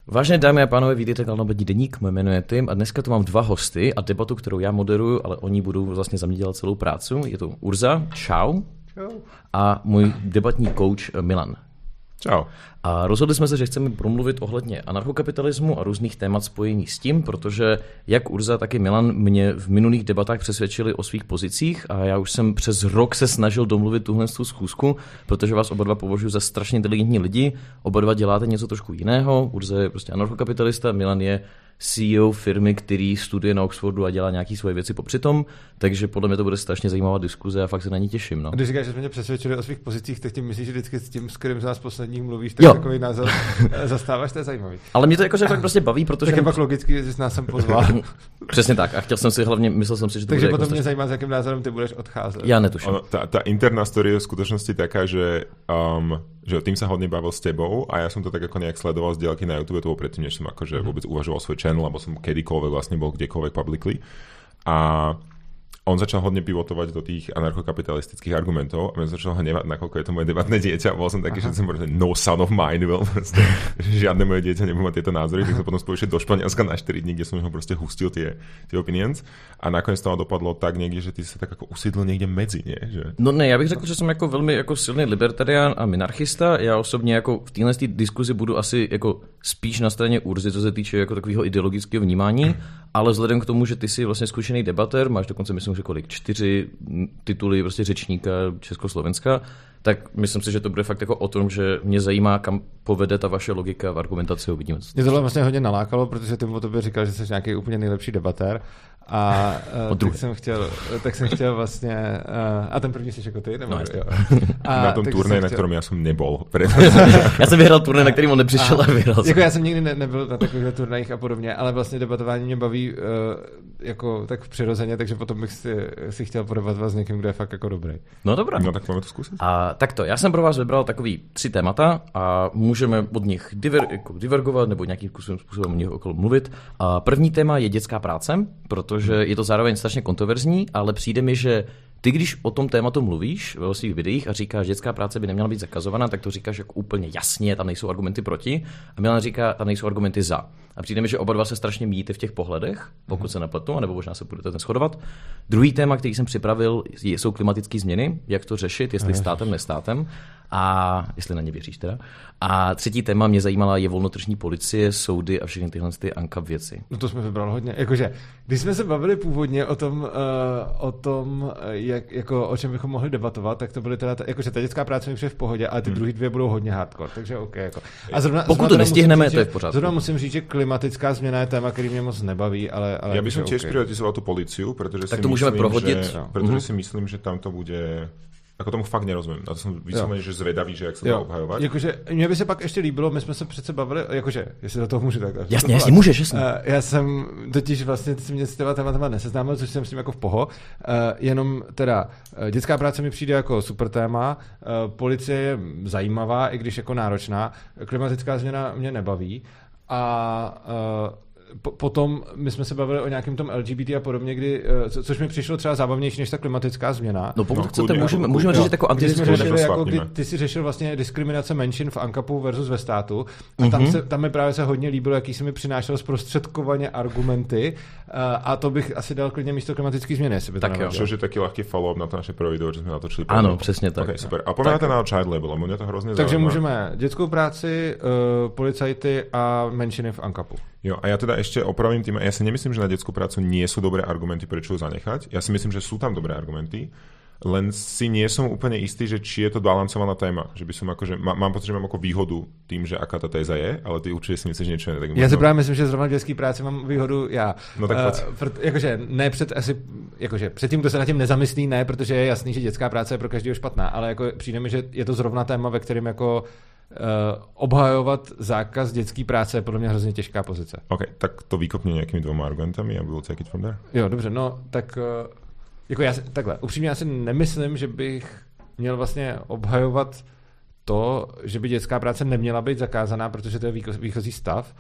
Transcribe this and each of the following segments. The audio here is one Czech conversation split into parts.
Vážené dámy a pánové, vítejte na Nobední deník, moje jméno je Tim a dneska tu mám 2 hosty a debatu, kterou já moderuju, ale oni budou vlastně za mě dělat celou práci. Je to Urza, čau. Čau. A můj debatní coach Milan. Čau. A rozhodli jsme se, že chceme promluvit ohledně anarchokapitalismu a různých témat spojení s tím, protože jak Urza, tak i Milan mě v minulých debatách přesvědčili o svých pozicích a já už jsem přes rok se snažil domluvit tuhle schůzku, protože vás oba dva považuji za strašně inteligentní lidi, oba dva děláte něco trošku jiného, Urza je prostě anarchokapitalista, Milan je CEO firmy, který studuje na Oxfordu a dělá nějaké svoje věci popřitom, takže podle mě to bude strašně zajímavá diskuze a fakt se na ní těším. No. Když říkáš, že jsme mě přesvědčili o svých pozicích, tak tím myslíš, že vždycky s tím, s kterým z nás posledních mluvíš, tak takový názor zastáváš, to je zajímavý. Ale mě to jakože fakt prostě baví, protože... Tak je pak logicky, že jsi nás sem pozval. Přesně tak a myslel jsem si, že to takže bude potom jako mě zajímá, s jakým názorem ty budeš odcházet. Já netuším. Tá interná story je v skutočnosti taká, že tým sa hodne bavil s tebou a ja som to tak ako nejak sledoval z diaľky na YouTube, to bolo predtým, než som akože vôbec uvažoval svoj channel, alebo som kedykoľvek vlastne bol kdekoľvek publicly. A on začal hodne pivotovať do tých anarchokapitalistických argumentov a mňa začal hnevať, nakoľko je to moje debatné dieťa. Bol som taký, že som povedal, no son of mine, že žiadne moje dieťa nebudú mať tieto názory, tak som potom spôjšiel do Španielska na 4 dní, kde som ho proste hustil tie opinions. A nakoniec to dopadlo tak niekde, že ty sa tak ako usídl niekde medzi, nie? Že... No ne, já bych řekl, že jsem jako velmi jako silný libertarián a minarchista. Já osobně jako v téhle diskuzi budu asi jako spíš na straně Urzy, co se týče jako takového ideologického vnímání, ale vzhledem k tomu, že ty jsi vlastně zkušený debatér, máš dokonce myslím, že kolik 4 tituly prostě řečníka Československa, tak myslím si, že to bude fakt jako o tom, že mě zajímá, kam povede ta vaše logika v argumentaci. Uvidíme. Mě tohle vlastně hodně nalákalo, protože ty o tobě říkal, že jsi nějaký úplně nejlepší debatér. A tak jsem chtěl vlastně... A ten první jsi jako ty? Nebo, no, jo. Na tom turnaji, na kterém já jsem nebol. Já jsem vyhrál turnaj, na kterým on nepřišel a vyhrál. Jako já jsem nikdy nebyl na takových turnajích a podobně, ale vlastně debatování mě baví jako tak přirozeně, takže potom bych si chtěl podebatovat s někým, kdo je fakt jako dobrý. No dobrá. No tak máme to zkusit. A takto, já jsem pro vás vybral takový 3 témata a můžeme od nich divergovat nebo nějakým způsobem o nich okolo mluvit. A první téma je dětská práce, protože je to zároveň strašně kontroverzní, ale přijde mi, že ty, když o tom tématu mluvíš ve svých videích a říkáš, že dětská práce by neměla být zakazovaná, tak to říkáš jako úplně jasně, tam nejsou argumenty proti. A Milan říká, tam nejsou argumenty za. A přijde mi, že oba dva se strašně míjíte v těch pohledech, pokud se nepletu, nebo možná se budete shodovat. Druhý téma, který jsem připravil, jsou klimatické změny, jak to řešit, jestli státem, nestátem, a jestli na ně věříš teda. A třetí téma mě zajímala je volnotržní policie, soudy a všechny tyhle ANCAP věci. No to jsme vybrali hodně. Jakože, když jsme se bavili původně o tom jako o čem bychom mohli debatovat, tak to byly teda, jakože ta dětská práce mi přijde v pohodě, ale ty druhý 2 budou hodně hardcore, takže OK. Jako. A pokud to nestihneme, to je v pořádku. Zrovna musím říct, že klimatická změna je téma, který mě moc nebaví, ale já bych tiež prioritizoval tú políciu, pretože tak to můžeme prohodit. Pretože si myslím, že tam to bude... Jako tomu fakt nerozumím. A to jsem vysloveně, že zvedavý, že jak se to obhajovat. Jakože, mně by se pak ještě líbilo, my jsme se přece bavili, jakože, jestli do toho můžu tak. Jasně, můžeš, jasně. Já jsem totiž vlastně si mě s těma tématama neseznámil, což jsem s tím jako v poho. Jenom teda, dětská práce mi přijde jako super téma, policie je zajímavá, i když jako náročná, klimatická změna mě nebaví a potom my jsme se bavili o nějakém tom LGBT a podobně, což mi přišlo třeba zábavnější než ta klimatická změna. No pokud chcete, můžeme řešit jako antidiskriminaci. Jako, kdy ty si řešil vlastně diskriminace menšin v ANCAPu versus ve státu a tam mi právě se hodně líbilo, jaký se mi přinášel zprostředkovaně argumenty a to bych asi dal klidně místo klimatické změny, jestli by to tak jo. Což je taký ľahký follow-up na to naše první video, že jsme natočili. Ano, přesně tak. Okay, super. A pomáháte na child label, mě to hrozně takže zajímá. Můžeme dětskou práci, policajty a menšiny v ANCAPu. Jo, a ja teda ešte opravím tým, ja si nemyslím, že na detskú prácu nie sú dobré argumenty, prečo ju zanechať. Ja si myslím, že sú tam dobré argumenty, len si nie som úplne istý, že či je to balancovaná téma. Že by som akože, mám pocit, že mám ako výhodu tým, že aká tá téza je, ale ty určite si myslíš, že niečo ne. Tak ja si právě myslím, že zrovna v dětské práci mám výhodu já. No tak jakože ne předtím, kdo se nad tím nezamyslí, ne, protože je jasný, že dětská práce je pro každého špatná, ale jako přijde mi, že je to zrovna téma, ve kterém jako obhajovat zákaz dětské práce je podle mě hrozně těžká pozice. OK, tak to vykopni nějakými 2 argumentami a we'll take it from there. Jo, dobře, no tak jako takhle, upřímně já si nemyslím, že bych měl vlastně obhajovat to, že by dětská práce neměla být zakázaná, protože to je výchozí stav.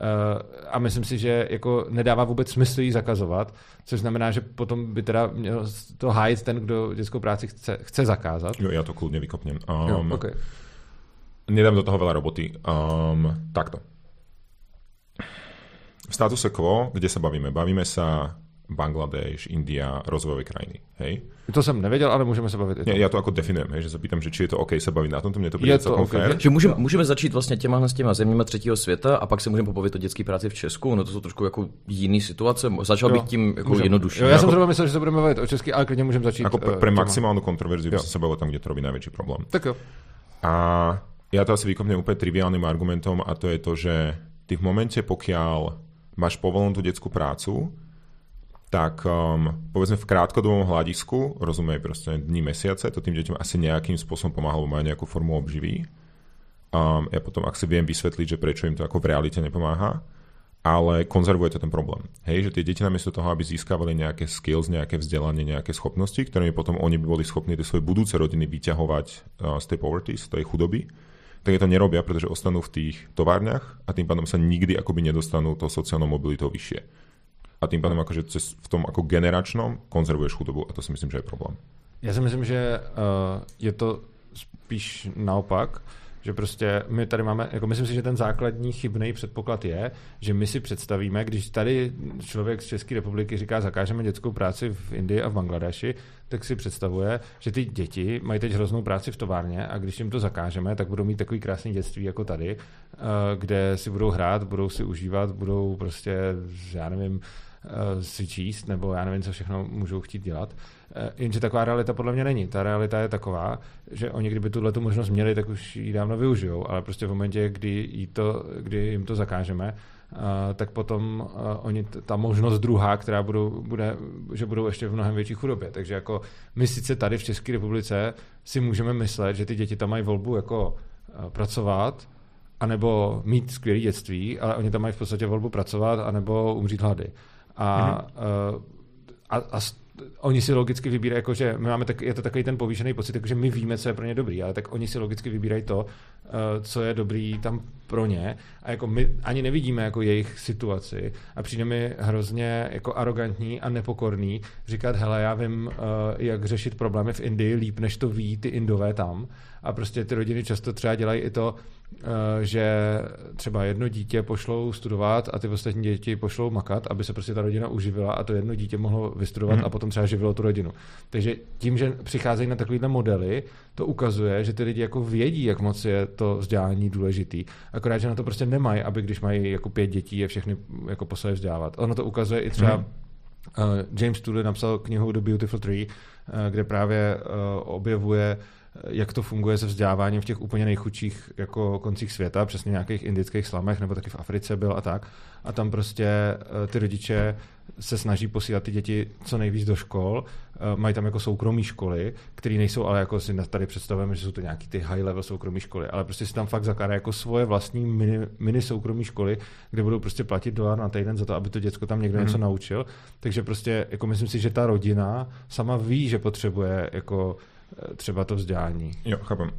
A myslím si, že jako nedává vůbec smysl ji zakazovat, což znamená, že potom by teda měl to hájit ten, kdo dětskou práci chce zakázat. Jo, já to kludně vykopnem. Jo, okay. Nedám do toho veľa roboty. Takto. v statuse quo, kde sa bavíme? Bavíme sa Bangladeš, India, rozvojové krajiny, hej? To jsem nevěděl, ale můžeme se bavit i to. Já to jako definujem, hej, že se pýtam, že či je to OK se bavit na tom, to mě to přijde celkom fair. Že můžeme začít vlastně těma zeměma třetího světa a pak se můžeme pobavit o dětské práci v Česku, no to jsou trošku jako jiný situace, začal bych tím jako jednodušší. Já jsem zrovna myslel, že se budeme bavit o česky, ale klidně můžeme začít. Jako pre maximálnu kontroverziu by se bavil tam, kde to robí najväčší problém. Tak jo. A ja to asi vykopnem úplne triviálnym argumentom a to je to, že ty v momente, pokiaľ máš povolenú tú detskú prácu, tak povedzme v krátkodobom hľadisku, rozumej proste dní, mesiace, to tým deťom asi nejakým spôsobom pomáhalo, majú nejakú formu obživy. Ja potom, ak si viem vysvetliť, že prečo im to ako v realite nepomáha, ale konzervuje to ten problém. Hej, že tie deti namiesto toho, aby získavali nejaké skills, nejaké vzdelanie, nejaké schopnosti, ktorými potom oni by boli schopní tie svoje budúce rodiny vyťahovať z tej poverty, z tej chudoby, tak je to nerobia, pretože ostanú v tých továrniach a tým pádom sa nikdy akoby nedostanú tou sociálnou mobilitou vyššie. A tým pádem akože v tom ako generačnom konzervuješ chudobu a to si myslím, že je problém. Já si myslím, že je to spíš naopak, že prostě my tady máme, jako myslím si, že ten základní chybný předpoklad je, že my si představíme, když tady člověk z České republiky říká, zakážeme dětskou práci v Indii a v Bangladeši, tak si představuje, že ty děti mají teď hroznou práci v továrně a když jim to zakážeme, tak budou mít takový krásný dětství jako tady, kde si budou hrát, budou si užívat, budou prostě, já nevím, si číst, nebo já nevím, co všechno můžou chtít dělat. Jenže taková realita podle mě není. Ta realita je taková, že oni kdyby tuhletu možnost měli, tak už ji dávno využijou, ale prostě v momentě, kdy jim to zakážeme, tak potom oni ta možnost druhá, která bude, že budou ještě v mnohem větší chudobě. Takže jako my sice tady v České republice si můžeme myslet, že ty děti tam mají volbu jako pracovat, anebo mít skvělé dětství, ale oni tam mají v podstatě volbu pracovat, anebo umřít hlady. A oni si logicky vybírají, jakože my máme je to takový ten povýšený pocit, jakože my víme, co je pro ně dobrý, ale tak oni si logicky vybírají to, co je dobrý tam pro ně a jako my ani nevidíme jako jejich situaci a přijde mi hrozně jako arrogantní a nepokorný říkat, hele, já vím, jak řešit problémy v Indii líp, než to ví ty Indové tam a prostě ty rodiny často třeba dělají i to, že třeba jedno dítě pošlou studovat a ty ostatní děti pošlou makat, aby se prostě ta rodina uživila a to jedno dítě mohlo vystudovat a potom třeba živilo tu rodinu. Takže tím, že přicházejí na takovýhle modely, to ukazuje, že ty lidi jako vědí, jak moc je to vzdělání důležitý. Akorát, že na to prostě nemají, aby když mají jako 5 dětí, je všechny jako poslali vzdělávat. Ono to ukazuje i třeba James Tooley napsal knihu The Beautiful Tree, kde právě objevuje, jak to funguje se vzděláváním v těch úplně nejchudších jako koncích světa, přesně nějakých indických slamech, nebo taky v Africe byl a tak. A tam prostě ty rodiče se snaží posílat ty děti co nejvíc do škol. Mají tam jako soukromí školy, které nejsou, ale jako si tady představujeme, že jsou to nějaký ty high level soukromí školy, ale prostě si tam fakt zakládají jako svoje vlastní mini soukromí školy, kde budou prostě platit $1 na týden za to, aby to děcko tam někdo něco naučil. Takže prostě jako myslím si, že ta rodina sama ví, že potřebuje jako třeba to vzdělání. Jo, chápem.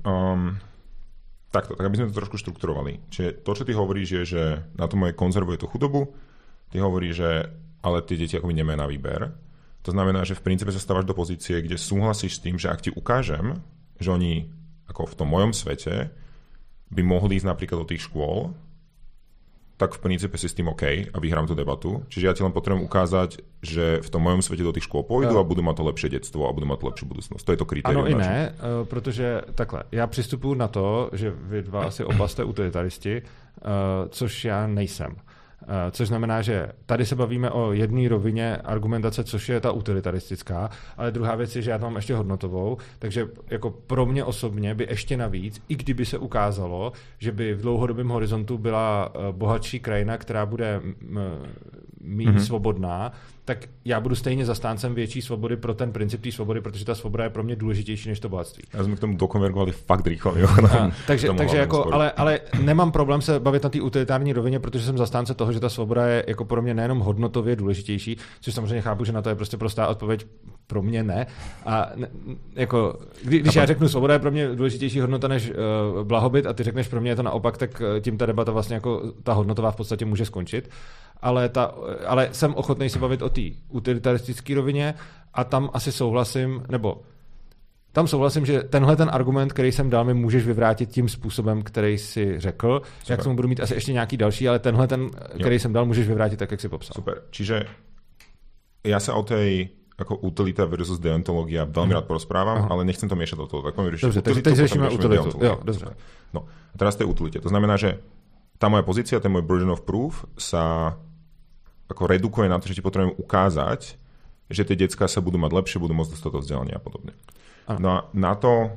Tak aby sme to trošku štrukturovali. Čiže to, čo ty hovoríš, je, že na to moje konzervuje tú chudobu, ty hovoríš, že ale tie deti akoby nemajú na výber. To znamená, že v princípe sa stávaš do pozície, kde súhlasíš s tým, že ak ti ukážem, že oni ako v tom mojom svete by mohli ísť napríklad do tých škôl, tak v princípe si s tým OK a vyhrám tú debatu. Čiže ja ti len potrebujem ukázať, že v tom mojom svete do tých škôl pôjdu a budú mať to lepšie detstvo a budú mať lepšiu budúcnosť. To je to kritérium. Ano i ne, protože takhle, já přistupuji na to, že vy dva asi oba jste utilitaristi, což já nejsem. Což znamená, že tady se bavíme o jedné rovině argumentace, což je ta utilitaristická, ale druhá věc je, že já tam mám ještě hodnotovou, takže jako pro mě osobně by ještě navíc, i kdyby se ukázalo, že by v dlouhodobém horizontu byla bohatší krajina, která bude méně svobodná, tak já budu stejně zastáncem větší svobody pro ten princip té svobody, protože ta svoboda je pro mě důležitější než to bohatství. Já jsme k tomu dokonvergovali fakt rychle. Takže jako, ale nemám problém se bavit na té utilitární rovině, protože jsem zastánce toho, že ta svoboda je jako pro mě nejenom hodnotově důležitější, což samozřejmě chápu, že na to je prostě prostá odpověď, pro mě ne. A jako, když já řeknu, svoboda je pro mě důležitější hodnota než blahobyt a ty řekneš, pro mě je to naopak, tak tím ta debata vlastně jako ta hodnotová v podstatě může skončit. Ale jsem ochotný se bavit o té utilitaristické rovině a tam asi souhlasím, nebo tam souhlasím, že tenhle ten argument, který jsem dal, mi můžeš vyvrátit tím způsobem, který si řekl. Super. Jak tomu budu mít asi ještě nějaký další, ale tenhle ten, který jsem dal, můžeš vyvrátit tak, jak si popsal. Super. Čiže ja sa o tej ako utilita versus deontológia veľmi rád porozprávam, ale nechcem to miešať do toho. Tak dobře, takže teď řešíme utilitu. Jo, dobře. No, a teraz tej utilite. To znamená, že tá moja pozícia, ten môj burden of proof sa ako redukuje na to, že ti potrebujem ukázať, že tie decká sa budú mať lepšie, budú môcť dostať to vzdelanie a podobne. No a na to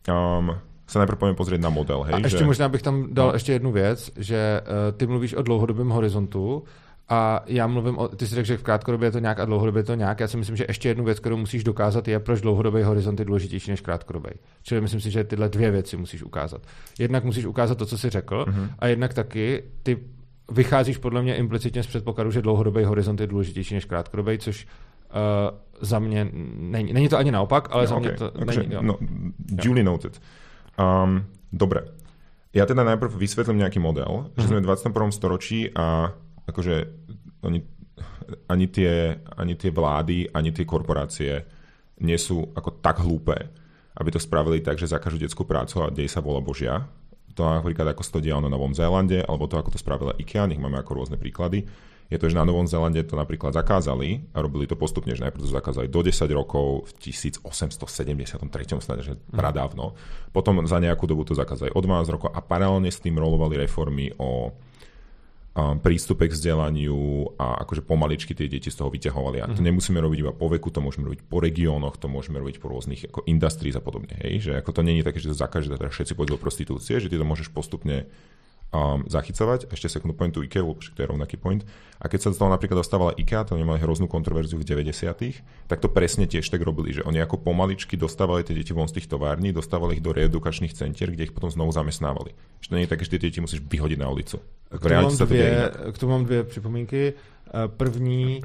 sa najprv poďme pozrieť na model. Hej, a ještě možná bych tam dal ještě jednu věc, že ty mluvíš o dlouhodobém horizontu a já mluvím ty si řekl, že v krátkodobě je to nějak a dlouhodobě je to nějak. Já si myslím, že ještě jednu věc, kterou musíš dokázat, je, proč dlouhodobý horizont je důležitější než krátkodobý. Čili myslím si, že tyhle dvě věci musíš ukázat. Jednak musíš ukázat to, co jsi řekl, a jednak taky ty vycházíš podle mě implicitně z předpokladu, že dlouhodobý horizont je důležitější než krátkodobý, což za mě není to ani naopak, ale za mě to není. Jo. No, duly noted. Dobre. Ja teda najprv vysvetlím nejaký model, že sme v 21. storočí a akože ani tie vlády, ani tie korporácie nie sú ako tak hlúpe, aby to spravili tak, že zakážu detskú prácu a dej sa vola Božia. To napríklad ako sa to dialo na Novom Zélande, alebo to, ako to spravila IKEA, nech máme ako rôzne príklady. Je to, že na Novom Zélande to napríklad zakázali a robili to postupne, že najprv to zakázali do 10 rokov, v 1873. snáď, že pradávno. Potom za nejakú dobu to zakázali o 12 rokov a paralelne s tým rolovali reformy o prístupe k vzdelaniu a akože pomaličky tie deti z toho vyťahovali. A to nemusíme robiť iba po veku, to môžeme robiť po regiónoch, to môžeme robiť po rôznych ako industries a podobne. Hej? Že ako to nie je také, že to zakáže, teda všetci pôjdu do prostitúcie, že ty to môžeš postupne zachycovať. Ešte sekundu point tu IKEA, lebo to je rovnaký point. A keď sa do toho napríklad dostávala IKEA, to nemali hroznú kontroverziu v 90. tak to presne tiež tak robili, že oni ako pomaličky dostávali tie deti von z tých tovární, dostávali ich do reedukačných centier, kde ich potom znovu zamestnávali. Že to nie je také, že tie deti musíš vyhodiť na ulicu. K tomu mám dvě připomínky. První,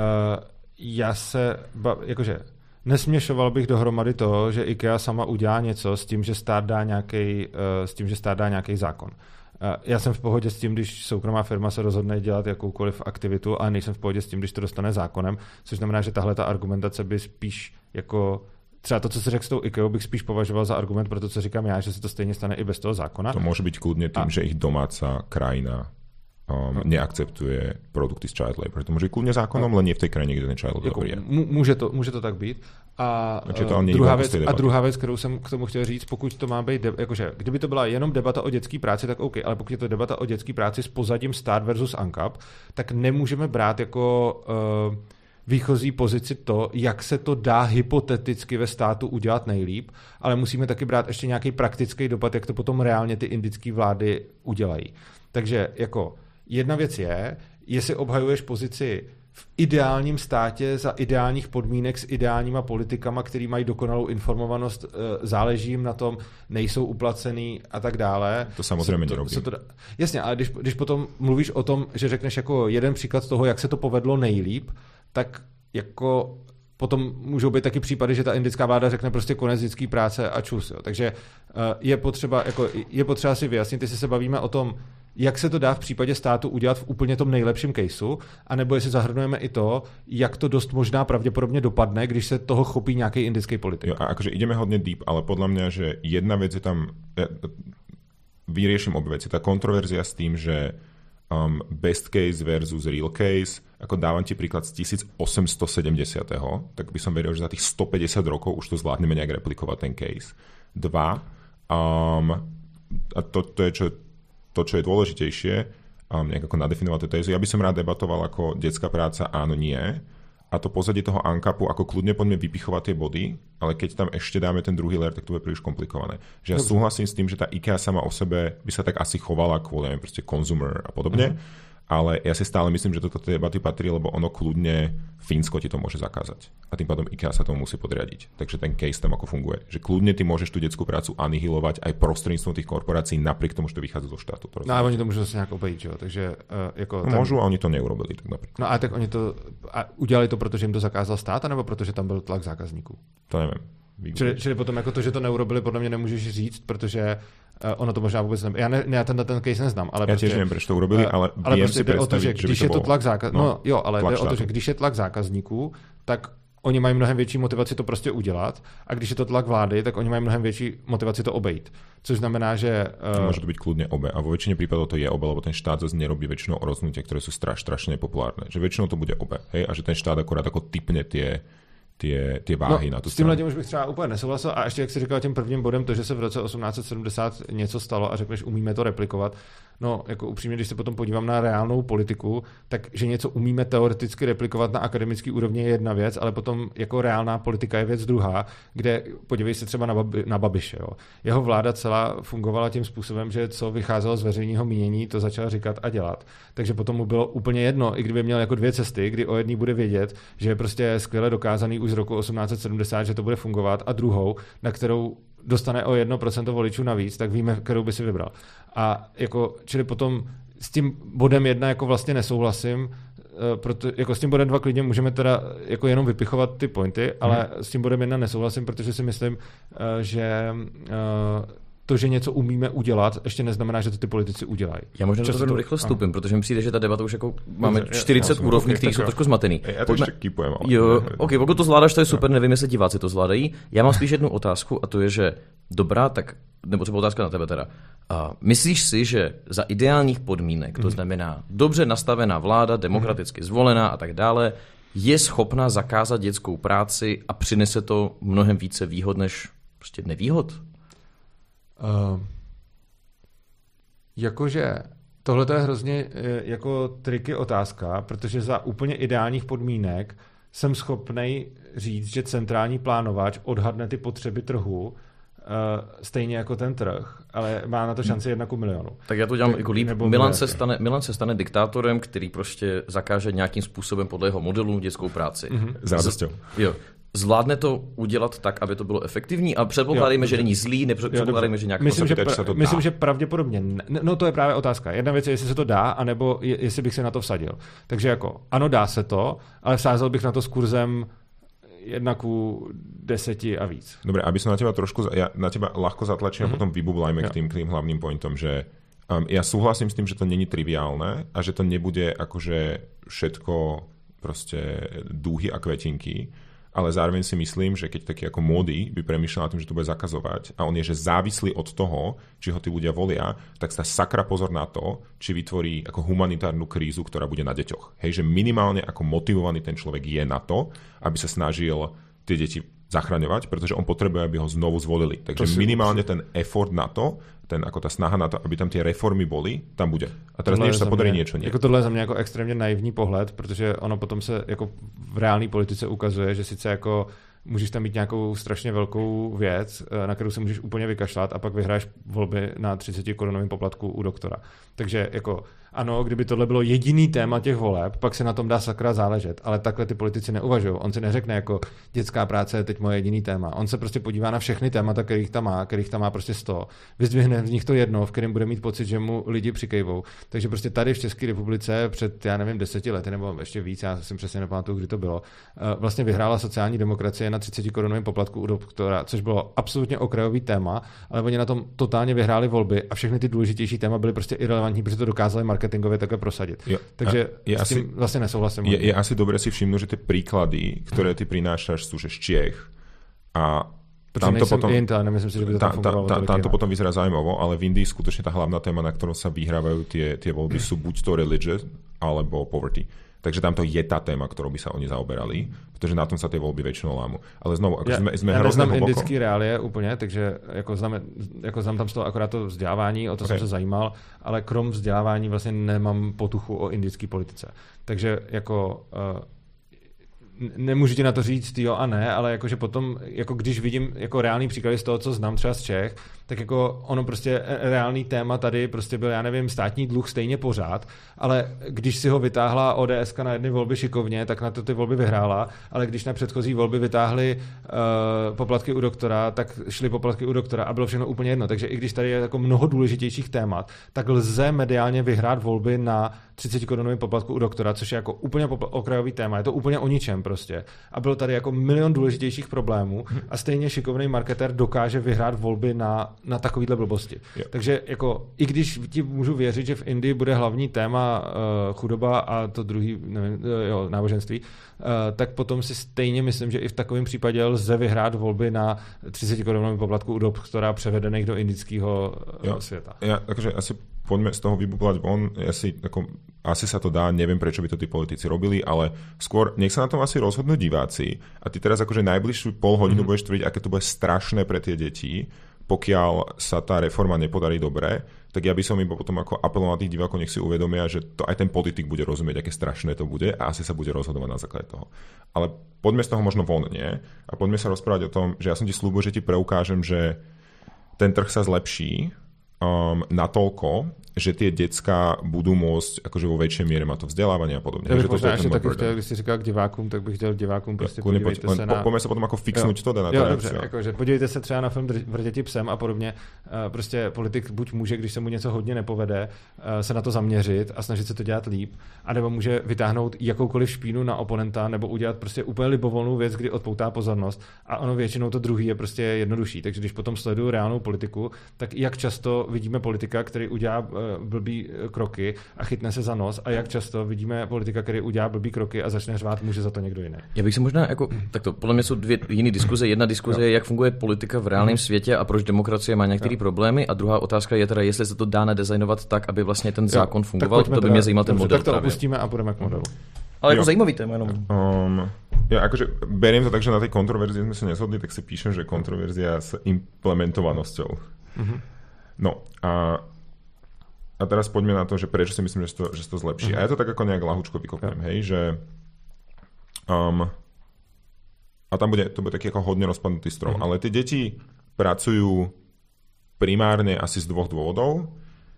jakože nesměšoval bych dohromady to, že IKEA sama udělá něco s tím, že stát dá nějaký zákon. Já jsem v pohodě s tím, když soukromá firma se rozhodne dělat jakoukoliv aktivitu, a nejsem v pohodě s tím, když to dostane zákonem, což znamená, že tahle ta argumentace by spíš jako třeba to, co si řekl s tou IKEA, bych spíš považoval za argument pro to, co říkám já, že se to stejně stane i bez toho zákona. To může být kludně tím, že ich domáca krajina neakceptuje produkty z child labor. To může být kludně zákonom, len nie v té krajině, kde ten child labor je. Může to tak být. A druhá věc, kterou jsem k tomu chtěl říct, pokud to má být, jakože kdyby to byla jenom debata o dětské práci, tak OK, ale pokud je to debata o dětské práci s pozadím stát versus ANCAP, tak nemůžeme brát jako výchozí pozici to, jak se to dá hypoteticky ve státu udělat nejlíp, ale musíme taky brát ještě nějaký praktický dopad, jak to potom reálně ty indické vlády udělají. Takže jako jedna věc je, jestli obhajuješ pozici v ideálním státě za ideálních podmínek s ideálníma politikama, který mají dokonalou informovanost, záleží jim na tom, nejsou uplacený a tak dále. To samozřejmě nerobí. Jasně, ale když potom mluvíš o tom, že řekneš jako jeden příklad toho, jak se to povedlo nejlíp, tak jako potom můžou být taky případy, že ta indická vláda řekne prostě konec dětské práce a čus. Jo. Takže je potřeba si vyjasnit, jestli se bavíme o tom, jak se to dá v případě státu udělat v úplně tom nejlepším caseu, anebo jestli zahrnujeme i to, jak to dost možná pravděpodobně dopadne, když se toho chopí nějaký indický politik. Jo, a akože ideme hodne deep, ale podľa mňa, že jedna vec je tam, vyrieším obe veci. Tá kontroverzia s tým, že best case versus real case, ako dávam ti príklad z 1870. Tak by som veril, že za tých 150 rokov už to zvládneme nejak replikovať ten case. A to je to, čo je dôležitejšie, nejak ako nadefinovať tú tézu. Ja by som rád debatoval ako detská práca áno, nie. A to pozadie toho ANCAPu, ako kľudne poďme vypichovať tie body, ale keď tam ešte dáme ten druhý layer, tak to bude príliš komplikované. Že ja súhlasím s tým, že tá IKEA sama o sebe by sa tak asi chovala kvôli proste consumer a podobne, ale ja si stále myslím, že toto debaty patrí, lebo ono kľudne Fínsko ti to môže zakázať. A tým pádom IKEA sa tomu musí podriadiť. Takže ten case tam ako funguje. Že kľudne ty môžeš tú detskú prácu anihilovať aj prostredníctvom tých korporácií, napriek tomu, že to vychádza zo štátu. No a oni to môžu zase nejak obejít, jo? Takže jako môžu, a oni to neurobili tak napríklad. No a tak oni to udělali to, protože jim to zakázal stát, anebo protože tam byl tlak zákazníků? To neviem. Čili potom jako to, že to neurobili, podle mě nemůžeš říct, protože ono to možná vůbec nevím. Já ten case neznám, ale já prostě, těž nevím, proč to urobili, ale prostě jde o to, že když je to tlak zákazníků, ale jde o to, že když je tlak zákazníků, tak oni mají mnohem větší motivaci to prostě udělat a když je to tlak vlády, tak oni mají mnohem větší motivaci to obejít. Což znamená, že... Môže to byť kľudne obe. A vo väčšine prípadov to je obe, lebo ten štát zase nerobí väčšinou rozhodnutia, ktoré sú strašne nepopulárne. Že väčšinou to bude obe. Hej? A že ten štát akorát ako typne tie váhy na tu stranu. S tímhle tím už bych třeba úplně nesouhlasil. A ještě jak jsi říkal tím prvním bodem, to, že se v roce 1870 něco stalo a řekneš, umíme to replikovat. No, jako upřímně, když se potom podívám na reálnou politiku, tak že něco umíme teoreticky replikovat na akademický úrovni je jedna věc, ale potom jako reálná politika je věc druhá, kde podívej se třeba na Babiše. Jo. Jeho vláda celá fungovala tím způsobem, že co vycházelo z veřejného mínění, to začal říkat a dělat. Takže potom mu bylo úplně jedno, i kdyby měl jako dvě cesty, kdy o jedný bude vědět, že je prostě skvěle dokázaný už z roku 1870, že to bude fungovat, a druhou, na kterou dostane o 1% voličů navíc, tak víme, kterou by si vybral. A jako, čili potom s tím bodem 1 jako vlastně nesouhlasím, proto, jako s tím bodem 2 klidně můžeme teda jako jenom vypichovat ty pointy, ale s tím bodem 1 nesouhlasím, protože si myslím, že to, že něco umíme udělat, ještě neznamená, že to ty politici udělají. Já možná do toho rychle vstupím, protože mi přijde, že ta debata už jako máme 40 úrovní, které jsou trošku zmatený. Já to ještě kýpujem. Jo, OK, pokud to zvládáš, to je super, nevím, jestli diváci to zvládají. Já mám spíš jednu otázku a to je, že dobrá, tak, nebo třeba otázka na tebe teda. Myslíš si, že za ideálních podmínek, to znamená dobře nastavená vláda, demokraticky zvolená a tak dále, je schopna zakázat dětskou práci a přinese to mnohem více výhod než prostě nevýhod? Jakože tohle je hrozně jako triky otázka, protože za úplně ideálních podmínek jsem schopnej říct, že centrální plánovač odhadne ty potřeby trhu stejně jako ten trh, ale má na to šanci 1:1,000,000. Tak já to dělám jako líp. Milan se stane diktátorem, který prostě zakáže nějakým způsobem podle jeho modelu dětskou práci. S radosťou. Jo. Zvládne to udělat tak, aby to bylo efektivní a předpokládejme, že není zlý, nepředpokládejme, že nějak... Myslím, že pravděpodobně... No to je právě otázka. Jedna věc je, jestli se to dá, anebo jestli bych se na to vsadil. Takže jako, ano, dá se to, ale vsázel bych na to s kurzem 1:10 a víc. Dobre, aby som na teba ľahko zatlačím a potom vybublajme k tým hlavným pointom, že ja súhlasím s tým, že to není triviálne a že to nebude akože všetko proste dúhy a kvetinky, ale zároveň si myslím, že keď taký ako Modi by premýšľal na tým, že to bude zakazovať a on je, že závislý od toho, či ho tí ľudia volia, tak sa sakra pozor na to, či vytvorí ako humanitárnu krízu, ktorá bude na deťoch. Hej, že minimálne ako motivovaný ten človek je na to, aby sa snažil tie deti zachraňovať, pretože on potrebuje, aby ho znovu zvolili. Takže minimálne ten effort na to, ako tá snaha na to, aby tam tie reformy boli, tam bude. A teraz než sa podarí niečo. Jako tohle je za mě jako extrémně naivní pohled, protože ono potom se jako v reálné politice ukazuje, že sice jako můžeš tam mít nějakou strašně velkou věc, na kterou se můžeš úplně vykašlat a pak vyhraješ volby na 30 korunovém poplatku u doktora. Takže jako ano, kdyby tohle bylo jediný téma těch voleb, pak se na tom dá sakra záležet, ale takhle ty politici neuvažují. On si neřekne jako dětská práce je teď moje jediný téma. On se prostě podívá na všechny témata, kterých tam má prostě 100. Vyzdvihne z nich to jedno, v kterém bude mít pocit, že mu lidi přikejvou. Takže prostě tady v České republice před, já nevím, 10 lety nebo ještě víc, já si přesně nepamatuju, kdy to bylo, vlastně vyhrála sociální demokracie na 30 korunovém poplatku u doktora, což bylo absolutně okrajový téma, ale oni na tom totálně vyhráli volby a všechny ty důležitější téma byly prostě irelevantní, protože to dokázali marketingově takhle prosadit. Jo, takže s tím vlastně nesouhlasím. Je asi dobre si všimnúť, že tie príklady, ktoré ty prinášaš, sú že z Čiech a tam to potom, nemyslím si, že by to tam fungovalo. Tam to potom vyzerá zaujímavo, ale v Indii skutočne tá hlavná téma, na ktorom sa vyhrávajú tie voľby, sú buď to religion alebo poverty. Takže tam to je tá téma, ktorou by sa oni zaoberali, pretože na tom sa tie voľby väčšinou lámu. Ale znovu, ako sme hrozne hlboko. Indický reálie úplně, takže jako znám tam z toho akorát to vzdělávání, o to jsem se zajímal, ale krom vzdělávání vlastně nemám potuchu o indické politice. Takže jako nemůžu ti na to říct jo a ne, ale jakože potom, jako když vidím jako reálný příklady z toho, co znám třeba z Čech, tak jako ono prostě reálný téma tady prostě byl, já nevím, státní dluh stejně pořád, ale když si ho vytáhla ODSka na jedny volby šikovně, tak na to ty volby vyhrála, ale když na předchozí volby vytáhli poplatky u doktora, tak šly poplatky u doktora a bylo všechno úplně jedno. Takže i když tady je jako mnoho důležitějších témat, tak lze mediálně vyhrát volby na 30 korunovém poplatku u doktora, což je jako úplně okrajový téma. Je to úplně o ničem, prostě. A bylo tady jako milion důležitějších problémů a stejně šikovný marketér dokáže vyhrát volby na takovýhle blbosti. Takže jako i když ti můžu věřit, že v Indii bude hlavní téma chudoba a to druhý, nevím, náboženství, tak potom si stejně myslím, že i v takovém případě lze vyhrát volby na 30 korunový poplatku u doktora převedených do indického světa. Takže asi poďme z toho vybublať von. Asi sa to dá, neviem, prečo by to tí politici robili, ale skôr nech sa na tom asi rozhodnú diváci. A ty teraz akože najbližšiu pol hodinu budeš tvrdiť, aké to bude strašné pre tie deti, pokiaľ sa tá reforma nepodarí dobre, tak ja by som iba potom ako apeloval na tých divákov, nech si uvedomia, že to aj ten politik bude rozumieť, aké strašné to bude a asi sa bude rozhodovať na základe toho. Ale poďme z toho možno von, nie? A poďme sa rozprávať o tom, že ja som ti slúbil, že ti preukážem, že ten trh sa zlepší natoľko, že tie decká budú môcť akože vo väčšej miere mať to vzdelávanie a podobne. Ja bych možná ešte taky chtěl, když si říkal k divákům, tak bych chtěl divákům prostě podívejte se na... Poďme sa potom ako fixnúť to na to. Dobře, jakože podívejte se třeba na film Vrtěti psem a podobně. Prostě politik buď může, když se mu něco hodně nepovede, se na to zaměřit a snažit se to dělat líp, anebo může vytáhnout jakoukoliv špínu na oponenta nebo udělat prostě úplně libovolnou věc, kdy odpoutá pozornost a ono většinou to druhý je prostě jednodušší. Takže když potom sleduju reálnou politiku, tak jak často vidíme politika, který udělá blbý kroky a chytne se za nos a jak často vidíme politika, který udělá blbý kroky a začne řvát, může za to někdo jiný. Já bych si možná jako takto, podle mě jsou dvě jiné diskuze. Jedna diskuze je, jak funguje politika v reálném světě a proč demokracie má některé problémy, a druhá otázka je teda, jestli se to dá nadizajnovat tak, aby vlastně ten zákon fungoval. To by mě zajímal ten model. Tak to opustíme a půjdeme k modelu. Ale jako zajímavý téma jenom. Ja akože beriem to tak, že na tej kontroverzii sme sa nezhodli, tak si píšem, že kontroverzia s implementovanosťou. No a teraz poďme na to, že prečo si myslím, že to zlepší. A ja to tak ako nejak ľahučko vykopnem, hej, že a tam to bude taký ako hodne rozpadnutý strom, ale tie deti pracujú primárne asi z dvoch dôvodov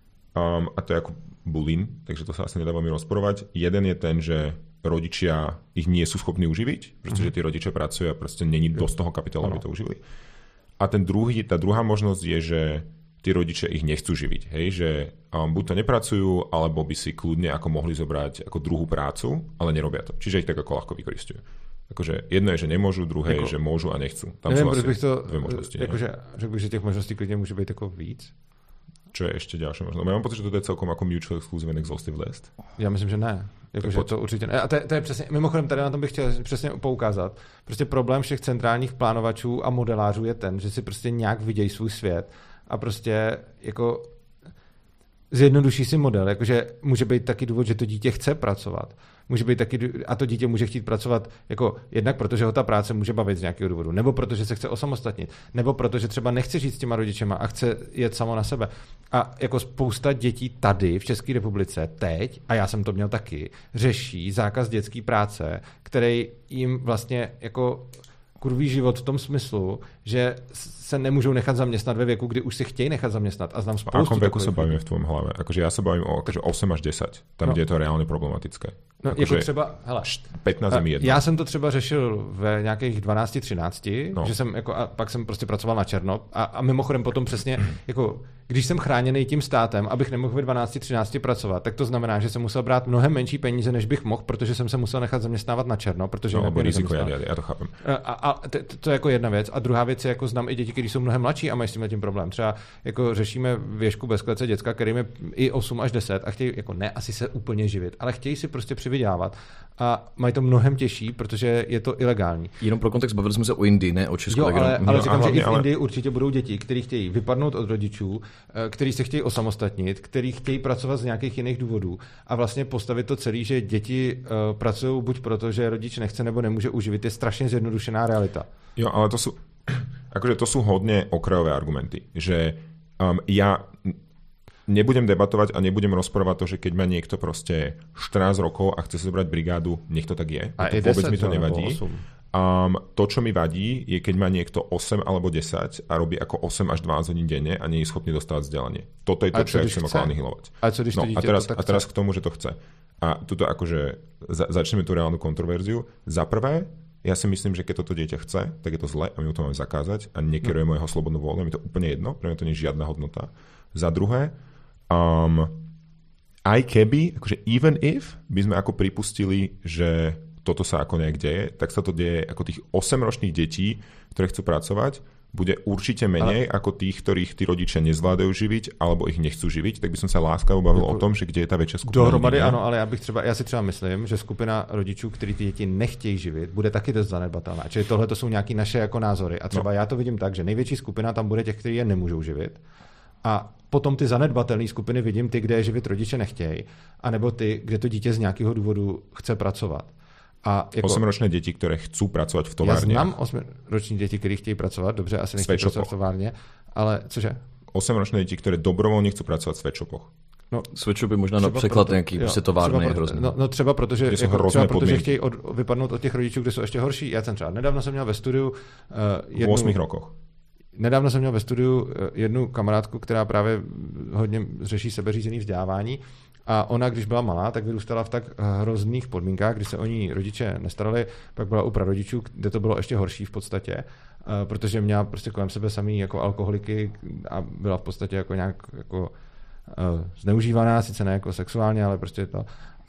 a to je ako bullying, takže to sa asi nedá veľmi rozporovať. Jeden je ten, že rodičia ich nie sú schopní uživiť, pretože tí rodičia pracujú a proste není dosť toho kapitálu, aby to uživili. A tá druhá možnosť je, že tí rodičia ich nechcú živiť. Hej? Že buď to nepracujú, alebo by si kľudne ako mohli zobrať ako druhú prácu, ale nerobia to. Čiže ich tak ako ľahko vykoristujú. Akože jedno je, že nemôžu, druhé je, že môžu a nechcú. Tam neviem, sú asi dve možnosti. Řekl bych, že těch možností klidně může být jako víc. Čo je ešte ďalšia možnosť? Ja mám pocit, že to je celkom ako mutual exclusive and exhaustive list. Já myslím, že ne. Jakože to určitě ne. A to je přesně, mimochodem tady na tom bych chtěl přesně poukázat. Prostě problém všech centrálních plánovačů a modelářů je ten, že si prostě nějak vidějí svůj svět a prostě jako zjednoduší si model, jakože může být taky důvod, že to dítě chce pracovat. Může být taky, a to dítě může chtít pracovat jako jednak protože ho ta práce může bavit z nějakého důvodu, nebo protože se chce osamostatnit, nebo protože třeba nechce žít s těma rodičema a chce jet samo na sebe. A jako spousta dětí tady v České republice teď, a já jsem to měl taky, řeší zákaz dětské práce, který jim vlastně jako kurví život v tom smyslu, že se nemůžou nechat zaměstnat ve věku, kdy už si chtějí nechat zaměstnat. A znám spoustu. A akom veku sa bavíme v tvojom hlave? Akože ja sa bavím o 8 až 10, tam, kde je to reálně problematické. No, jako třeba, hele, 15 je mi jedno. Já jsem to třeba řešil ve nějakých 12-13, že jsem jako, a pak jsem prostě pracoval na černo a mimochodem potom přesně, jako, když jsem chráněný tím státem, abych nemohl ve 12-13 pracovat, tak to znamená, že jsem musel brát mnohem menší peníze, než bych mohl, protože jsem se musel nechat zaměstnávat na černo, protože riziko, já to chápem. A to je jako jedna věc. A druhá věc je, jako znám i děti, kteří jsou mnohem mladší a mají s tím problém. Třeba jako řešíme věšku bez klece děcka, kterým je i 8 až 10 a chtějí jako ne asi se úplně živit, ale chtějí si prostě přivydělávat a mají to mnohem těžší, protože je to ilegální. Jenom pro kontext, bavili jsme se o Indii, ne o Česku. Jo, ale říkám, že i v Indii určitě budou děti, kteří chtějí vypadnout od rodičů, kteří se chtějí osamostatnit, kteří chtějí pracovat z nějakých jiných důvodů a vlastně postavit to celé, že děti pracují buď proto, že rodič nechce nebo nemůže uživit, je strašně zjednodušená realita. Jo, ale to sú hodne okrajové argumenty, že ja nebudem debatovať a nebudem rozprávať to, že keď má niekto proste 14 rokov a chce si zobrať brigádu, nech to tak je. A to vôbec mi to nevadí. To, čo mi vadí, je keď má niekto 8 alebo 10 a robí ako 8 až 12 hodín denne a nie je schopný dostávať vzdelanie. Toto je to, čo ja chcem okolo anihilovať. A teraz k tomu, že to chce. A tuto akože začneme tú reálnu kontroverziu. Za prvé, ja si myslím, že keď toto dieťa chce, tak je to zle a my mu to máme zakázať a nekerujeme jeho slobodnú voľnu, mi to úplne jedno, pre mňa to nie je žiadna hodnota. Za druhé, aj keby, akože even if by sme ako pripustili, že toto sa ako nejak deje, tak sa to deje ako tých 8-ročných detí, ktoré chcú pracovať, bude určite menej ako tých, ktorých tí rodičia nezvládajú živiť alebo ich nechcú živiť, tak by som sa láskavo bavil o tom, že kde je ta väčšia skupina. Dohromady ano, ale já si třeba myslím, že skupina rodičů, kteří ty děti nechtějí živit, bude taky dost zanedbatelná. Čili tohle to jsou nějaké naše jako názory. A třeba já to vidím tak, že největší skupina tam bude těch, kteří je nemůžou živit. A potom ty zanedbatelné skupiny vidím ty, kde je živit rodiče nechtějí, anebo ty, kde to dítě z nějakého důvodu chce pracovat. A jako, 8-ročné děti, které chcou pracovat v továrně. Já znám 8-roční děti, které chtějí pracovat, dobře, asi nechtějí pracovat v továrně, ale cože? 8-ročné děti, které dobrovolně chcou pracovat v sweatshopoch. No, sweatshopy možná například nějaký prostě továrny je hrozný. No třeba protože, protože chtějí vypadnout od těch rodičů, kde jsou ještě horší. Já jsem třeba nedávno jsem měl ve studiu v 8 rokoch. Nedávno jsem měl ve studiu jednu kamarádku, která právě hodně řeší sebeřízený vzdělávání. A ona, když byla malá, tak vyrůstala v tak hrozných podmínkách, kdy se o ní rodiče nestarali, pak byla u prarodičů, kde to bylo ještě horší v podstatě, protože měla prostě kolem sebe samý jako alkoholiky a byla v podstatě jako nějak jako zneužívaná, sice ne jako sexuálně, ale prostě to.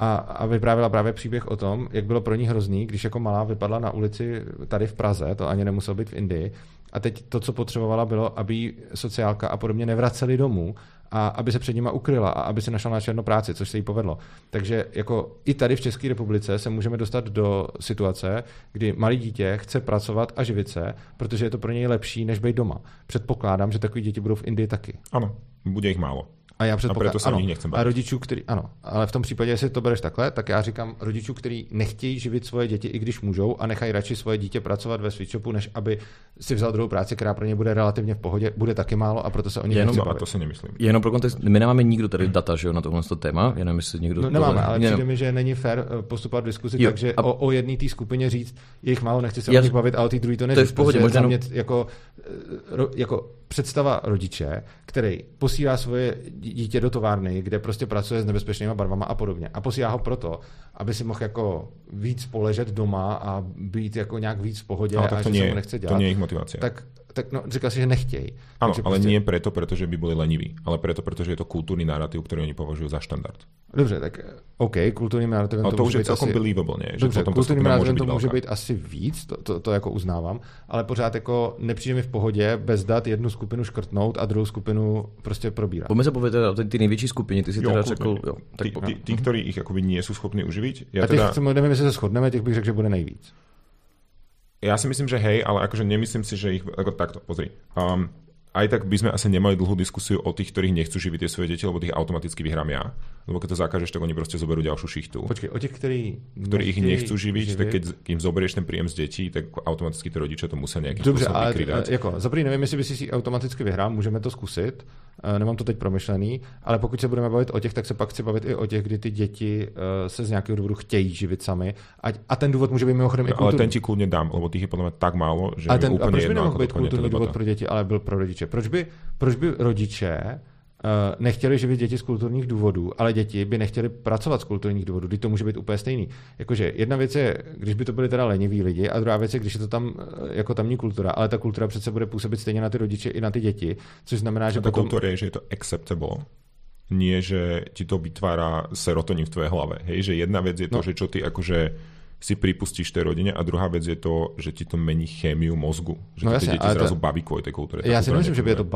A vyprávěla právě příběh o tom, jak bylo pro ní hrozný, když jako malá vypadla na ulici tady v Praze, to ani nemuselo být v Indii, a teď to, co potřebovala, bylo, aby sociálka a podobně nevraceli domů a aby se před nima ukryla a aby se našla na černou práci, což se jí povedlo. Takže jako i tady v České republice se můžeme dostat do situace, kdy malé dítě chce pracovat a živit se, protože je to pro něj lepší, než být doma. Předpokládám, že takový děti budou v Indii taky. Ano, bude jich málo. A já proto se nich nechcem bavit. A rodičů, který ano, ale v tom případě, jestli to bereš takhle, tak já říkám rodičů, kteří nechtějí živit svoje děti, i když můžou, a nechají radši svoje dítě pracovat ve sweatshopu, než aby si vzal druhou práci, která pro ně bude relativně v pohodě, bude taky málo a proto se o nich nechci bavit. A to si nemyslím. Jenom pro kontext, my nemáme nikdo tady data, že jo, na tohle téma, já nevím, jestli někdo. No, nemáme, ale přijde mi, že není fér postupovat v diskuzi, takže o jedné té skupině říct, je jich málo, nechci se o nich bavit, a o té druhé to neříct. To je v pohodě, možná jako představa rodiče, který posílá svoje dítě do továrny, kde prostě pracuje s nebezpečnýma barvama a podobně. A posílá ho proto, aby si mohl jako víc poležet doma a být jako nějak víc v pohodě, a že se mu nechce dělat. To nie je ich motivácia. Tak no, říkal si, že nechtějí. Áno, ale prostě... nie preto, pretože by boli leniví, ale preto, pretože je to kultúrny narratív, ktorý oni považujú za štandard. Dobře, tak OK, kulturním narrativem to může být celkom asi... believable, ne? Dobře, kulturním narrativem to může být asi víc, to jako uznávám, ale pořád jako nepřijde mi v pohodě bez dat jednu skupinu škrtnout a druhou skupinu prostě probírat. Pojďme se povědět o ty největší skupiny, ty si teda řekl... Tí, ktorí ich akoby nie sú schopní uživiť. A těch, nevím, jestli se shodneme, těch bych řekl, že bude nejvíc. Ja si myslím, že hej, ale akože nemyslím si, že ich... Ako takto, pozri. Aj tak by sme asi nemali dlhú diskusiu o tých, ktorých nechcú živiť tie svoje deti, lebo tých automaticky vyhrám ja. Lebo keď to zakážeš, tak oni proste zoberú ďalšiu šichtu. Počkej, o těch, ktorí ich nechcú živiť, tak keď im zoberieš ten príjem z detí, tak automaticky ty rodiče to musia nejakým Dobře, spôsobom vykrýdať. Jako, zaprý nevím, jestli by si automaticky vyhrál, můžeme to zkusit. Nemám to teď promyšlený, ale pokud se budeme bavit o těch, tak se pak chci bavit i o těch, kdy ty děti se z nějakého důvodu chtějí živit sami. A ten důvod může být mimochodem i kulturní. Ale ten ti kľudne dám, lebo těch je podle mě tak málo, že a je úplně proč by jedno, nemohl být kulturní důvod pro děti, ale byl pro rodiče? Proč by rodiče nechtěli živit děti z kulturních důvodů, ale děti by nechtěli pracovat z kulturních důvodů, když to může být úplně stejný. Jakože jedna věc je, když by to byly teda leniví lidi, a druhá věc je, když je to tam jako tamní kultura, ale ta kultura přece bude působit stejně na ty rodiče i na ty děti, což znamená, že ta kultura je, že je to acceptable. Nie, že ti to vytvára serotonín v tvojej hlave. Hej, že jedna vec je to, že čo ty akože si pripustíš tej rodine, a druhá vec je to, že ti to mení chémiu mozgu. Že ty děti zrazu baví kvůli té kultuře. Já si nemyslím,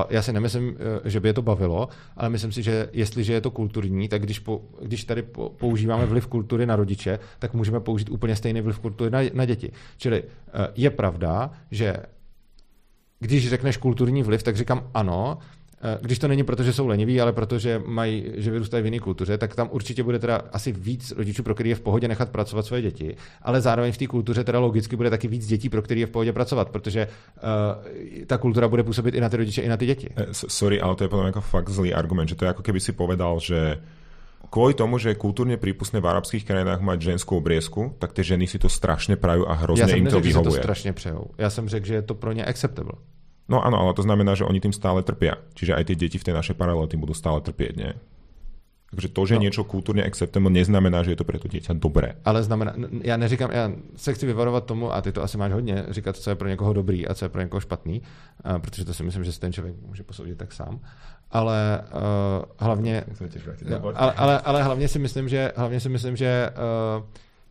že by je to bavilo, ale myslím si, že jestliže je to kulturní, tak když tady používáme vliv kultury na rodiče, tak můžeme použít úplně stejný vliv kultury na děti. Čili je pravda, že když řekneš kulturní vliv, tak říkám ano. Když to není proto, že jsou leniví, ale protože že vyrůstají v jiné kultuře, tak tam určitě bude teda asi víc rodičů, pro který je v pohodě nechat pracovat svoje děti, ale zároveň v té kultuře teda logicky bude taky víc dětí, pro který je v pohodě pracovat, protože ta kultura bude působit i na ty rodiče, i na ty děti. Sorry, ale to je podľa mňa ako fakt zlý argument, že to je ako keby si povedal, že kvôli tomu, že je kultúrne prípustné v arabských krajinách mať ženskú obriezku, tak tie ženy si to strašne prajú a hrozne im to vyhovuje. Ja som neřekl, že si to strašne přejou. Ja som řekl, že je to pro ně acceptable. No áno, ale to znamená, že oni tým stále trpia. Čiže aj tie deti v tej našej paralele tým budú stále trpieť, nie? Takže to, že niečo kulturně acceptable, neznamená, že je to pro to dieťa dobré. Ale znamená, já neříkám, já se chci vyvarovat tomu, a ty to asi máš hodně, říkat, co je pro někoho dobrý a co je pro někoho špatný, protože to si myslím, že si ten člověk může posoudit tak sám. Ale hlavně, ale hlavně si myslím, že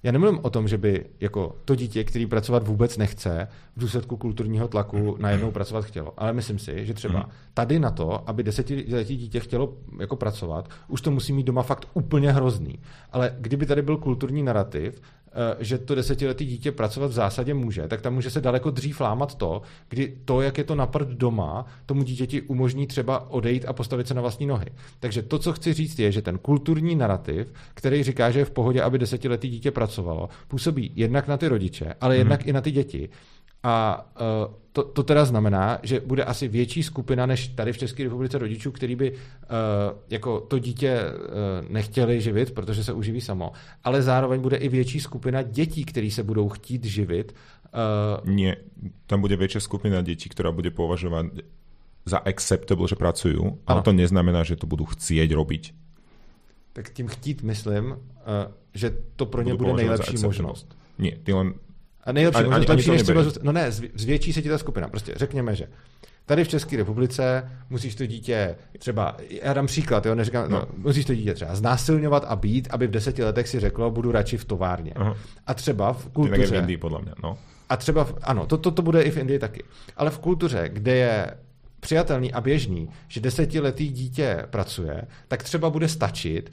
Já nemluvím o tom, že by jako to dítě, který pracovat vůbec nechce, v důsledku kulturního tlaku najednou pracovat chtělo. Ale myslím si, že třeba tady na to, aby 10letý dítě chtělo jako pracovat, už to musí mít doma fakt úplně hrozný. Ale kdyby tady byl kulturní narrativ, že to 10letý dítě pracovat v zásadě může, tak tam může se daleko dřív lámat to, kdy to, jak je to na prd doma, tomu dítěti umožní třeba odejít a postavit se na vlastní nohy. Takže to, co chci říct, je, že ten kulturní narrativ, který říká, že je v pohodě, aby 10letý dítě pracovalo, působí jednak na ty rodiče, ale jednak i na ty děti. A to teda znamená, že bude asi větší skupina než tady v České republice rodičů, který by jako to dítě nechtěli živit, protože se uživí samo. Ale zároveň bude i větší skupina dětí, který se budou chtít živit. Nie, tam bude větší skupina dětí, která bude považovat za acceptable, že pracují, ale to neznamená, že to budou chcieť robiť. Tak tím chtít myslím, že to pro ně bude nejlepší možnost. Nie, ty len a nejlepší možnost, lepší než třeba no ne, zvětší se ti ta skupina. Prostě řekněme, že tady v České republice musíš to dítě třeba, já dám příklad, jo, neříkám, musíš to dítě třeba znásilňovat a být, aby v 10 letech si řeklo, budu radši v továrně. Aha. A třeba v kultuře. Tak je v Indii, podle mě, no. A třeba, ano, to bude i v Indii taky. Ale v kultuře, kde je přijatelný a běžný, že 10letý dítě pracuje, tak třeba bude stačit,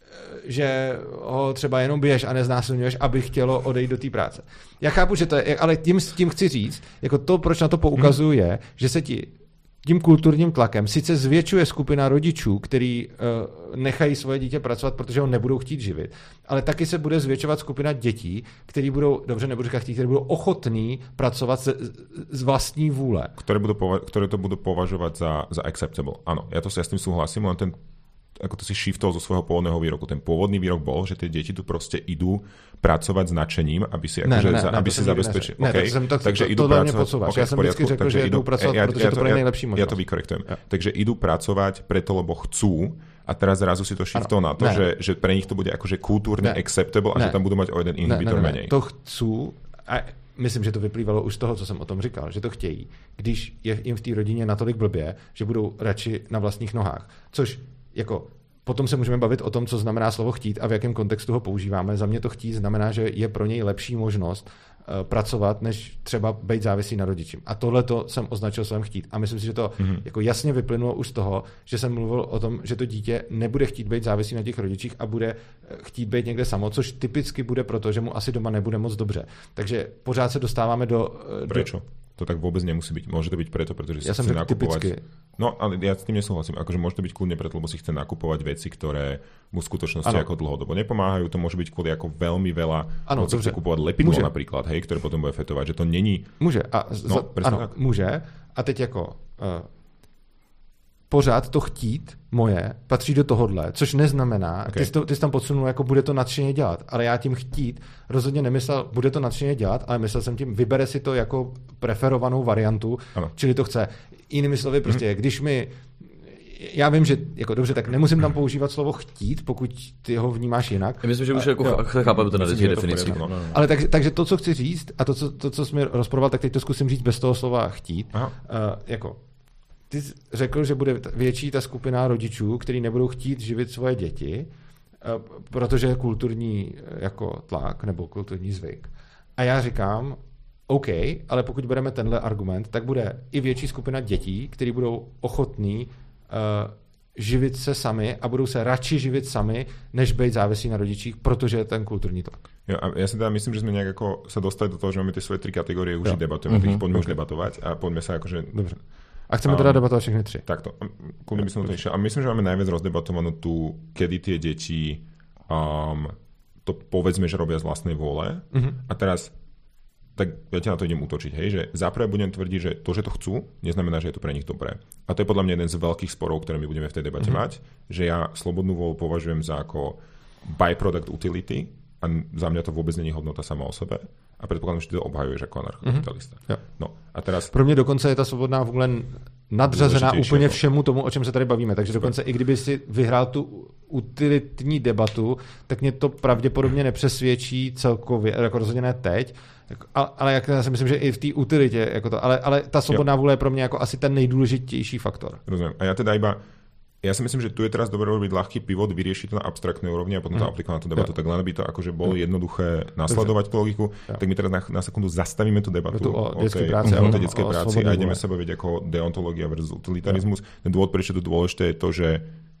že ho třeba jenom biješ a neznásilňuješ, aby chtělo odejít do té práce. Já chápu, že to je, ale tím chci říct, jako to, proč na to poukazuju, je, že se tím kulturním tlakem sice zvětšuje skupina rodičů, který nechají svoje dítě pracovat, protože ho nebudou chtít živit, ale taky se bude zvětšovat skupina dětí, který budou, dobře nebudu říkat chtít, který budou ochotní pracovat z vlastní vůle. Které to budou považovat za acceptable. Ano, já s tím souhlasím, len ten ako to si shiftol zo svojho pôvodného výroku. Ten pôvodný výrok bol, že tie deti tu proste idú pracovať s nadšením, aby si, aby si zabezpečili. Takže idú pracovať. Ja som vždycky řekl, že idú pracovať, pretože to pre najlepší možnosť. Ja to vykorektujem. Takže idú pracovať preto, lebo chcú, a teraz zrazu si to shiftol na to, že pre nich to bude akože kultúrne acceptable a že tam budú mať o jeden inhibitor menej. To chcú a myslím, že to vyplývalo už z toho, co jsem o tom říkal, že to chtějí, když je jim v té rodině natolik blbě, že budou radši na vlastních nohách. Což jako potom se můžeme bavit o tom, co znamená slovo chtít a v jakém kontextu ho používáme. Za mě to chtít znamená, že je pro něj lepší možnost pracovat, než třeba být závislý na rodiči. A tohle to jsem označil slovem chtít. A myslím si, že to jako jasně vyplynulo už z toho, že jsem mluvil o tom, že to dítě nebude chtít být závislý na těch rodičích a bude chtít být někde samo, což typicky bude proto, že mu asi doma nebude moc dobře. Takže pořád se dostáváme do... Prečo? To tak vôbec nemusí byť. Môže to byť preto, pretože si chce nakupovať... Typicky. No, ale ja s tým nesúhlasím. Akože môže to byť kľudne preto, lebo si chce nakupovať veci, ktoré mu v skutočnosti ako dlhodobo nepomáhajú. To môže byť kvôli ako veľmi veľa... Ano, chce kupovať lepidlo napríklad, hej, ktoré potom bude fetovať, že to není... Môže. Môže. A teď jako... pořád to chtít moje patří do tohodle, což neznamená, ty jsi tam podsunul, jako bude to nadšeně dělat, ale já tím chtít rozhodně nemyslel, bude to nadšeně dělat, ale myslel jsem tím, vybere si to jako preferovanou variantu, čili to chce. Jinými slovy, prostě, když mi já vím, že jako dobře, tak nemusím tam používat slovo chtít, pokud ty ho vnímáš jinak. Já myslím, že už jako chápeme to na definici. Ale takže to, co chci říct, a to, co jsi mi rozporoval, tak teď to zkusím říct bez toho slova chtít. Jako ty jsi řekl, že bude větší ta skupina rodičů, kteří nebudou chtít živit svoje děti, protože je kulturní jako tlak nebo kulturní zvyk. A já říkám, OK, ale pokud bereme tenhle argument, tak bude i větší skupina dětí, kteří budou ochotní živit se sami a budou se radši živit sami, než být závislí na rodičích, protože je ten kulturní tlak. Jo, a ja si teda myslím, že sme nejak ako sa dostali do toho, že máme tie svoje 3 kategórie, už debatujeme, tak ich poďme už debatovať a poďme sa akože... Dobře. A chceme teda debatovat všechny 3. Takto, kľudne by som to išiel. A myslím, že máme najviac rozdebatovanú tu, kedy tie deti to povedzme, že robia z vlastnej vôle. A teraz tak ja ťa na to idem útočiť, hej, že zaprvé budem tvrdiť, že to, že to chcú, neznamená, že je to pre nich dobré. A to je podľa mňa jeden z veľkých sporov, ktoré my budeme v tej debate mať, že ja slobodnú vôľu považujem za ako byproduct utility a za mňa to vôbec není hodnota sama o sebe. A predpokladám, že ty to obhajuješ ako anarchokapitalista. No, a teraz... Pro mě dokonce je ta svobodná vůle nadřazená úplně všemu tomu, o čem se tady bavíme. Takže dokonce i kdyby si vyhrál tu utilitní debatu, tak mě to pravděpodobně nepřesvědčí celkově, jako rozhodně ne teď, ale jak já si myslím, že i v té utilitě, jako to, ale ta svobodná vůle je pro mě jako asi ten nejdůležitější faktor. Rozumím. A já teda iba ja si myslím, že tu je teraz dobre robiť ľahký pivot, vyriešiť to na abstraktnej úrovni a potom to aplikovať na tú debatu. Tak len by to akože bolo jednoduché nasledovať tú logiku, tak my teraz na sekundu zastavíme tú debatu o detskej práci a ideme sa baviť ako deontológia versus utilitarizmus. Ten dôvod, prečo to dôležité je to, že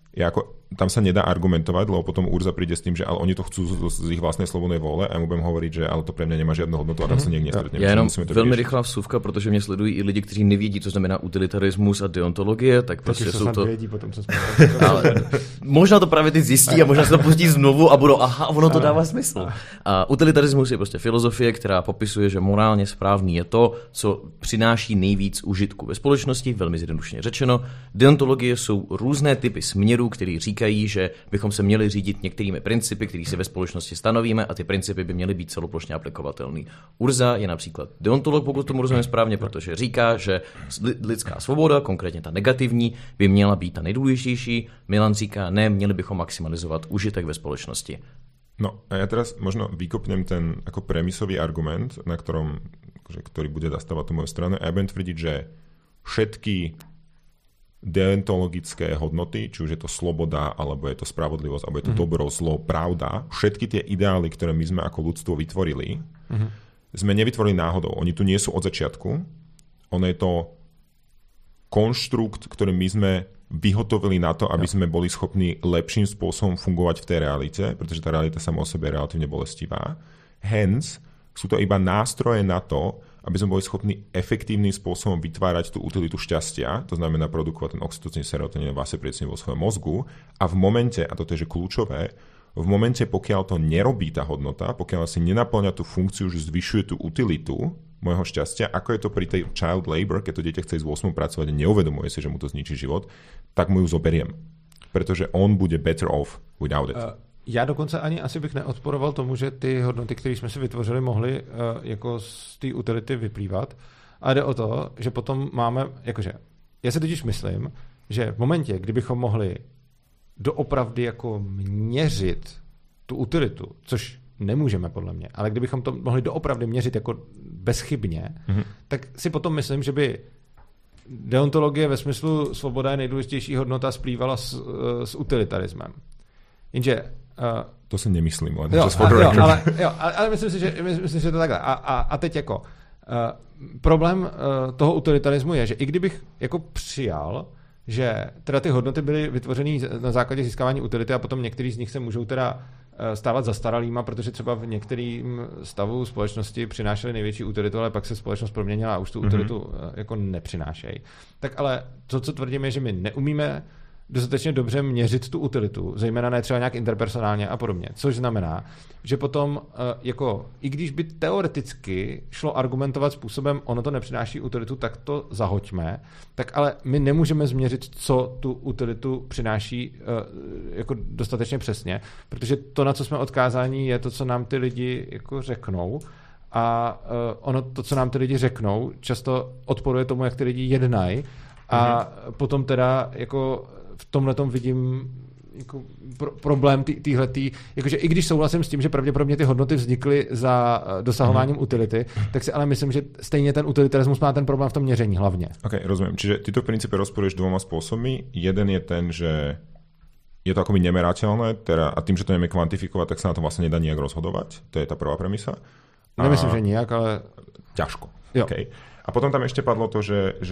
tam sa nedá argumentovať, lebo potom Urza príde s tým, že ale oni to chcú z ich vlastnej slobodnej vôle a ja mu budem hovoriť, že ale to pre mňa nemá žiadnu hodnotu a tam sa niekde nestretneme. Já jenom velmi rychlá vsuvka, protože mě sledují i lidi, kteří nevědí, co znamená utilitarismus a deontologie, tak prostě jsou to... Vědí potom, co jsme ale možná to právě teď zjistí a možná se to pustí znovu a budou, aha, ono to dává smysl. A utilitarismus je prostě filozofie, která popisuje, že morálně správný je to, co přináší nejvíc užitku ve společnosti, velmi zjednodušeně řečeno. Deontologie jsou různé typy směrů, které říkají, že bychom se měli řídit některými principy, které si ve společnosti stanovíme a ty principy by měly být celoplošně aplikovatelné. Urza je například deontolog, pokud tomu rozumím správně, protože říká, že lidská svoboda, konkrétně ta negativní, by měla být ta nejdůležitější. Milan říká, ne, měli bychom maximalizovat užitek ve společnosti. No a ja teraz možno vykopnem ten ako premisový argument, na ktorom, ktorý bude zastávať tú moju stranu a ja budem tvrdiť, že všetky deontologické hodnoty, či už je to sloboda, alebo je to spravodlivosť, alebo je to dobro, zlo, pravda, všetky tie ideály, ktoré my sme ako ľudstvo vytvorili, sme nevytvorili náhodou. Oni tu nie sú od začiatku. Ono je to konštrukt, ktorý my sme vyhotovili na to, aby sme boli schopní lepším spôsobom fungovať v tej realite, pretože tá realita sama o sebe je relatívne bolestivá. Hence, sú to iba nástroje na to, aby sme boli schopní efektívnym spôsobom vytvárať tú utilitu šťastia, to znamená produkovať ten oxytocín, serotonín a vasopresín vo svojom mozgu. A v momente, a toto je že kľúčové, v momente, pokiaľ to nerobí tá hodnota, pokiaľ si nenaplňa tú funkciu, že zvyšuje tú utilitu môjho šťastia, ako je to pri tej child labor, keď to dieťa chce ísť v 8 pracovať a neuvedomuje si, že mu to zničí život, tak mu ju zoberiem. Pretože on bude better off without it. Já dokonce ani asi bych neodporoval tomu, že ty hodnoty, které jsme si vytvořili, mohly jako z té utility vyplývat. A jde o to, že potom máme, jakože, já si totiž myslím, že v momentě, kdybychom mohli doopravdy jako měřit tu utilitu, což nemůžeme podle mě, ale kdybychom to mohli doopravdy měřit jako bezchybně, tak si potom myslím, že by deontologie ve smyslu svoboda je nejdůležitější hodnota splývala s utilitarismem. Jenže to si nemyslím, ale myslím si, že to takhle. A teď jako problém toho utilitarismu je, že i kdybych jako přijal, že teda ty hodnoty byly vytvořeny na základě získávání utility a potom některý z nich se můžou teda stávat zastaralýma, protože třeba v některým stavu společnosti přinášely největší utilitu, ale pak se společnost proměnila a už tu utilitu jako nepřinášejí. Tak ale to, co tvrdíme, je, že my neumíme dostatečně dobře měřit tu utilitu, zejména ne třeba nějak interpersonálně a podobně. Což znamená, že potom jako i když by teoreticky šlo argumentovat způsobem, ono to nepřináší utilitu, tak to zahoďme, tak ale my nemůžeme změřit, co tu utilitu přináší jako dostatečně přesně, protože to, na co jsme odkázáni, je to, co nám ty lidi jako řeknou. A ono to, co nám ty lidi řeknou, často odporuje tomu, jak ty lidi jednají. A potom teda jako v tomhletom vidím jako problém týhletý, jakože i když souhlasím s tím, že pravděpodobně ty hodnoty vznikly za dosahováním utility, tak si ale myslím, že stejně ten utilitarismus má ten problém v tom měření hlavně. OK, rozumiem. Čiže ty to v princípe rozporuješ dvoma spôsobmi. Jeden je ten, že je to akoby nemerateľné, teda, a tým, že to nevieme kvantifikovať, tak sa na to vlastne nedá nijak rozhodovať. To je tá prvá premisa. Nemyslím, že nijak, ale... Ťažko. Okay. A potom tam ešte padlo to,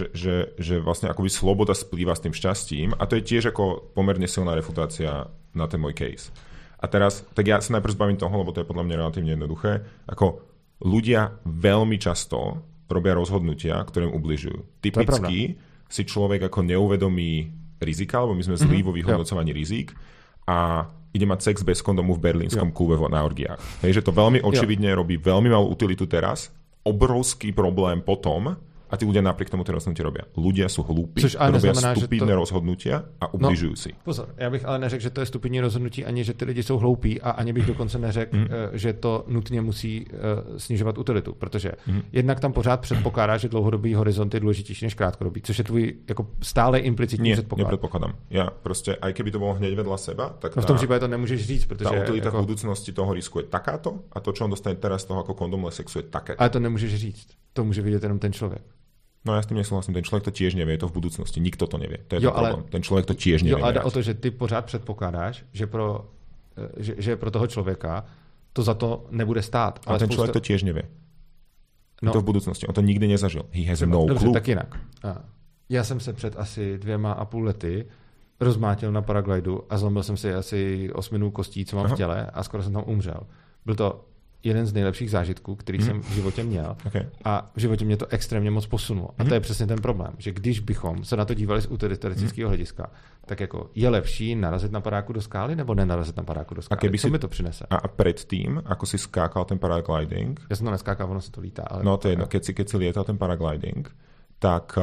že vlastne akoby sloboda splýva s tým šťastím a to je tiež ako pomerne silná refutácia na ten môj case. A teraz, tak ja sa najprv zbavím toho, lebo to je podľa mňa relatívne jednoduché, ako ľudia veľmi často robia rozhodnutia, ktoré im ubližujú. Typicky si človek ako neuvedomí rizika, lebo my sme zlí vo vyhodnocovaní rizik a ide mať sex bez kondomu v berlínskom klube na orgiách. Hej, že to veľmi očividne robí veľmi malú utilitu teraz, obrovský problém potom, a tí ľudia napriek tomu tie rozhodnutia robia. Ľudia sú hlúpi, robia stupidné rozhodnutia a ubližujú si. Pozor, já bych ale neřekl, že to je stupidní rozhodnutí, ani že ty lidi jsou hloupí a ani bych dokonce neřekl, že to nutně musí snižovat utilitu, protože jednak tam pořád předpokládá, že dlouhodobý horizont je důležitější než krátkodobý, což je tvůj jako stále implicitní předpoklad. Nepredpokladám. Ja proste, aj keby to bolo hneď vedľa seba, tak v tom případě to nemůžeš říct, protože tá utilita v budúcnosti toho risku je takáto a to, čo on dostane teraz z toho ako kondomové sexu je takéto. Ale to nemůžeš říct. To může vidět jenom ten člověk. No ja s tým nesúhlasím, ten človek to tiež nevie, je to v budúcnosti, nikto to nevie. To je problém. Ten človek to tiež nevie. Jo, ale jde o to, že ty pořád předpokládáš, že pro toho člověka to za to nebude stát. Ale ten človek to tiež nevie. Je to v budúcnosti, on to nikdy nezažil. He has no dobře, clue. tak jinak. Já jsem se před asi 2,5 lety rozmátil na paraglidu a zlomil jsem si asi 8 kostí, co mám v těle a skoro jsem tam umřel. Byl to jeden z nejlepších zážitků, který jsem v životě měl. Okay. A v životě mě to extrémně moc posunulo. A to je přesně ten problém, že když bychom se na to dívali z utilitaristického hlediska, tak jako je lepší narazit na padáku do skály nebo nenarazit na padáku do skály? Co mi to přinese? A predtým, ako si skákal ten paragliding... Já jsem to neskákal, ono se to lítá. Ale no to je jedno, keď si lietal ten paragliding, tak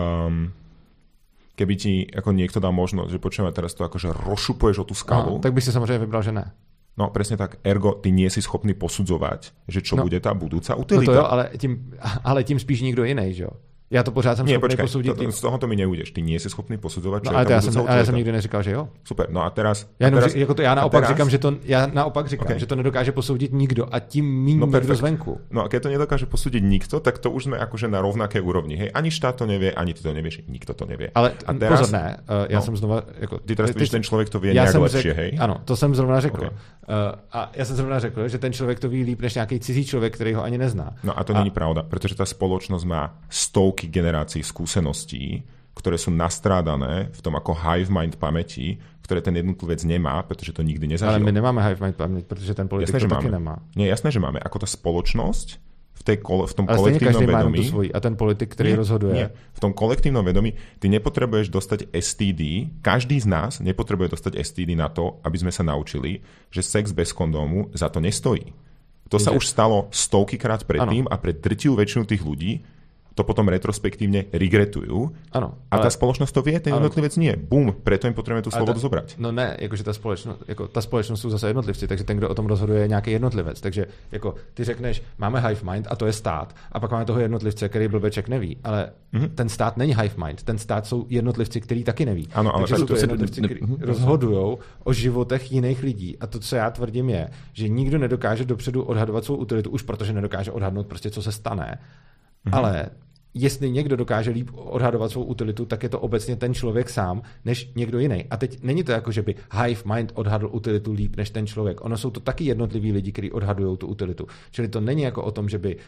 keby ti ako niekto dá možnosť, že počujeme teraz to akože rozšupuješ o tú skalu... tak by si samozřejmě vybral, že ne. No presne tak, ergo ty nie si schopný posudzovať, že čo bude tá budúca utilita. No to jo, ale tím spíš nikdo jiný, že jo? Já to pořád jsem schopný posoudit. Z toho to mi neudeš. Ty nie si schopný posudzovať, čo no, je tá budúca utilita. Ale já jsem nikdy neříkal, že jo. Super, no a teraz... Já naopak říkám, že to nedokáže posoudit nikdo a tím míň nikdo zvenku. No a keď to nedokáže posúdiť nikto, tak to už sme akože na rovnaké úrovni. Hej, ani štát to nevie, ani ty to nevieš, nikto to nevie. Ale a teraz, pozor, ne, já jsem znova... Jako, ty teraz tvrdíš, ten člověk to vie nejak lepšie, hej? Ano, to jsem zrovna řekl. Okay. A já jsem zrovna řekl, že ten člověk to ví líp než nějaký cizí člověk, který ho ani nezná. No a to není pravda, pretože tá spoločnosť má stovky generácií skúseností, ktoré sú nastrádané v tom ako hive mind pamäti, ktoré ten jednotlivec nemá, pretože to nikdy nezažil. Ale my nemáme hive mind pamäť, protože ten politik jasné, to taky nemá. Nie, jasné, že máme. Ako tá spoločnosť v tom kolektívnom vedomí. A ten politik, ktorý rozhoduje. Nie. V tom kolektívnom vedomí ty nepotrebuješ dostať STD, každý z nás nepotrebuje dostať STD na to, aby sme sa naučili, že sex bez kondómu za to nestojí. To sa už stalo stovkykrát predtým a pre drtivú väčšinu tých ľudí to potom retrospektívne regretujú. Ano, a tá spoločnosť to vie, ten jednotlivec nie. Bum, preto im potrebujeme tú slobodu zobrať. No ne, jakože ta společnost jsou zase jednotlivci, takže ten, kdo o tom rozhoduje, je nějaký jednotlivec. Takže jako ty řekneš, máme hive mind a to je stát, a pak máme toho jednotlivce, který blbeček neví, ale ten stát není hive mind, ten stát jsou jednotlivci, který taky neví. Ano, ale takže jsou to jednotlivci, kteří rozhodujou o životech jiných lidí. A to, co já tvrdím, je, že nikdo nedokáže dopředu odhadovat svou utilitu, už protože nedokáže odhadnout prostě, co se stane. Ale jestli někdo dokáže líp odhadovat svou utilitu, tak je to obecně ten člověk sám, než někdo jiný. A teď není to jako, že by hive mind odhadl utilitu líp než ten člověk. Ono jsou to taky jednotliví lidi, kteří odhadují tu utilitu. Čili to není jako o tom, že by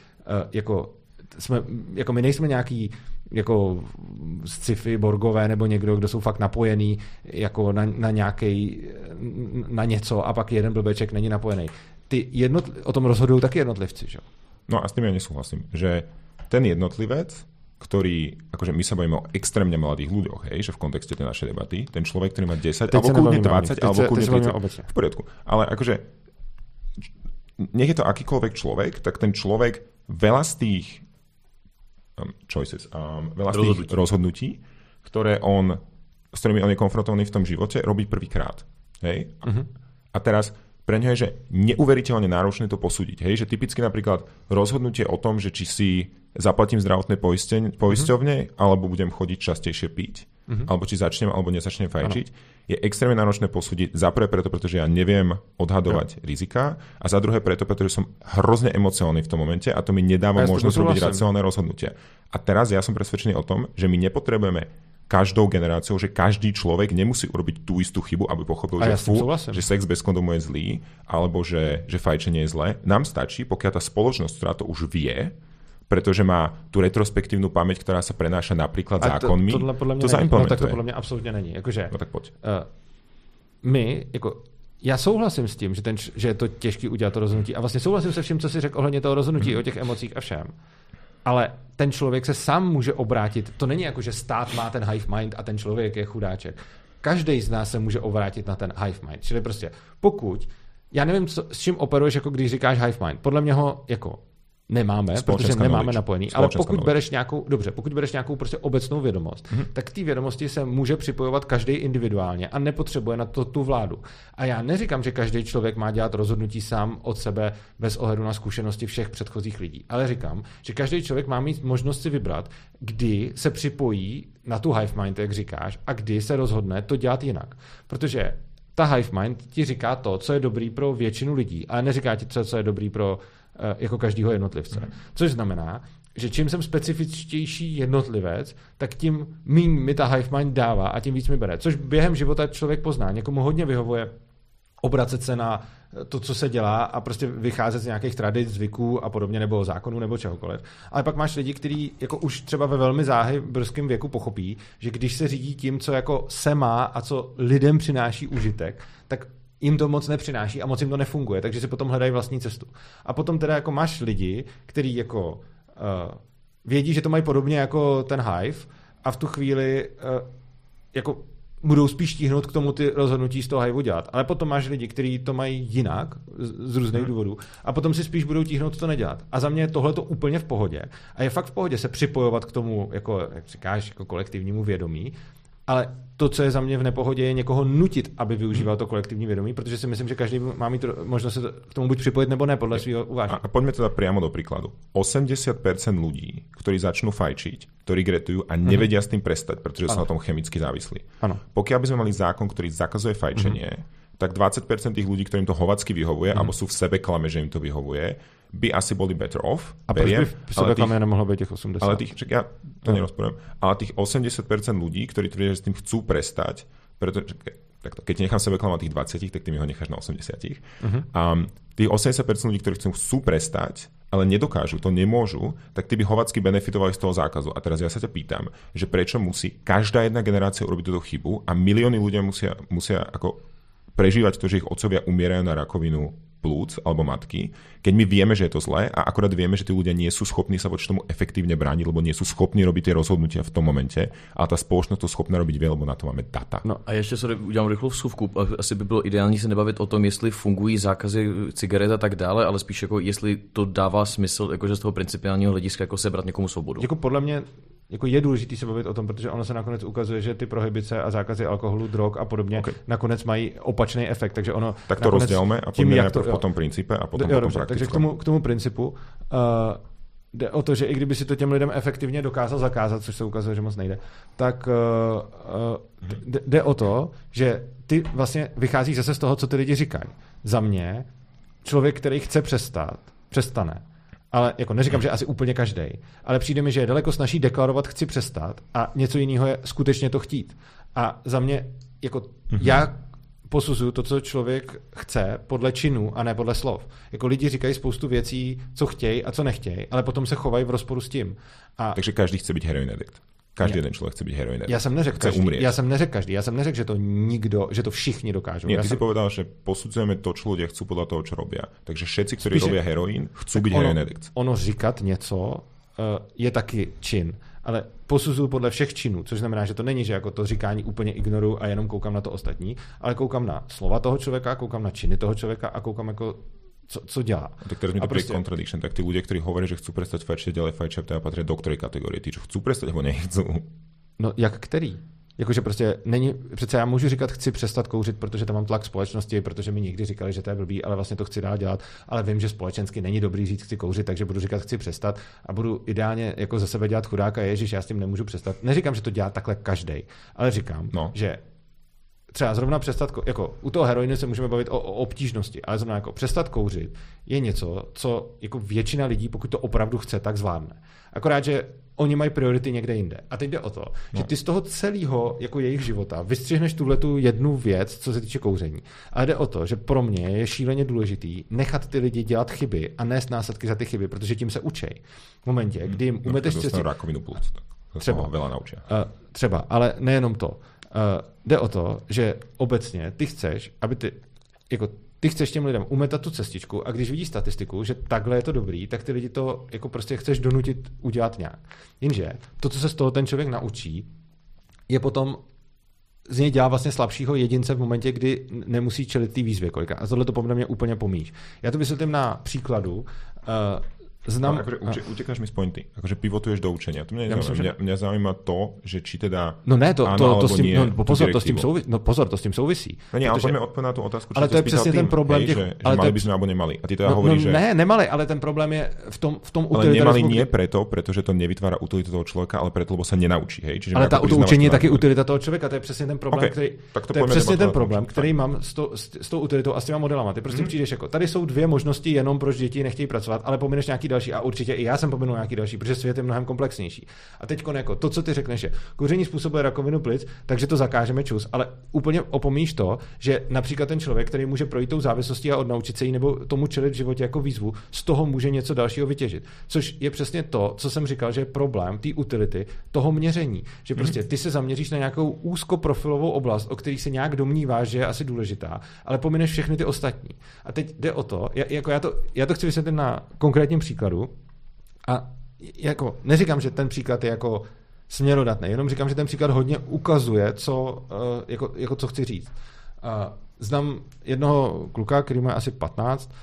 my nejsme nějaký jako sci-fi borgové nebo někdo, kdo jsou fakt napojený jako na něco a pak jeden blbeček není napojený. O tom rozhodují taky jednotlivci, že? No a s tým ja nesúhlasím, že ten jednotlivec, ktorý, akože my sa bavíme o extrémne mladých ľuďoch, hej, že v kontexte tej našej debaty, ten človek, ktorý má 10, alebo kľudne 20, alebo kľudne 30, v poriadku. Ale akože, nech je to akýkoľvek človek, tak ten človek veľa z tých veľa z tých rozhodnutí, s ktorými on je konfrontovaný v tom živote, robí prvýkrát. Hej? A teraz pre ňo je, že neuveriteľne náročné to posúdiť. Hej? Že typicky napríklad rozhodnutie o tom, že či si zaplatím zdravotné poisťovne, alebo budem chodiť častejšie piť, alebo či začnem, alebo nezačnem fajčiť, je extrémne náročné posúdiť. Za prvé preto, pretože ja neviem odhadovať rizika, a za druhé preto, pretože som hrozne emocionálny v tom momente a to mi nedáva možnosť robiť racionálne rozhodnutia. A teraz ja som presvedčený o tom, že my nepotrebujeme každou generáciou, že každý človek nemusí urobiť tú istú chybu, aby pochopil, že sex bez kondomu je zlý, alebo že fajčenie je zlé. Nám stačí, pokiaľ tá spoločnosť, ktorá to už vie, pretože má tu retrospektívnu pamäť, ktorá sa prenáša napríklad zákonmi, to zaimplementuje. No tak to podľa mňa absolútne není. No tak poď. Já souhlasím s tím, že je to těžké udělat to rozhodnutí. A vlastně souhlasím se vším, co si řekl ohledně toho rozhodnutí, o těch emocích a všem. Ale ten člověk se sám může obrátit. To není jako, že stát má ten hive mind a ten člověk je chudáček. Každý z nás se může obrátit na ten hive mind. Čili prostě pokud, já nevím, s čím operuješ, jako když říkáš hive mind. Podle mě ho jako nemáme, protože nemáme napojený, ale pokud bereš nějakou prostě obecnou vědomost, tak k té vědomosti se může připojovat každý individuálně a nepotřebuje na to tu vládu. A já neříkám, že každý člověk má dělat rozhodnutí sám od sebe bez ohledu na zkušenosti všech předchozích lidí, ale říkám, že každý člověk má mít možnost si vybrat, kdy se připojí na tu hive mind, jak říkáš, a kdy se rozhodne to dělat jinak. Protože ta hive mind ti říká to, co je dobrý pro většinu lidí, ale neříká ti, co je dobrý pro jako každého jednotlivce. Což znamená, že čím jsem specifičtější jednotlivec, tak tím míň mi ta hive mind dává a tím víc mi bere. Což během života člověk pozná. Někomu hodně vyhovuje obracet se na to, co se dělá a prostě vycházet z nějakých tradic, zvyků a podobně, nebo zákonů, nebo čehokoliv. Ale pak máš lidi, kteří jako už třeba ve velmi záhy brzkém věku pochopí, že když se řídí tím, co jako se má a co lidem přináší užitek, tak jim to moc nepřináší a moc jim to nefunguje, takže si potom hledají vlastní cestu. A potom teda jako máš lidi, kteří jako vědí, že to mají podobně jako ten hive a v tu chvíli jako budou spíš tíhnout k tomu ty rozhodnutí z toho hiveu dělat. Ale potom máš lidi, kteří to mají jinak, z různých důvodů, a potom si spíš budou tíhnout to nedělat. A za mě je tohle to úplně v pohodě. A je fakt v pohodě se připojovat k tomu, jako, jak říkáš, jako kolektivnímu vědomí, ale to, co je za mě v nepohodě, je někoho nutit, aby využíval to kolektivní vědomí, protože si myslím, že každý má mít možnost se k tomu buď připojit nebo ne, podle svého uvážení. A poďme teda priamo do príkladu. 80% ľudí, ktorí začnú fajčiť, ktorí gretujú a nevedia s tým prestať, pretože sú na tom chemicky závislí. Ano. Pokiaľ by sme mali zákon, ktorý zakazuje fajčenie, tak 20% tých ľudí, ktorým to hovacky vyhovuje, alebo sú v sebe klame, že im to vyhovuje, by asi boli better off. A proč by v sebe klame nemohlo být těch 80? Ale tých, ja to nerozporujem, ale tých 80% ľudí, ktorí tvrdia, že s tým chcú prestať, pretože keď nechám sebe klamať tých 20, tak ty mi ho necháš na 80. A tých 80% ľudí, ktorí chcú prestať, ale nedokážu, to nemôžu, tak ty by hovacky benefitovali z toho zákazu. A teraz ja sa ťa pýtam, že prečo musí každá jedna generácia urobiť túto chybu a milióny ľudia musia ako prežívať to, že ich otcovia umierajú na rakovinu plúc alebo matky, keď my vieme, že je to zlé a akorát vieme, že tí ľudia nie sú schopní sa voči tomu efektívne brániť, lebo nie sú schopní robiť tie rozhodnutia v tom momente, ale tá spoločnosť to schopná robiť vie, lebo na to máme data. No a ještě se udělám rychlou vsuvku. Asi by bylo ideální se nebavit o tom, jestli fungují zákazy cigaret a tak dále, ale spíš jako jestli to dává smysl, jakože z toho principiálního hlediska jako sebrat někomu svobodu. Jako podle mě jako je důležité se bavit o tom, protože ono se nakonec ukazuje, že ty prohibice a zákazy alkoholu, drog a podobně nakonec mají opačný efekt, takže ono tak to rozdělme a pojďme najprv po tom principe a potom po tom praktickom. Takže k tomu principu jde o to, že i kdyby si to těm lidem efektivně dokázal zakázat, což se ukazuje, že moc nejde, tak jde o to, že ty vlastně vycházíš zase z toho, co ty lidi říkají. Za mě člověk, který chce přestane. Ale jako neříkám, že asi úplně každej, ale přijde mi, že je daleko snazší deklarovat chci přestat a něco jiného je skutečně to chtít. A za mě, jako já posuzuju to, co člověk chce podle činů a ne podle slov. Jako lidi říkají spoustu věcí, co chtějí a co nechtějí, ale potom se chovají v rozporu s tím. Takže každý chce být heroin addict. Každý jeden člověk chce být heroin addict. Já jsem neřekl každý. Já jsem neřekl, že to všichni dokážou. Nie, ty si povedal, že posudzujeme to, čo ľudia chcú podľa toho, čo robia. Takže všetci, ktorí robia heroin, chcú byť heroin addicts. Ono říkat něco je taky čin. Ale posuzuju podle všech činů, což znamená, že to není, že jako to říkání úplně ignoruju a jenom koukám na to ostatní, ale koukám na slova toho člověka, koukám na činy toho člověka a koukám jako co dělá. Tak teraz mi to príde contradiction. Tak tí ľudia, ktorí hovoria, že chcú prestať fajčiť, ďalej fajčia, teda patria do ktorej kategórie? Tí, čo chcú prestať, alebo nechcú? No jak který? Jakože prostě není, přece já můžu říkat, chci přestat kouřit, protože tam mám tlak společnosti, protože mi někdy říkali, že to je blbý, ale vlastně to chci dál dělat, ale vím, že společensky není dobrý říct, chci kouřit, takže budu říkat, chci přestat a budu ideálně jako za sebe dělat chudáka, ježiš, já s tím nemůžu přestat. Neříkám, že to dělá takhle každej, ale říkám, že třeba zrovna přestat, jako u toho heroinu se můžeme bavit o obtížnosti, ale zrovna jako přestat kouřit je něco, co jako většina lidí, pokud to opravdu chce, tak zvládne. Akorát, že oni mají priority někde jinde. A teď jde o to, že ty z toho celého jako jejich života vystřihneš tuhletu jednu věc, co se týče kouření. Ale jde o to, že pro mě je šíleně důležitý nechat ty lidi dělat chyby a nést následky za ty chyby, protože tím se učej. V momentě, kdy jim umeteš rakovinu plúc. Třeba, ale nejenom to. Jde o to, že obecně ty chceš, aby ty chceš těm lidem umetat tu cestičku a když vidíš statistiku, že takhle je to dobrý, tak ty lidi to jako prostě chceš donutit udělat nějak. Jenže to, co se z toho ten člověk naučí, je potom z něj dělá vlastně slabšího jedince v momentě, kdy nemusí čelit té výzvě kolika. A tohle to podle mě úplně pomíš. Já to vysvětlím na příkladu. Utekáš mi z pointy. Akože pivotuješ do učenia. To mňa zaujíma to, že či teda to s tím, to s tím souvisí. No nie, ale poďme odpovedať na tú otázku, ale to je přesně ten problém, že mali by sme alebo nemali. A ty teda hovoríš, že nemali, ale ten problém je v tom utilitarizmu. Ale nemali nie pretože to nevytvára utilitu toho človeka, ale preto, lebo sa nenaučí, hej? Čiže ale to učení je taky utilita toho člověka, to je přesně ten problém, který mám s tou utilitou a s těma modelama. Ty prostě přijdeš jako, tady jsou dvě možnosti jenom proč děti nechtějí pracovat, ale pomineš nějaký další a určitě i já jsem pominul nějaký další, protože svět je mnohem komplexnější. A teď jako to, co ty řekneš, je, kouření způsobuje rakovinu plic, takže to zakážeme čus, ale úplně opomíš to, že například ten člověk, který může projít tou závislostí a odnaučit se jí nebo tomu čelit v životě jako výzvu, z toho může něco dalšího vytěžit. Což je přesně to, co jsem říkal, že je problém té utility, toho měření, že prostě ty se zaměříš na nějakou úzkoprofilovou oblast, o který se nějak domníváš, že je asi důležitá, ale pomineš všechny ty ostatní. A teď jde o to, já to chci vysvětlit na konkrétním příkladu a jako neříkám, že ten příklad je jako směrodatný, jenom říkám, že ten příklad hodně ukazuje, co chci říct. Znám jednoho kluka, který má asi 15,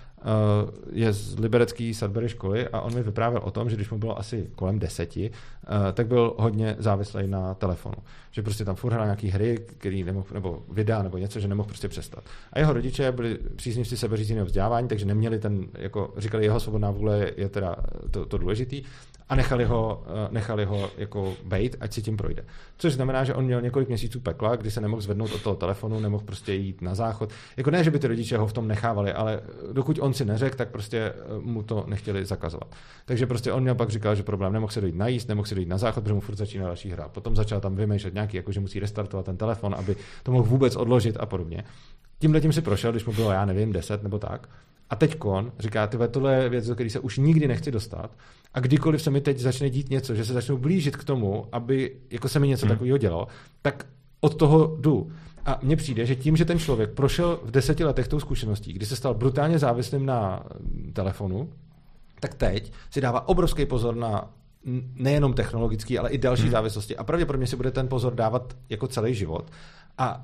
je z liberecké Sudbury školy a on mi vyprávěl o tom, že když mu bylo asi kolem 10, tak byl hodně závislý na telefonu. Že prostě tam furt hrál nějaký hry, který nemohl, nebo videa, nebo něco, že nemohl prostě přestat. A jeho rodiče byli příznivci sebeřízeného vzdělávání, takže neměli jako říkali, jeho svobodná vůle je teda to důležitý a nechali ho jako bejt, ať si tím projde. Což znamená, že on měl několik měsíců pekla, kdy se nemohl zvednout od toho telefonu, nemohl prostě jít na záchod. Jako ne, že by ty rodiče ho v tom nechávali, ale dokud on si neřekl, tak prostě mu to nechtěli zakazovat. Takže prostě on měl pak říkal, že problém, nemohl se dojít najíst, nemohl se dojít na záchod, protože mu furt začínal další hra. Potom začal tam vymýšlet nějaký, jako že musí restartovat ten telefon, aby to mohl vůbec odložit a podobně. Tímhletím si prošel, když mu bylo, já nevím, 10 nebo tak. A teďkon říká, tohle je věc, do které se už nikdy nechci dostat. A kdykoliv se mi teď začne dít něco, že se začnu blížit k tomu, aby jako se mi něco takového dělo, tak od toho jdu. A mně přijde, že tím, že ten člověk prošel v 10 letech tou zkušeností, kdy se stal brutálně závislým na telefonu, tak teď si dává obrovský pozor na nejenom technologický, ale i další závislosti. A pravděpodobně si bude ten pozor dávat jako celý život. A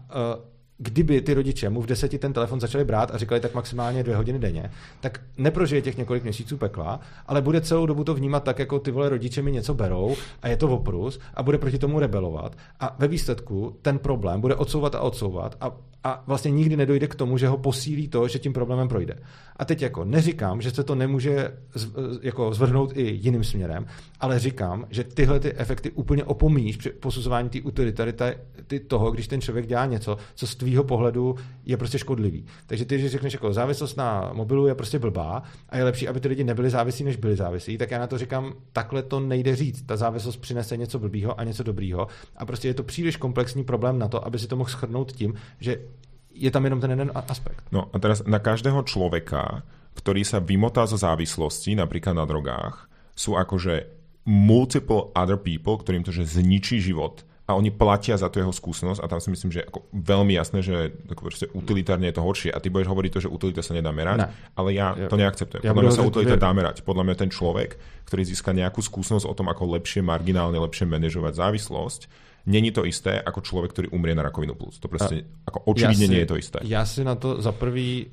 kdyby ty rodiče mu v 10 ten telefon začali brát a říkali tak maximálně 2 hodiny denně, tak neprožije těch několik měsíců pekla, ale bude celou dobu to vnímat tak, jako ty vole rodiče mi něco berou a je to oprus a bude proti tomu rebelovat. A ve výsledku ten problém bude odsouvat a vlastně nikdy nedojde k tomu, že ho posílí to, že tím problémem projde. A teď jako neříkám, že se to nemůže jako zvrhnout i jiným směrem, ale říkám, že tyhle ty efekty úplně opomíjíš při posuzování té utilitarity toho, když ten člověk dělá něco, co z tvýho pohledu je prostě škodlivý. Takže ty, když řekneš, jako závislost na mobilu je prostě blbá a je lepší, aby ty lidi nebyli závislí, než byli závislí, tak já na to říkám, takhle to nejde říct. Ta závislost přinese něco blbýho a něco dobrýho a prostě je to příliš komplexní problém na to, aby si to mohl shrnout tím, že je tam jenom ten jeden aspekt. No a teraz na každého človeka, ktorý sa vymotá zo závislosti, napríklad na drogách, sú akože multiple other people, ktorým to že zničí život a oni platia za tú jeho skúsenosť a tam si myslím, že ako veľmi jasné, že utilitárne je to horšie a ty budeš hovoriť to, že utilita sa nedá merať, ale ja to neakceptujem. Podľa mňa sa utilita dá merať. Podľa mňa ten človek, ktorý získa nejakú skúsenosť o tom, ako lepšie marginálne, lepšie manažovať závislosť, není to isté ako človek, ktorý umrie na rakovinu plúc. To prostě ako očividne nie je to isté. Já si na to za prvý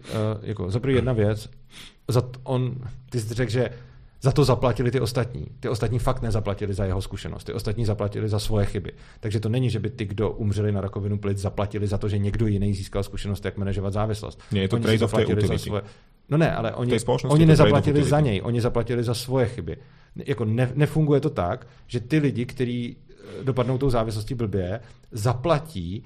jedna věc. Ty jsi řekl, že za to zaplatili ty ostatní. Ty ostatní fakt nezaplatili za jeho zkušenost. Ty ostatní zaplatili za svoje chyby. Takže to není, že by ty, kdo umřeli na rakovinu plic, zaplatili za to, že někdo jiný získal zkušenost, jak manažovat závislost. Nie, je to trade-off tej utility. No ne, ale oni nezaplatili za něj, oni zaplatili za svoje chyby. Jako nefunguje to tak, že ty lidi, kteří dopadnou tou závislostí blbě, zaplatí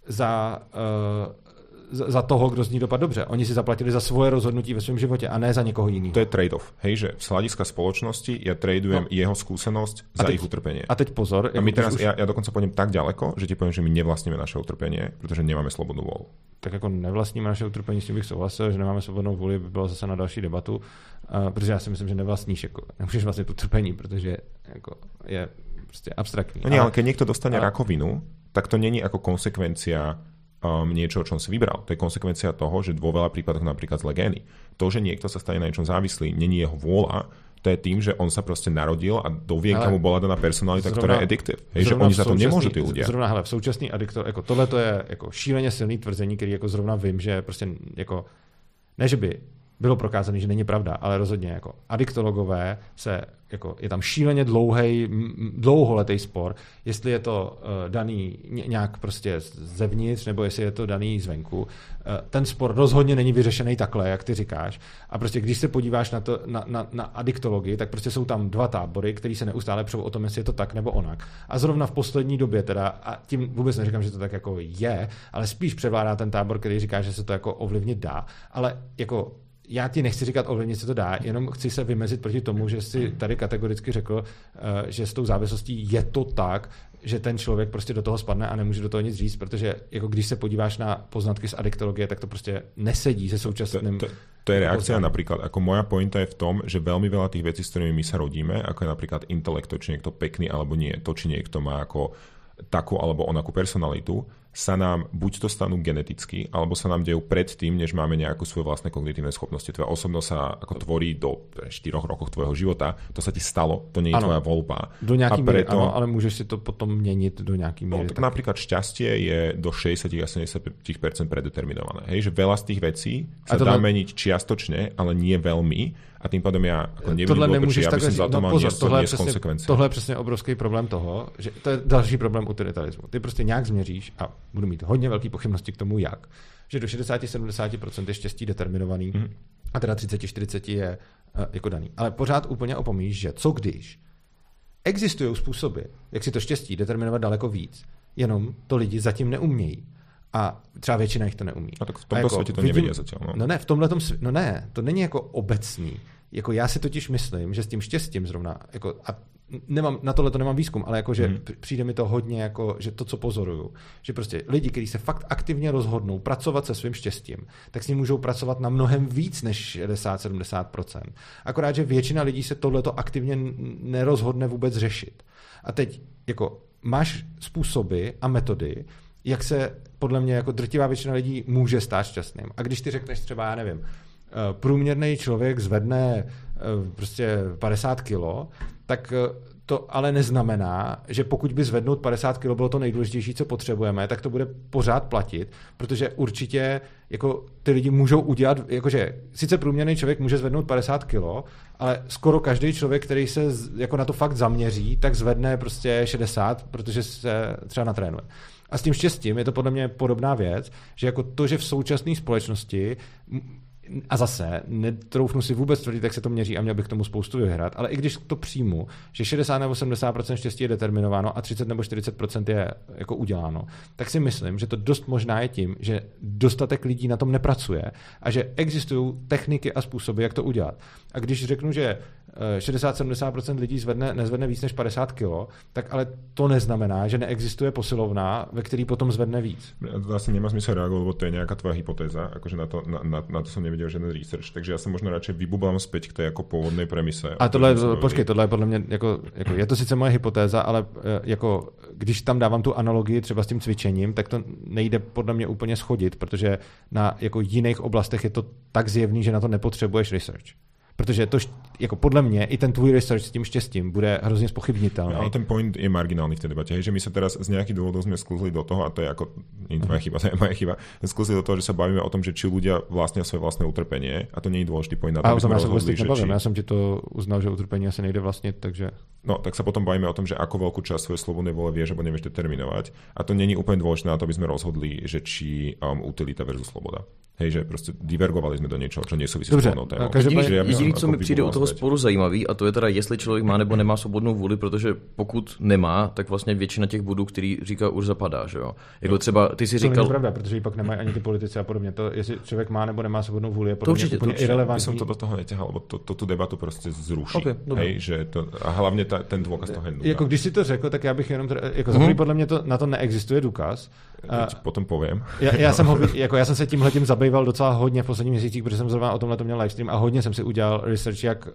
za toho, kdo z ní dopadl dobře. Oni si zaplatili za svoje rozhodnutí ve svém životě a ne za někoho jiného. To je trade-off. Hej, že z hľadiska spoločnosti ja tradujem jeho skúsenosť za ich utrpenie. A teď pozor. A my teraz, ja dokonca pôjdem tak ďaleko, že ti poviem, že my nevlastníme naše utrpenie, protože nemáme slobodnú vôľu. Tak jako nevlastníme naše utrpení, s tím bych souhlasil, že nemáme svobodnou vůli, by bylo zase na další debatu, protože já si myslím, že nevlastníš, jako, nemůžeš vlastnit utrpení, protože jako je prostě abstraktní. No nie, ale keď niekto dostane rakovinu, tak to není ako konsekvencia niečo, o čom si vybral. To je konsekvencia toho, že vo veľa prípadoch napríklad z legény. To, že niekto sa stane na niečom závislý, není jeho vôľa, to je tým, že on sa proste narodil a dovienka mu bola daná personalita, ktorá je addictive. Hej, že oni za to nemôžu tí ľudia. Zrovna, hele, v současný adiktor, jako tohle to je jako šíleně silný tvrzení, který jako zrovna vím, že prostě jako, ne, že by bylo prokázané, že není pravda, ale rozhodně jako adiktologové jako je tam šíleně dlouholetý spor, jestli je to daný nějak prostě zevnitř, nebo jestli je to daný zvenku. Ten spor rozhodně není vyřešený takhle, jak ty říkáš. A prostě když se podíváš na adiktologii, tak prostě jsou tam dva tábory, který se neustále přou o tom, jestli je to tak nebo onak. A zrovna v poslední době teda, a tím vůbec neříkám, že to tak jako je, ale spíš převládá ten tábor, který říká, že se to jako ovlivnit dá, ale jako já ti nechci říkat ovlivnit se to dá, jenom chci se vymezit proti tomu, že jsi tady kategoricky řekl, že s tou závislostí je to tak, že ten člověk prostě do toho spadne a nemůže do toho nic říct, protože jako když se podíváš na poznatky z adiktologie, tak to prostě nesedí se současným... To je reakcia napríklad, ako moja pointa je v tom, že veľmi veľa tých vecí, s ktorými my sa rodíme, ako je napríklad intelekt, to, či niekto pekný alebo nie, to, či niekto má ako takú alebo onakú personalitu, sa nám buď to stanú geneticky, alebo sa nám dejú predtým, než máme nejakú svoje vlastné kognitívne schopnosti. Tvoja osobnosť sa ako tvorí do 4 rokoch tvojho života, to sa ti stalo, to nie je tvoja voľba. Do nejaký míry, áno, ale môžeš si to potom meniť do nejaký míry. No, tak napríklad šťastie je do 60-70% predeterminované. Hej? Že veľa z tých vecí sa dá meniť čiastočne, ale nie veľmi. A tým pádom ja ako nevím, ja by som za to mal niesť konsekvencie. Tohle je přesně obrovský problém toho, že to je další problém utilitarismu. Ty prostě nějak změříš a budu mít hodně velký pochybnosti k tomu, jak. Že do 60-70% je štěstí determinovaný a teda 30-40 je jako daný. Ale pořád úplně opomíš, že co když existují způsoby, jak si to štěstí determinovat daleko víc, jenom to lidi zatím neumějí. A třeba většina jich to neumí. A tak v tomto světě to nevidí zatím. No ne, to není jako obecný. Jako já si totiž myslím, že s tím štěstím zrovna, jako, a na tohle to nemám výzkum, ale jako, že přijde mi to hodně, jako, že to, co pozoruju, že prostě lidi, kteří se fakt aktivně rozhodnou pracovat se svým štěstím, tak s ním můžou pracovat na mnohem víc než 60-70%. Akorát, že většina lidí se tohleto aktivně nerozhodne vůbec řešit. A teď jako máš způsoby a metody, jak se podle mě jako drtivá většina lidí může stát šťastným. A když ty řekneš třeba, já nevím, průměrný člověk zvedne prostě 50 kilo, tak to ale neznamená, že pokud by zvednout 50 kilo bylo to nejdůležitější, co potřebujeme, tak to bude pořád platit, protože určitě jako ty lidi můžou udělat, jakože sice průměrný člověk může zvednout 50 kilo, ale skoro každý člověk, který se jako na to fakt zaměří, tak zvedne prostě 60, protože se třeba natrénuje. A s tím štěstím je to podle mě podobná věc, že jako to, že v současné společnosti a zase, netroufnu si vůbec tvrdit, jak se to měří a měl bych k tomu spoustu vyhrát, ale i když to přijmu, že 60 nebo 70% štěstí je determinováno a 30 nebo 40% je jako uděláno, tak si myslím, že to dost možná je tím, že dostatek lidí na tom nepracuje a že existují techniky a způsoby, jak to udělat. A když řeknu, že 60-70% lidí nezvedne víc než 50 kg, tak ale to neznamená, že neexistuje posilovna, ve který potom zvedne víc. To asi nemá smysl reagovať, lebo to je nejaká tvoja hypotéza, akože na to som nevidel žiaden research, takže ja sa možno radšej vybublám späť k tej ako pôvodnej premise. A tohle je podle mě jako je to sice moje hypotéza, ale jako když tam dávám tu analogii třeba s tím cvičením, tak to nejde podle mě úplně shodit, protože na jako jiných oblastech je to tak zjevný, že na to nepotřebuješ research. Protože to, jako podle mě, i ten tvůj research s tím štěstím bude hrozně zpochybnitelný. Ale ten point je marginálny v tej debate, že my sa teraz z nejakých dôvodov sme sklzli do toho, a to je ako, nie je tvoja chyba, to je moja chyba, sklzli do toho, že sa bavíme o tom, že či ľudia vlastnia svoje vlastné utrpenie, a to nie je dôležitý point na to, aby sme rozhodli, že či... Ja som ti to uznal, že utrpenie asi nejde vlastniť, takže... No, tak sa potom bavíme o tom, že ako veľkú časť svojej slobodnej vôle vieš, alebo nevieš determinovať, a to nie je úplne dôležité na to, aby sme rozhodli, že či utilita versus sloboda. Hej, že prostě divergovali jsme do něčeho, co nesouvisí s svobodnou témou. Jediný, co mi přijde u toho sporu zajímavý, a to je teda, jestli člověk má nebo nemá svobodnou vůli, protože pokud nemá, tak vlastně většina těch bodů, který říká, už zapadá, že jo. Jako třeba ty si říkal... To není pravda, protože ji pak nemají ani ty politici a podobně. To, jestli člověk má nebo nemá svobodnou vůli, je podle mě úplně irelevantní. Jsem to do toho netěhal, lebo to tu debatu prostě zruší. Okay, hej, že to, a hlavně ten důkaz toho hnutí. Jako když si to řekl, tak já bych jenom jako podle mě to na to neexistuje důkaz. Potom povím. Já jsem se tímhletím zabýval docela hodně v posledních měsících, protože jsem zrovna o tomhle to měl livestream a hodně jsem si udělal research jak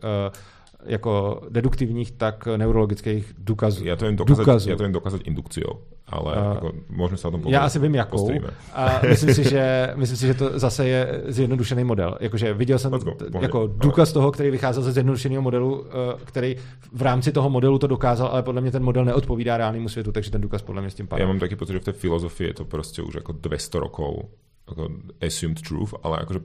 jako deduktivních, tak neurologických důkazů. Já to vím dokázat indukciou, ale jako, můžeme se o tom povědět. Já asi vím jakou. A myslím si, že to zase je zjednodušený model. Jakože viděl jsem jako důkaz toho, který vycházel ze zjednodušeného modelu, který v rámci toho modelu to dokázal, ale podle mě ten model neodpovídá reálnému světu, takže ten důkaz podle mě s tím padá. Já mám taky pocit, že v té filozofii je to prostě už jako 200 rokov ako assumed truth, ale akože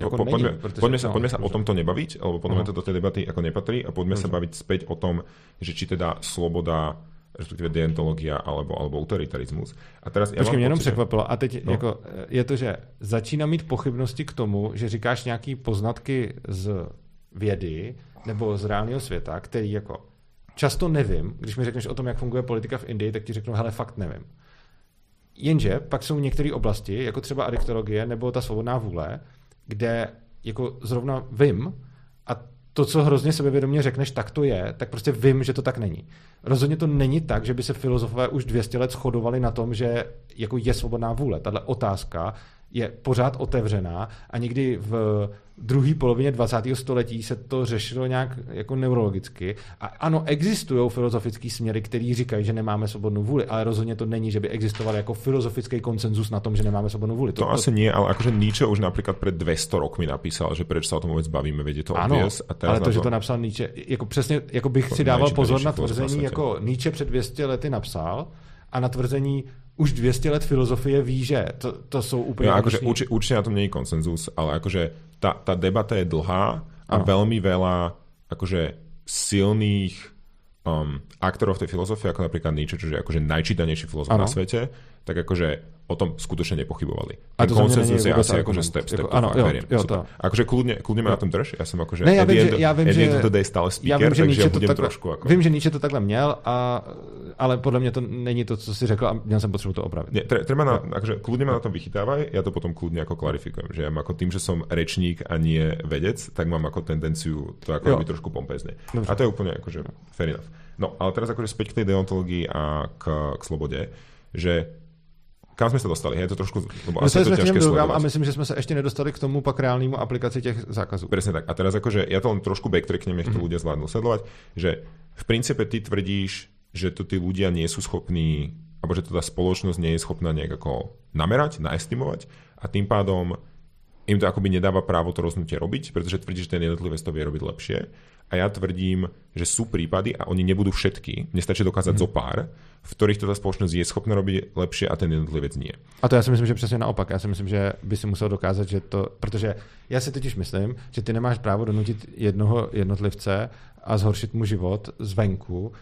poďme sa o tomto nebaviť, alebo podľa mňa to do tej debaty ako nepatrí a poďme sa baviť späť o tom, že či teda sloboda, respektíve deontológia alebo autoritarismus. A teraz Počkej, mě jenom překvapilo. A teď jako je to, že začínám mít pochybnosti k tomu, že říkáš nějaký poznatky z vědy nebo z reálného světa, který jako často nevím. Když mi řekneš o tom, jak funguje politika v Indii, tak ti řeknu, hele, fakt nevím. Jenže pak jsou některé oblasti, jako třeba adiktologie nebo ta svobodná vůle, kde jako zrovna vím a to, co hrozně sebevědomě řekneš, tak to je, tak prostě vím, že to tak není. Rozhodně to není tak, že by se filozofové už 200 let shodovali na tom, že jako je svobodná vůle. Tahle otázka je pořád otevřená a někdy v druhé polovině 20. století se to řešilo nějak jako neurologicky. A ano, existují filozofické směry, které říkají, že nemáme svobodnou vůli, ale rozhodně to není, že by existoval jako filozofický konsenzus na tom, že nemáme svobodnou vůli. To asi nie, ale akože Nietzsche už napríklad pred 200 rokmi napísal, že prečo sa o tom vôbec bavíme, vedie to obvious. Ale to, že to napsal Nietzsche, jako přesně, jako bych si dával pozor na tvrzení, jako Nietzsche před 200 lety napsal a na tvrzení už 200 let filozofie ví, že to jsou úplně... No, akože určite na tom nie je konsenzus, ale akože tá debata je dlhá a veľmi veľa akože silných aktorov tej filozofie, ako napríklad Nietzsche, čo je akože najčítanejší filozof na svete, tak akože o tom skutočne nepochybovali. A to konsenzus je asi akože step verím. Akože kľudne ma na tom drž, ja som akože at the end of the day stále speaker, takže ja budem trošku ako... Vím, že Nietzsche to takhle měl, ale podle mě to není to, co si řekl a měl jsem potřebu to opravit. Nie, treba akože kľudne ma na tom vychytávaj, ja to potom kľudne ako klarifikujem, že ja ako tým, že som rečník a nie vedec, tak mám ako tendenciu to ako byť trošku pompezne. A to je úplne akože fair enough. No, ale teraz akože späť k tej deontológii a k slobode, že kam jsme se dostali? Je to trošku, asi je to ťažké sledovat. A myslím, že jsme se ještě nedostali k tomu pak reálnému aplikaci těch zákazů. Presne tak. A teraz akože ja to len trošku backtracknem, nech to ľudia zvládnu sledovať, že v princípe ty tvrdíš, že to tí ľudia nie sú schopní, alebo že to tá spoločnosť nie je schopná nejak ako namerať, naestimovať a tým pádom im to akoby nedáva právo to rozhodnutie robiť, pretože tvrdíš, že ten jednotlivec to vie robiť lepšie. A ja tvrdím, že sú prípady, a oni nebudú všetky, nestačí dokázať zo pár, v ktorých to tá spoločnosť je schopná robiť lepšie a ten jednotlivec nie. A to já si myslím, že přesně naopak. Já si myslím, že by si musel dokázat, že to... Protože já si totiž myslím, že ty nemáš právo donutit jednoho jednotlivce a zhoršit mu život zvenku,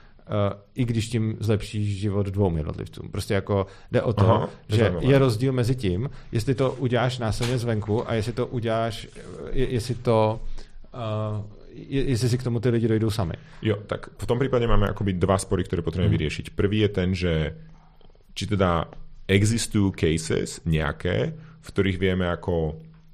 i když tím zlepšíš život dvou jednotlivcům. Prostě jako jde o to, že je rozdíl mezi tím, jestli to uděláš násilně zvenku a jestli to uděláš, jestli si k tomu ty lidi dojdou sami. Jo, tak v tom prípade máme akoby dva spory, ktoré potrebujeme vyriešiť. Prvý je ten, že či teda existujú cases nejaké, v ktorých vieme ako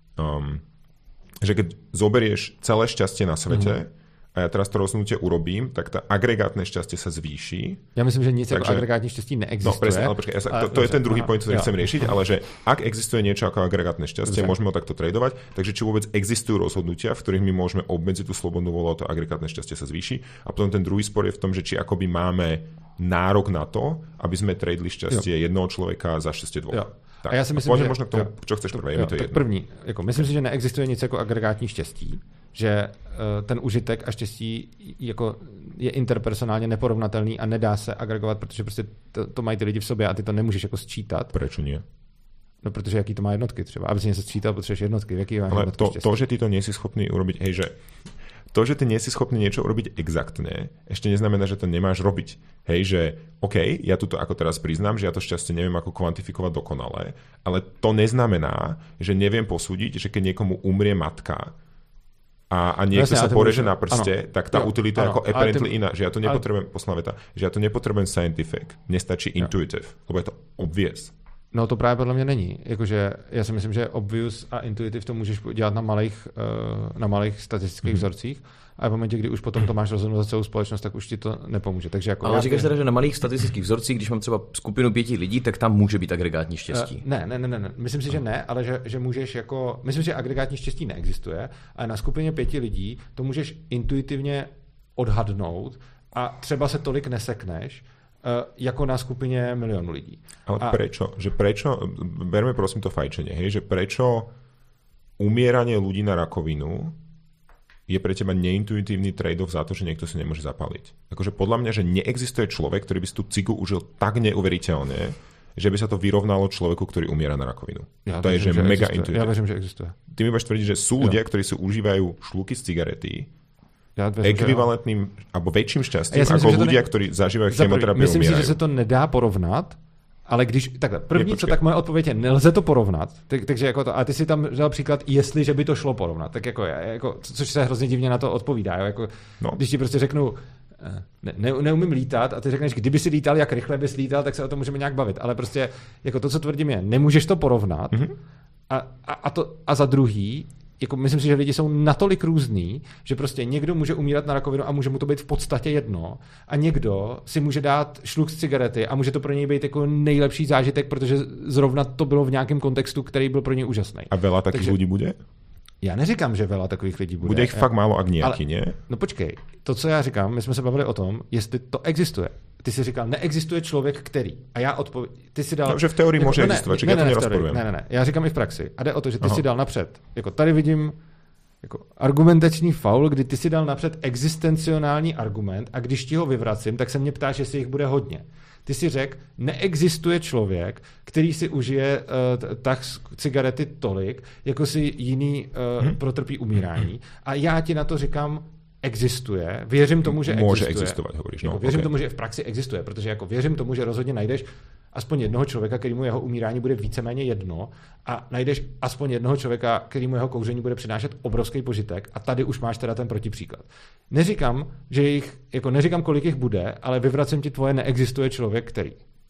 že keď zoberieš celé šťastie na svete a ja teraz to rozhodnutie urobím, tak tá agregátne šťastie sa zvýši. Ja myslím, že nic ako agregátne šťastie neexistuje. No presne, ale počkaj, to je ten druhý point, ktorý chcem riešiť, ale že ak existuje niečo ako agregátne šťastie, môžeme ho takto tradovať, takže či vôbec existujú rozhodnutia, v ktorých my môžeme obmedziť tú slobodnú vôľu a to agregátne šťastie sa zvýši. A potom ten druhý spor je v tom, že či akoby máme nárok na to, aby sme tradeli šťastie jednoho človeka za šťastie dvoch. Tak, a já si myslím, že... možno k tomu, čo chceš prvé, je to jedno. První, jako, myslím si, že neexistuje nic jako agregátní štěstí, že ten užitek a štěstí jako je interpersonálně neporovnatelný a nedá se agregovat, protože prostě to mají ty lidi v sobě a ty to nemůžeš jako sčítat. Prečo nie? No, protože jaký to má jednotky třeba. Aby si něco sčítal, potřebuješ jednotky. Jaký má ale jednotky štěstí? To, že ty to nie si schopný urobiť, hej, že to, že ty nie si schopný niečo urobiť exaktne, ešte neznamená, že to nemáš robiť. Hej, že OK, ja tu to ako teraz priznám, že ja to šťastie neviem ako kvantifikovať dokonale, ale to neznamená, že neviem posúdiť, že keď niekomu umrie matka a niekto sa poreže na prste, tak tá utilita je ako apparently iná, že ja to nepotrebujem, posledná veta, že ja to nepotrebujem scientific, nestačí intuitive, lebo je to obvious. No to právě podle mě není. Jakože já si myslím, že obvious a intuitive to můžeš dělat na malých statistických vzorcích a v momentě, kdy už potom to máš rozhodnout za celou společnost, tak už ti to nepomůže. Takže jako ale říkáš teda, že na malých statistických vzorcích, když mám třeba skupinu 5 lidí, tak tam může být agregátní štěstí. Ne. Myslím si, že ne, ale že můžeš jako... Myslím, že agregátní štěstí neexistuje, ale na skupině 5 lidí to můžeš intuitivně odhadnout a třeba se tolik nesekneš, jako na skupině 1 milionu lidí. Ale prečo? Že prečo, berme prosím to fajčenie, hej, že prečo umieranie ľudí na rakovinu je pre teba neintuitívny trade-off za to, že niekto si nemôže zapaliť. Akože podľa mňa, že neexistuje človek, ktorý by si tú cigu užil tak neuveriteľne, že by sa to vyrovnalo človeku, ktorý umiera na rakovinu. Ja to je, že mega intuitívne. Ja verím, že existuje. Ty mi budeš tvrdiť, že sú ľudia, ktorí si užívajú šľúky z cigarety, ekvivalentným alebo väčším šťastím ako ľudia, ktorí zažívajú chemoterapiu. Myslím si, že se to nedá porovnat, ale když takhle, první, co tak moje odpověď je, nelze to porovnat, takže jako to, a ty si tam dal příklad, jestliže by to šlo porovnat, tak jako což se hrozně divně na to odpovídá, jo, jako, když ti prostě řeknu, neumím lítat a ty řekneš, kdyby si lítal, jak rychle bys lítal, tak se o tom můžeme nějak bavit, ale prostě jako to, co tvrdím je, nemůžeš to porovnat a za druhý, jako myslím si, že lidi jsou natolik různý, že prostě někdo může umírat na rakovinu a může mu to být v podstatě jedno a někdo si může dát šluk z cigarety a může to pro něj být jako nejlepší zážitek, protože zrovna to bylo v nějakém kontextu, který byl pro něj úžasný. A veľa takých lidí bude? Já neříkám, že veľa takových lidí bude. Bude jich fakt málo, ak nějaký, ne? No počkej, to, co já říkám, my jsme se bavili o tom, jestli to existuje. Ty jsi říkal, neexistuje člověk, který. A já ty si dal... No, že v teorii může existovat, že já to nerozporujem. Ne, já říkám i v praxi. A jde o to, že ty si dal napřed. Jako tady vidím jako argumentační faul, kdy ty si dal napřed existencionální argument a když ti ho vyvracím, tak se mě ptáš, jestli jich bude hodně. Ty si řekl, neexistuje člověk, který si užije tak cigarety tolik, jako si jiný protrpí umírání. A já ti na to říkám, existuje. Věřím tomu, že může existuje. Existovat, hovoríš. No, jako věřím tomu, že v praxi existuje, protože jako věřím tomu, že rozhodně najdeš aspoň jednoho člověka, kterému jeho umírání bude víceméně jedno a najdeš aspoň jednoho člověka, kterému jeho kouření bude přinášet obrovský požitek a tady už máš teda ten protipříklad. Neříkám, neříkám, kolik jich bude, ale vyvracím ti tvoje neexistuje člověk, který.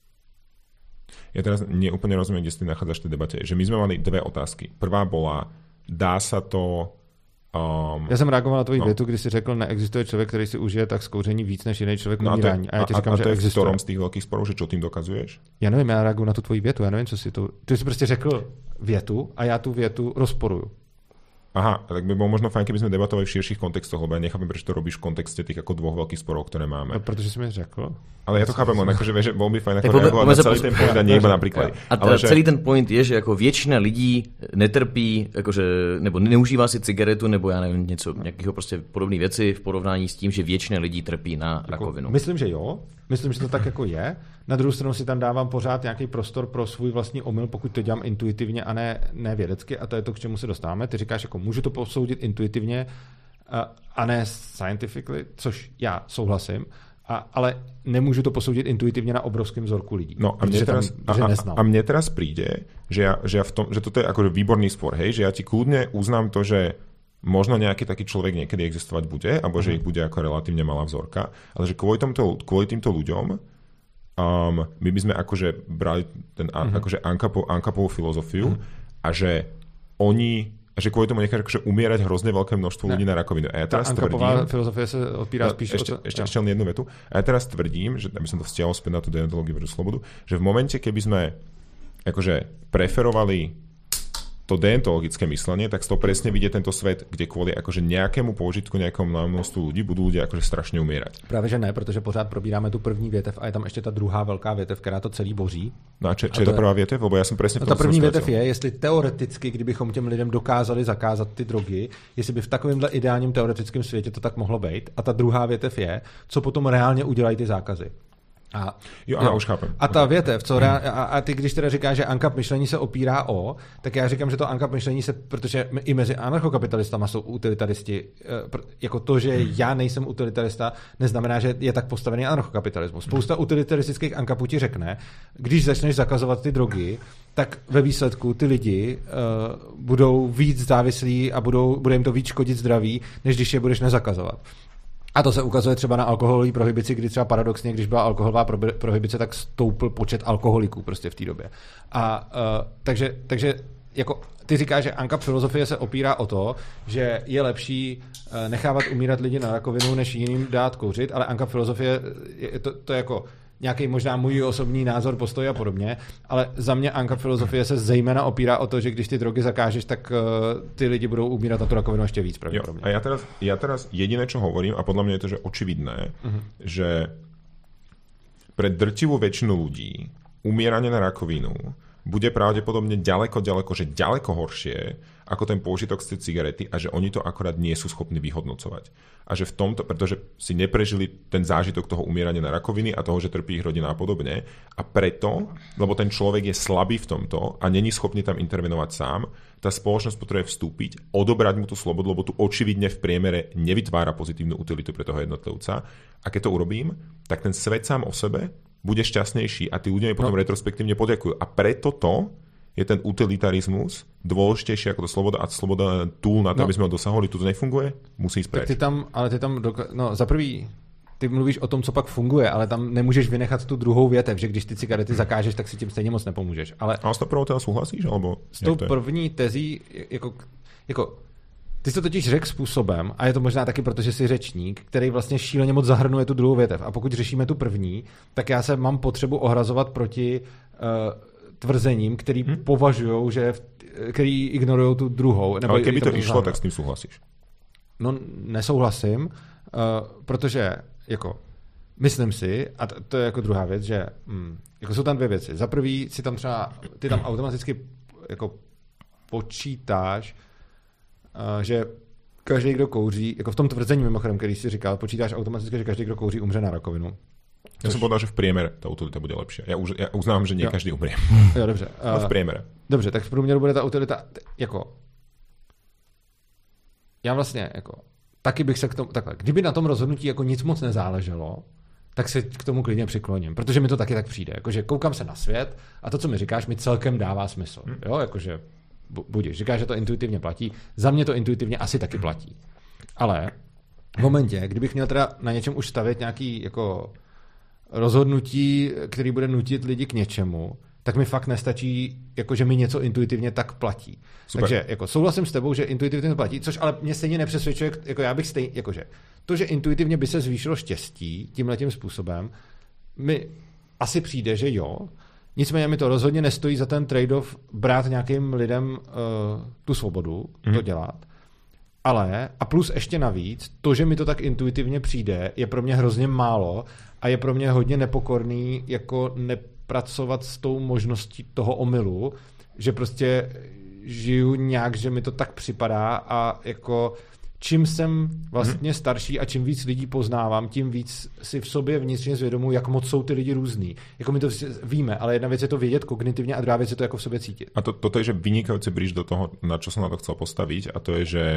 Ja teraz neúplne rozumiem, kde si nachádzaš v tej debate. Že my sme mali dve otázky. Prvá bola, dá sa to... Já jsem reagoval na tvoji větu, kdy jsi řekl, neexistuje člověk, který si užije tak z kouření víc než jiný člověk umírání. A já ti říkám, že to je existuje. v ktorom z tých veľkých sporov, že čo tým dokazuješ? Já nevím, já reaguju na tu tvoji větu, já nevím, co si to... Ty jsi prostě řekl větu a já tu větu rozporuju. Aha, tak by bolo možno fajn, keby sme debatovali v širších kontextoch, lebo ja nechápem, prečo to robíš v kontexte tých ako dvoch veľkých sporov, ktoré máme. No, protože si mi řekl. Ale ja to chápem, len akože vieš, že bol by fajn ako reagovať na celý ten point a nie iba na príklade. A celý ten point je, že jako většina lidí netrpí, jakože, nebo neužívá si cigaretu, nebo já nevím, nějakého prostě podobné věci v porovnání s tím, že většina lidí trpí na rakovinu. Myslím, že jo. Myslím, že to tak jako je. Na druhou stranu si tam dávám pořád nějaký prostor pro svůj vlastní omyl, pokud to dělám intuitivně a ne vědecky, a to je to, k čemu se dostáváme. Ty říkáš, jako můžu to posoudit intuitivně a ne scientifically, což já souhlasím, ale nemůžu to posoudit intuitivně na obrovském vzorku lidí. No a mne teraz príde, že toto je akože výborný spor, hej, že ja ti kľudne uznám to, že možno nejaký taký človek niekedy existovať bude, alebo že ich bude ako relatívne malá vzorka, ale že kvôli týmto ľuďom my by sme akože brali ten akože Ankapovú filozofiu a že kvôli tomu necháš akože umierať hrozne veľké množstvo ľudí na rakovinu. A ja teraz Ankapová filozofie sa opírá spíš ešte len jednu vetu. A ja teraz tvrdím, že aby som to vzťahol späť na tú deontológiu versus slobodu, že v momente, keby sme akože preferovali to deontologické myslenie, tak z toho presne vidie tento svet, kde kvôli akože nejakému použitku, nejakému množstvu ľudí budú ľudia akože strašne umierať. Právě že ne, protože pořád probíráme tu první větev a je tam ještě ta druhá velká větev, která to celý boří. No a čo je ta prvá větev? Lebo ja som presne v tom. Ta první větev je, jestli teoreticky, kdybychom těm lidem dokázali zakázat ty drogy, jestli by v takovémhle ideálním teoretickém světě to tak mohlo být. A ta druhá větev je, co potom reálně udělají ty zákazy. Už chápem. A ta větev, a ty když teda říkáš, že ANCAP myšlení se opírá o, tak já říkám, že to ANCAP myšlení se, protože i mezi anarchokapitalistama jsou utilitaristi, jako to, že já nejsem utilitarista, neznamená, že je tak postavený anarchokapitalismus. Spousta utilitaristických ANCAPů ti řekne, když začneš zakazovat ty drogy, tak ve výsledku ty lidi budou víc závislí a bude jim to víc škodit zdraví, než když je budeš nezakazovat. A to se ukazuje třeba na alkoholové prohibici, kdy třeba paradoxně, když byla alkoholová prohibice, tak stoupl počet alkoholiků prostě v té době. Takže jako ty říkáš, že ANCAP filozofie se opírá o to, že je lepší nechávat umírat lidi na rakovinu, než jiným dát kouřit, ale ANCAP filozofie, to je jako nějaký možná můj osobní názor, postoj a podobně, ale za mě ANCAP filozofie se zejména opírá o to, že když ty drogy zakážeš, tak ty lidi budou umírat na tu rakovinu ještě víc pravděpodobně. A ja teraz jediné, čo hovorím, a podľa mňa je to, že očividné, že pre drtivú väčšinu ľudí umieranie na rakovinu bude pravdepodobne ďaleko horšie ako ten použitok z tej cigarety a že oni to akorát nie sú schopní vyhodnocovať. A že v tomto, pretože si neprežili ten zážitok toho umierania na rakoviny a toho, že trpí ich rodina a podobne, a preto, lebo ten človek je slabý v tomto a není schopný tam intervenovať sám, tá spoločnosť potrebuje vstúpiť, odobrať mu tú slobodu, lebo tu očividne v priemere nevytvára pozitívnu utilitu pre toho jednotlivca. A keď to urobím, tak ten svet sám o sebe bude šťastnejší a tí ľudia mi potom retrospektívne poďakujú. A preto to je ten utilitarismus dôležitejší ako to sloboda a sloboda tool na to, aby sme ho dosahovali. Tu to nefunguje, musí ísť preč. Za prvý, ty mluvíš o tom, co pak funguje, ale tam nemůžeš vynechat tu druhou větev, že když ty cigarety zakážeš, tak si tím stejně moc nepomůžeš. Ale s tou prvou teda súhlasíš? Alebo s tou první tezí, jako Ty jsi to totiž řekl způsobem, a je to možná taky proto, že jsi řečník, který vlastně šíleně moc zahrnuje tu druhou větev. A pokud řešíme tu první, tak já se mám potřebu ohrazovat proti tvrzením, který považujou, který ignorují tu druhou. Ale kdyby to išlo, tak s tím souhlasíš. No, nesouhlasím, protože jako myslím si, a to je jako druhá věc, že jako jsou tam dvě věci. Za prvý si tam třeba, ty tam automaticky jako počítáš, že každý, kdo kouří, jako v tom tvrzení mimochodem, který jsi říkal, počítáš automaticky, že každý, kdo kouří, umře na rakovinu. Ja som povedal, že v priemere tá utilita bude lepšia. Ja uznám, že nie každý umrie. Jo, dobře. Ale v priemere. Dobře, tak v průměru bude ta utilita jako... Já vlastně jako... Taky bych se k tomu... Takhle, kdyby na tom rozhodnutí jako nic moc nezáleželo, tak se k tomu klidně přikloním, protože mi to taky tak přijde. Jakože koukám se na svět a to, co mi říkáš, mi celkem dává smysl. Jo, jakože budeš. Říkáš, že to intuitivně platí. Za mě to intuitivně asi taky platí. Ale v momentě, kdybych měl teda na něčem už stavět nějaký jako rozhodnutí, který bude nutit lidi k něčemu, tak mi fakt nestačí, jakože mi něco intuitivně tak platí. Super. Takže jako souhlasím s tebou, že intuitivně to platí, což ale mě stejně nepřesvědčuje, jako já bych stejně, jakože to, že intuitivně by se zvýšilo štěstí tímhletím způsobem, mi asi přijde, že jo. Nicméně mi to rozhodně nestojí za ten trade-off brát nějakým lidem tu svobodu to dělat. Ale, a plus ještě navíc, to, že mi to tak intuitivně přijde, je pro mě hrozně málo a je pro mě hodně nepokorný jako nepracovat s tou možností toho omylu, že prostě žiju nějak, že mi to tak připadá a jako čím jsem vlastně starší a čím víc lidí poznávám, tím víc si v sobě vnitřně zvědomuji, jak moc jsou ty lidi různý. Jako my to víme, ale jedna věc je to vědět kognitivně a druhá věc je to jako v sobě cítit. A toto je, že vynikajúci bridge do toho, na čo som na to chcel postaviť, a to je, že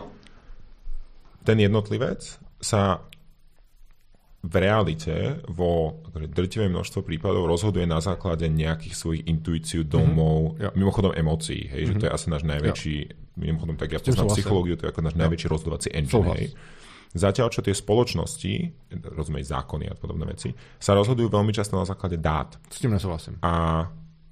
ten jednotlivec sa v realite vo drtivé množstvo prípadov rozhoduje na základe nejakých svojich intuícií, domov, mimochodom emócií, hej, že to je asi náš najväčší, mimochodom tak ja poznám psychológiu, to je ako náš najväčší rozhodovací engine, hej. Zatiaľ, čo tie spoločnosti, rozumej zákony a podobné veci, sa rozhodujú veľmi často na základe dát. S tím nesouhlasím. A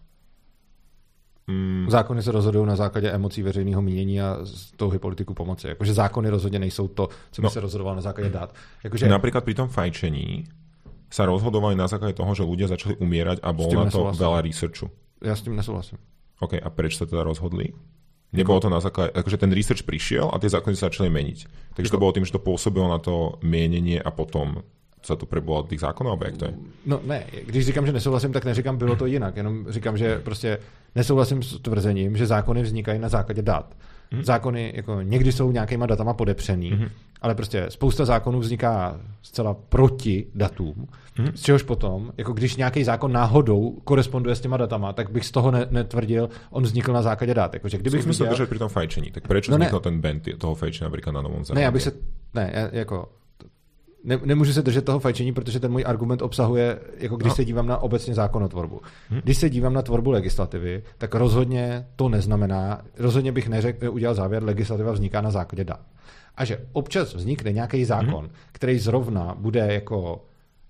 zákony se rozhodují na základě emocí veřejného mínění a touhy politiku pomoci. Jakože zákony rozhodně nejsou to, co by se rozhodovalo na základě dát. Jakože... Napríklad pri tom fajčení sa rozhodovali na základe toho, že ľudia začali umierať a bolo na to veľa researchu. Ja s tým nesouhlasím. OK, a prečo sa teda rozhodli? Nebolo to na základe, akože ten research prišiel a tie zákony sa začali meniť. Takže to bolo tým, že to pôsobilo na to mienenie a potom se to prebylo od těch zákonů, nebo jak to je? No ne, když říkám, že nesouhlasím, tak neříkám, bylo to jinak, jenom říkám, že prostě nesouhlasím s tvrzením, že zákony vznikají na základě dat. Zákony jako někdy jsou nějakýma datama podepřený, ale prostě spousta zákonů vzniká zcela proti datům, z čehož potom, jako když nějaký zákon náhodou koresponduje s těma datama, tak bych z toho netvrdil, on vznikl na základě dat. Jakože kdybych viděl... se držet při tom fajčení, tak proč vznikl ten band toho fajčení například na Novom Zélandě? Ne, já bych se... Ne, jako... Nemůžu se držet toho fajčení, protože ten můj argument obsahuje, jako když se dívám na obecně zákonotvorbu. Když se dívám na tvorbu legislativy, tak rozhodně to neznamená, rozhodně bych udělal závěr, legislativa vzniká na základě dat. A že občas vznikne nějaký zákon, který zrovna bude jako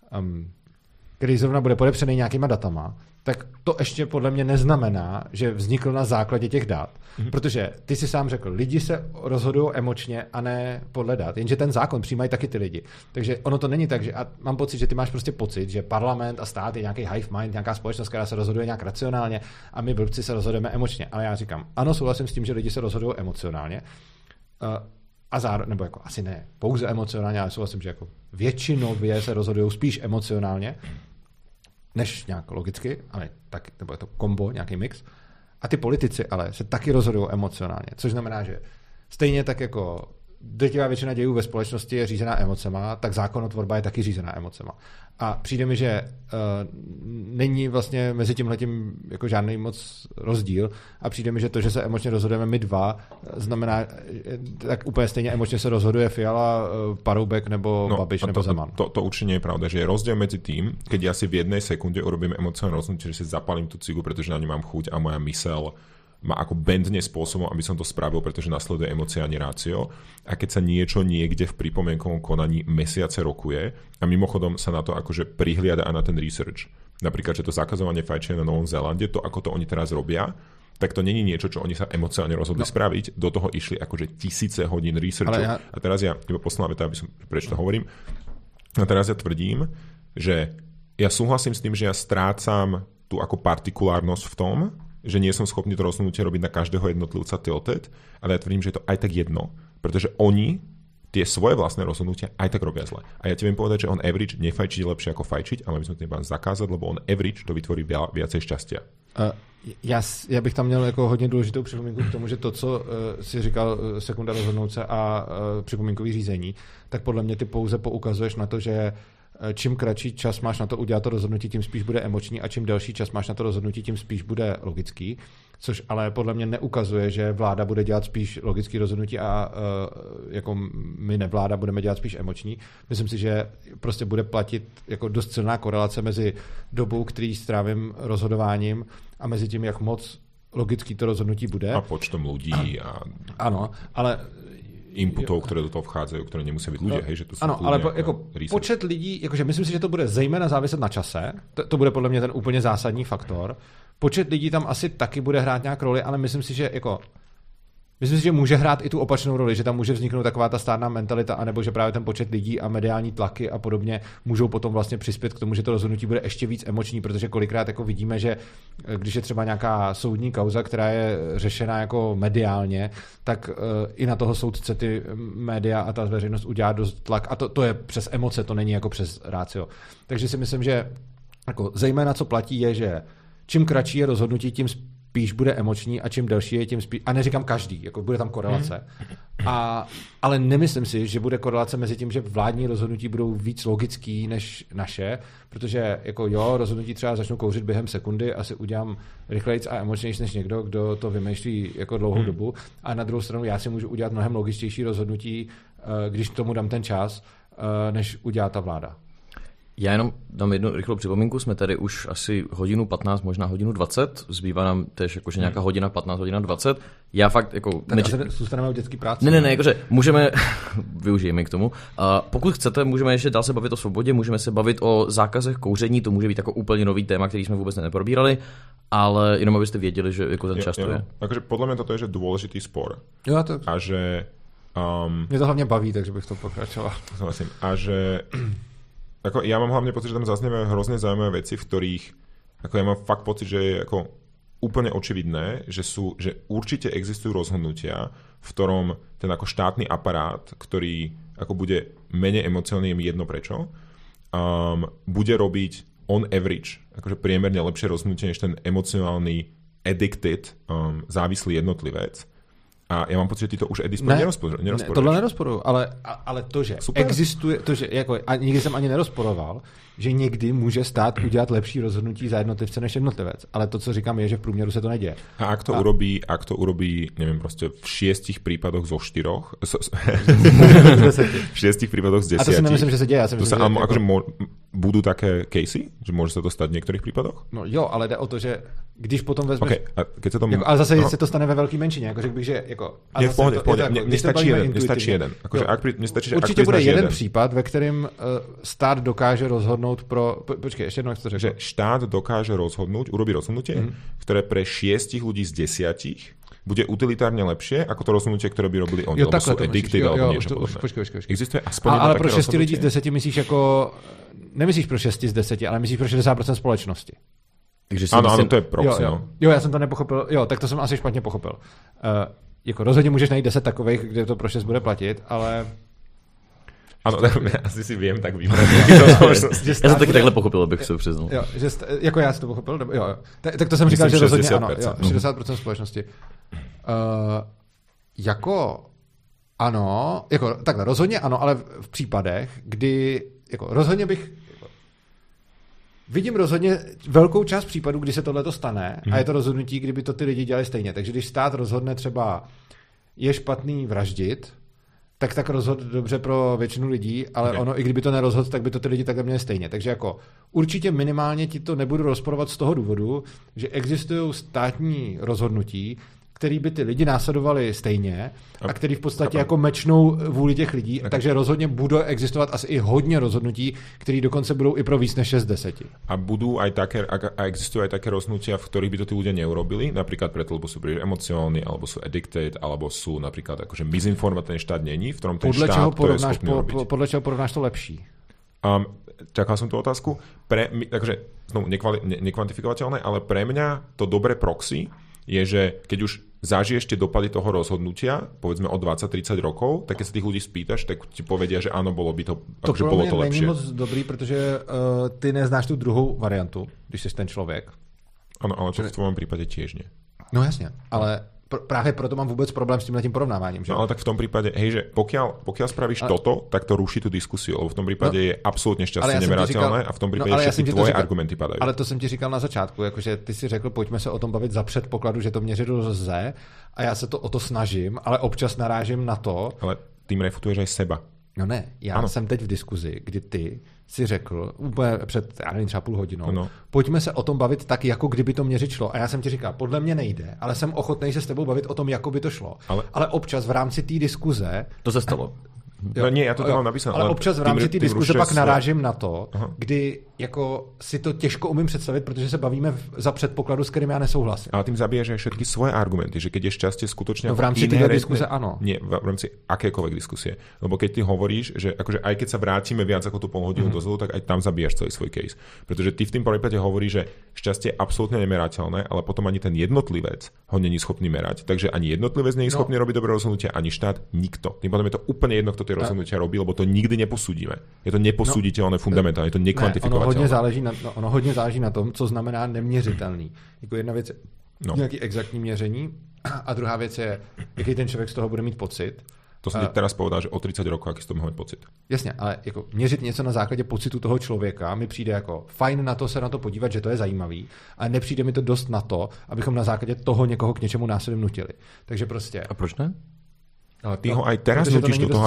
který zrovna bude podepřený nějakýma datama, tak to ještě podle mě neznamená, že vznikl na základě těch dat. Protože ty si sám řekl, lidi se rozhodují emočně a ne podle dat. Jenže ten zákon přijímají taky ty lidi. Takže ono to není tak, že a mám pocit, že ty máš prostě pocit, že parlament a stát je nějaký hive mind, nějaká společnost, která se rozhoduje nějak racionálně a my blbci se rozhodujeme emočně. Ale já říkám, ano, souhlasím s tím, že lidi se rozhodují emocionálně. A zároveň, nebo jako asi ne pouze emocionálně, ale souhlasím, že jako většinově se rozhodují spíš emocionálně, než nějak logicky, ale tak, nebo je to kombo, nějaký mix. A ty politici ale se taky rozhodují emocionálně, což znamená, že stejně tak jako drtivá většina dějů ve společnosti je řízená emocema, tak zákonotvorba je taky řízená emocema. A přijde mi, že není vlastně mezi tímhletím jako žádný moc rozdíl a přijde mi, že to, že se emočně rozhodujeme my dva, znamená, tak úplně stejně emočně se rozhoduje Fiala, Paroubek nebo Babiš nebo Zeman. To určitě nie je pravda, že je rozdiel medzi tým, keď ja si v jednej sekunde urobím emocionálne rozhodnutie, že si zapalím tú cigu, pretože na ňu mám chuť a moja mysel má ako bendne spôsobom, aby som to spravil, pretože nasleduje emócia a nerácio. A keď sa niečo niekde v pripomienkovom konaní mesiace rokuje a mimochodom sa na to akože prihliada aj na ten research. Napríklad, že to zakazovanie fajčenia na Novom Zélande, to ako to oni teraz robia, tak to není niečo, čo oni sa emocionálne rozhodli spraviť. Do toho išli akože tisíce hodín researchu. A teraz ja, iba posledná veta, prečo to hovorím, a teraz ja tvrdím, že ja súhlasím s tým, že ja strácam tú ako partikulárnosť v tom, že nie som schopný to rozhodnutie robiť na každého jednotlivca tilted, ale ja tvrdím, že je to aj tak jedno, pretože oni tie svoje vlastné rozhodnutia aj tak robia zle. A ja ti viem povedať, že on average nefajčiť je lepšie ako fajčiť, ale my sme to iba zakázať, lebo on average to vytvorí viacej šťastia. Já bych tam měl jako hodně důležitou připomínku k tomu, že to, co si říkal sekunda rozhodnout se a připomínkový řízení, tak podle mě ty pouze poukazuješ na to, že čím kratší čas máš na to udělat to rozhodnutí, tím spíš bude emoční a čím delší čas máš na to rozhodnutí, tím spíš bude logický, což ale podle mě neukazuje, že vláda bude dělat spíš logický rozhodnutí a jako my nevláda budeme dělat spíš emoční. Myslím si, že prostě bude platit jako dost silná korelace mezi dobou, který strávím rozhodováním a mezi tím, jak moc logický to rozhodnutí bude. A počtom ľudí. Ano, ale inputov, které do toho vchádzajú, které nemusí být ľudia, hej, že to jsou ano, ale jako počet lidí, jakože myslím si, že to bude zejména záviset na čase, to bude podle mě ten úplně zásadní faktor. Počet lidí tam asi taky bude hrát nějak roli, ale myslím si, že může hrát i tu opačnou roli, že tam může vzniknout taková ta stárná mentalita, anebo že právě ten počet lidí a mediální tlaky a podobně můžou potom vlastně přispět k tomu, že to rozhodnutí bude ještě víc emoční, protože kolikrát jako vidíme, že když je třeba nějaká soudní kauza, která je řešená jako mediálně, tak i na toho soudce ty média a ta veřejnost udělá dost tlak a to je přes emoce, to není jako přes ratio. Takže si myslím, že jako zejména co platí je, že čím kratší je rozhodnutí, tím spíš bude emoční a čím delší je, tím spíš... A neříkám každý, jako bude tam korelace. Ale nemyslím si, že bude korelace mezi tím, že vládní rozhodnutí budou víc logický než naše, protože jako rozhodnutí třeba začnu kouřit během sekundy, asi udělám rychlejc a emočnější než někdo, kdo to vymýšlí jako dlouhou dobu. A na druhou stranu já si můžu udělat mnohem logičtější rozhodnutí, když tomu dám ten čas, než udělá ta vláda. Já jenom dám jednu rychlou připomínku, jsme tady už asi hodinu 15, možná hodinu 20, zbývá nám tež jakože nějaká hodina 15, hodina 20. Já fakt jako... Tak zůstaneme u dětské práce. Ne, jakože můžeme, využijeme k tomu. Pokud chcete, můžeme ještě dál se bavit o svobodě, můžeme se bavit o zákazech kouření, to může být jako úplně nový téma, který jsme vůbec neprobírali, ale jenom abyste věděli, že jako ten čas to je. Takže podle mě toto je že důležitý spor. Jo, to... A že... Mě to hlavně baví, takže bych to pokračoval. A že... Ako, ja mám hlavne pocit, že tam zaznievajú hrozne zaujímavé veci, v ktorých ako ja mám fakt pocit, že je ako úplne očividné, že určite existujú rozhodnutia, v ktorom ten ako štátny aparát, ktorý ako bude menej emocionálny, je mi jedno prečo, bude robiť on average, akože priemerne lepšie rozhodnutie, než ten emocionálny addicted, závislý jednotlivec. A já mám pocit, že ty to už nerozporuješ. Tohle nerozporuju, ale to, že super. Existuje, to, že jako, a nikdy jsem ani nerozporoval, že někdy může stát udělat lepší rozhodnutí za jednotlivce než jednotlivec. Ale to, co říkám, je, že v průměru se to neděje. A ak to urobí, nevím, prostě v 6 případech zo 4, v 6 případech z 10. A to si nemyslím, že se děje. Já si myslím, že akože budou také casey, že může se to stát v některých případech? No jo, ale jde o to, že když potom vezmeš... Okay, a keď se to... jako, ale zase se to stane ve velké menšině, jako řekl bych, že... Jako, je v pohodě. Mně stačí jeden. Určitě bude jeden případ, ve kterém stát dokáže rozhodnout pro... Počkej, ještě jednou, jak to řekl. Že štát dokáže rozhodnúť, urobí rozhodnutie, ktoré pre 6 ľudí z 10 bude utilitárne lepšie, ako to rozhodnutie, ktoré by robili oni, lebo sú addicted alebo niečo podobné. Počkej. Existuje aspoň ale pro 6 lidí z 10 myslíš jako... Nemyslíš pro 6 z 10, ale myslíš pro 60% společnosti. Takže ano, to je proxy. Jo, já jsem to nepochopil. Jo, tak to jsem asi špatně pochopil. Jako rozhodně můžeš najít 10 takových, kde to pro 6 bude platit, ale... Ano, asi si vím, tak vím. Já jsem taky takhle pochopil, abych se přiznal. Jo, že jako já si to pochopil? Jo. Tak to jsem říkal, že rozhodně ano. Jo, 60% společnosti. Jako ano, jako takhle, rozhodně ano, ale v případech, kdy jako rozhodně bych... Vidím rozhodně velkou část případů, kdy se tohleto stane a je to rozhodnutí, kdyby to ty lidi dělali stejně. Takže když stát rozhodne třeba je špatný vraždit, tak rozhod dobře pro většinu lidí, ale ono, i kdyby to nerozhodl, tak by to ty lidi takhle měli stejně. Takže jako určitě minimálně ti to nebudu rozporovat z toho důvodu, že existují státní rozhodnutí, který by ty lidi následovali stejně a který v podstatě jako mečnou vůli těch lidí, takže rozhodně bude existovat asi i hodně rozhodnutí, které dokonce budou i pro víc než 6 z 10. A budú aj také, a existujú aj také rozhodnutia, v ktorých by to tí ľudia neurobili, napríklad preto, lebo sú príliš emocionálni, alebo sú addicted, alebo sú napríklad akože mizinformovaný štát není, v ktorom ten štát to je schopný robiť. Podle čeho porovnáš to lepší? Čakal som tú otázku. Takže znovu nekvantifikovateľné, ale pre mňa to dobré proxy je, že keď už zažiješ tie dopady toho rozhodnutia, povedzme o 20-30 rokov, tak keď sa tých ľudí spýtaš, tak ti povedia, že áno, bolo by to, akože bolo to lepšie. To není moc dobrý, protože ty neznáš tu druhou variantu, když jsi ten člověk. Ano, ale to v tvojom prípade tiež nie. No jasně, ale právě proto mám vůbec problém s tímhletím porovnáváním. Že? No ale tak v tom prípade, hej, že pokiaľ spravíš toto, tak to ruší tú diskusiu, lebo v tom prípade je absolútne šťastie nemerateľné a v tom prípade všetky tvoje argumenty padajú. Ale to jsem ti říkal na začátku, jakože ty si řekl, pojďme se o tom bavit za předpokladu, že to měřit lze a já se to o to snažím, ale občas narážím na to. Ale tým refutuješ aj seba. No ne, já jsem teď v diskuzi, kdy ty si řekl úplně před, já nevím, třeba půl hodinou, pojďme se o tom bavit tak, jako kdyby to měřit šlo. A já jsem ti říkal, podle mě nejde, ale jsem ochotný se s tebou bavit o tom, jako by to šlo. Ale občas v rámci té diskuze... To se stalo. No nie, ja to tam mám napísané. Ale občas v rámci té diskuze pak narážím na to, kdy jako si to těžko umím představit, protože se bavíme za předpokladu, s kterým já nesouhlasím. Ale tým zabiješ aj všetky svoje argumenty, že keď je šťastie skutočne v rámci tej diskuse áno. Nie, v rámci akékoľvek diskusie. Lebo keď ty hovoríš, že akože aj keď sa vrátime viac ako tú polhodinu dozadu, tak aj tam zabíjaš celý svoj case. Pretože ty v tým prípade hovoríš, že šťastie je absolútne nemerateľné, ale potom ani ten jednotlivec ho není schopný merať. Takže ani jednotlivec nie je schopný robiť dobré rozhodnutia, ani štát, nikto. Tým potom je to úplne jedno, kto tie rozhodnutia robí, lebo to nikdy neposúdime. Je to neposúditeľné, fundamentálne, je to nekvantifikovateľné. Ono hodně záleží na tom, co znamená neměřitelný. Jako jedna věc je nějaký exaktní měření a druhá věc je, jaký ten člověk z toho bude mít pocit. To som teraz povedal, že o 30 rokov, aký z toho môže mít pocit. Jasně, ale jako měřit něco na základě pocitu toho člověka mi přijde jako fajn na to se na to podívat, že to je zajímavý, ale nepřijde mi to dost na to, abychom na základě toho někoho k něčemu násilím nutili. Takže prostě... A proč ne? Ale ty ho aj teraz nutíš do toho,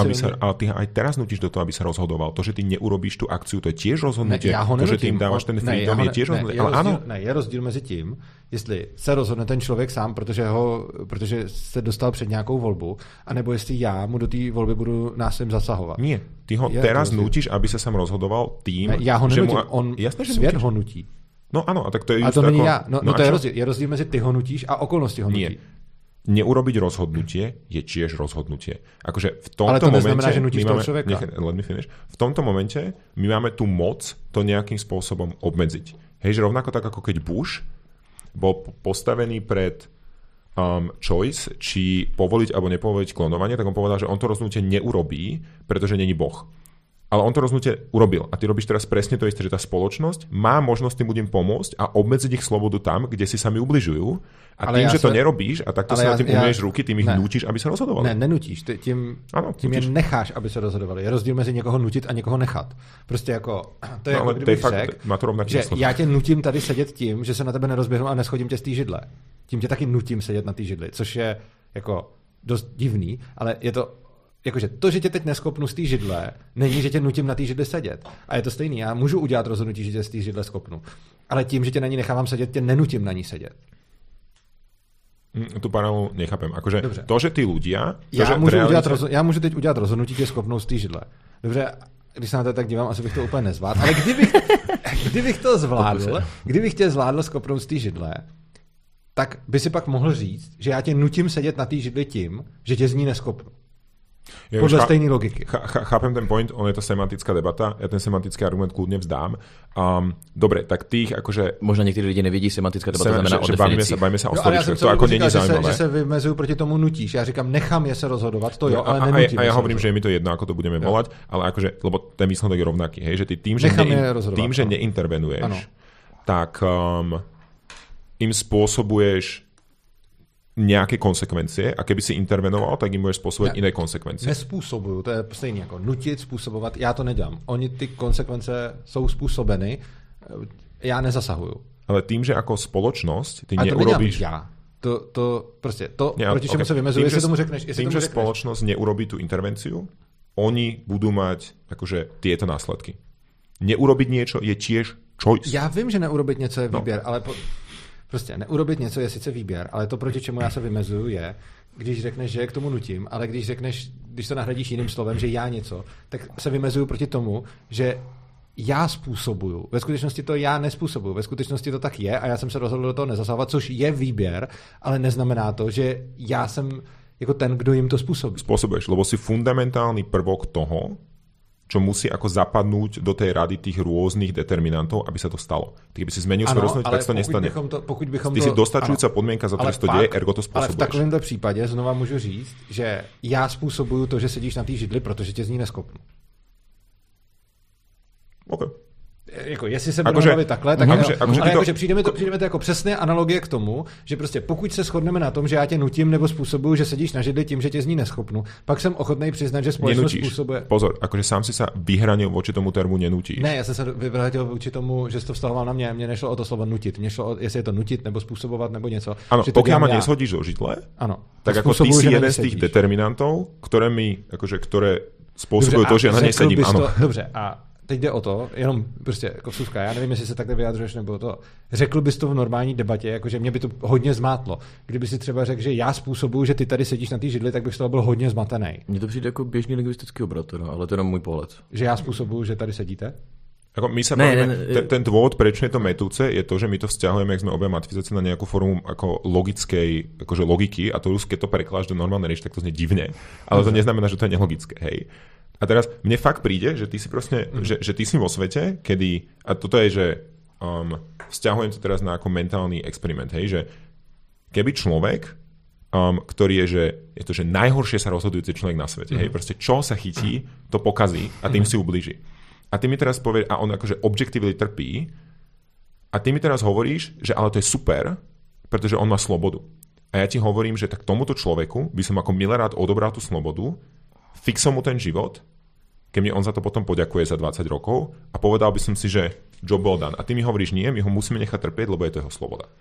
aby sa rozhodoval. To, že ty neurobíš tú akciu, to je tiež rozhodnutie. To, že ty im dávaš ten freedom, je tiež rozhodnutie. Je rozdíl mezi tím, jestli se rozhodne ten člověk sám, protože se dostal před nějakou volbu, anebo jestli já mu do té volby budu násilím zasahovat. Nie, ty ho teraz nutíš, aby sa sám rozhodoval tým, já ho nenutím, svět ho nutí. No áno, a tak to je just ako... Ja. No to je rozdíl. Je rozdíl mezi ty ho nutíš a okolnosti ho nutí. Nie. Neurobiť rozhodnutie je tiež rozhodnutie. Akože v tomto ale to momente neznamená, že nutíš toho človeka. V tomto momente my máme tú moc to nejakým spôsobom obmedziť. Hej, že rovnako tak, ako keď Bush bol postavený pred choice, či povoliť alebo nepovoliť klonovanie, tak on povedal, že on to rozhodnutie neurobí, pretože není Boh. Ale on to rozhodnutie urobil. A ty robíš teraz presne to isté, že tá spoločnosť má možnosť tým ľuďom pomôcť a obmedziť ich slobodu tam, kde si sami ubližujú. A ale tým, že to nerobíš a takto sa tým umieš ruky, tým ich nutíš, aby sa rozhodovali. Ne, nenutíš. Tím je necháš, aby se rozhodovali. Je rozdíl mezi někoho nutit a někoho nechat. Prostě jako, to je jako kdybych řekl, že já tě nutím tady sedět tím, že se na tebe nerozběhnu a neschodím tě z té židle. Tím tě taky nutím sedět na té židli, což je jako dost divný, ale je to jakože to, že tě teď neskopnu z té židle, není, že tě nutím na té židli sedět. A je to stejný. Já můžu udělat rozhodnutí, že tě z té židle skopnu. Ale tím, že tě na ní nechávám sedět, tě nenutím na ní sedět. Tu paralelu nechápem. Akože dobře. To, že ty ľudia... Já můžu teď udělat rozhodnutí, tě skopnout z té židle. Dobře, když se na to tak dívám, asi bych to úplně nezvládl. Ale kdybych to zvládl, kdybych tě zvládl skopnout z té židle, tak by si pak mohl říct, že já tě nutím sedět na té židli tím, že tě z ní neskopnu. Podle stejné logiky. Chápem ten point, on je to semantická debata, ja ten semantický argument kľudne vzdám. Dobre, tak tých akože... Možná někteří lidi nevědí, semantická debata znamená o definicích. Bavíme sa o slovíčkách, to ako není zaujímavé. Že se vymezujú proti tomu nutíš. Já říkám, nechám je se rozhodovat, to jo, ale nenutím. A ja hovorím, že je mi to jedno, ako to budeme volať, ale akože, lebo ten výsledok je rovnaký, hej, že ty tým, že neintervenuješ, tak im spôsobuješ nejaké konsekvencie a keby si intervenoval, tak jim budeš spôsobovat iné konsekvencie. Nespůsobuju, to je stejně jako nutit, způsobovat, já to nedělám. Oni ty konsekvence jsou způsobeny, já nezasahuju. Ale tým, že jako spoločnosť ty neurobíš... Já. To prostě, proti čemu se vymezuje, jestli tomu řekneš. Tým, že spoločnosť neurobí tú intervenciu, oni budú mať akože tieto následky. Neurobiť niečo je tiež choice. Já vím, že neurobiť něco je výběr, ale... Prostě neurobit něco je sice výběr, ale to, proti čemu já se vymezuju, je, když řekneš, že je k tomu nutím, ale když to nahradíš jiným slovem, že já něco, tak se vymezuju proti tomu, že já způsobuju. Ve skutečnosti to já nespůsobuju. Ve skutečnosti to tak je a já jsem se rozhodl do toho nezasahovat, což je výběr, ale neznamená to, že já jsem jako ten, kdo jim to způsobí. Spôsobuješ, lebo si fundamentálny prvok toho, čo musí ako zapadnúť do tej rady tých rôznych determinantov, aby sa to stalo. Ty by si zmenil svoje rozhodnutie, tak sa to nestane. Ty si dostačujúca podmienka za to, že to deje, ergo to spôsobuješ. Ale v takovémto případě znova můžu říct, že já způsobuju to, že sedíš na té židli, protože tě z ní neskopnu. Okay. Jako, jestli se budeme bavit takhle, tak ale přijde to jako přesné analogie k tomu, že prostě pokud se shodneme na tom, že já tě nutím nebo způsobuju, že sedíš na židli tím, že tě z ní neschopnu, pak jsem ochotný přiznat, že společnost způsobuje. Pozor, akože sám si sa vyhranil voči tomu termu nenutíš. Ne, já jsem se vyhranil voči tomu, že jsi to vztahoval na mě, mně nešlo o to slovo nutit, mně šlo o, jestli je to nutit nebo způsobovat nebo něco. Ano, pokiaľ ma neshodíš do židle, ano, tak jako ty si jeden z těch determinantov, které spôsobujú to, že ja na nej sedím. Dobře, a teď jde o to, jenom prostě jako vsuvka, já nevím, jestli se takhle vyjadřuješ nebo to. Řekl bys to v normální debatě, jakože mě by to hodně zmátlo. Kdyby si třeba řekl, že já způsobuju, že ty tady sedíš na té židli, tak bych z toho byl hodně zmatený. Mně to přijde jako běžný lingvistický obrat, ale to je můj pohled. Že já způsobuju, že tady sedíte? Ako my sa bavíme, ten dôvod, prečo je to metúce, je to, že my to vzťahujeme, jak sme obaja matfizáci, na nejakú formu ako logickej, akože logiky, a to už keď to prekláš do normálnej reči, tak to znie divne, ale to neznamená, že to je nelogické, hej. A teraz mne fakt príde, že ty si proste, že ty si vo svete, kedy, a toto je, že vzťahujem to teraz na ako mentálny experiment, hej, že keby človek, ktorý je to, že najhoršie sa rozhodujúci človek na svete, hej, proste čo sa chytí, to pokazí a tým si ublíži. A ty mi teraz povieš, a on akože objectively trpí, a ty mi teraz hovoríš, že ale to je super, pretože on má slobodu. A ja ti hovorím, že tak tomuto človeku by som ako milé rád odobral tú slobodu, fixom mu ten život, keď mi on za to potom poďakuje za 20 rokov a povedal by som si, že job well done. A ty mi hovoríš, nie, my ho musíme nechať trpieť, lebo je to jeho sloboda.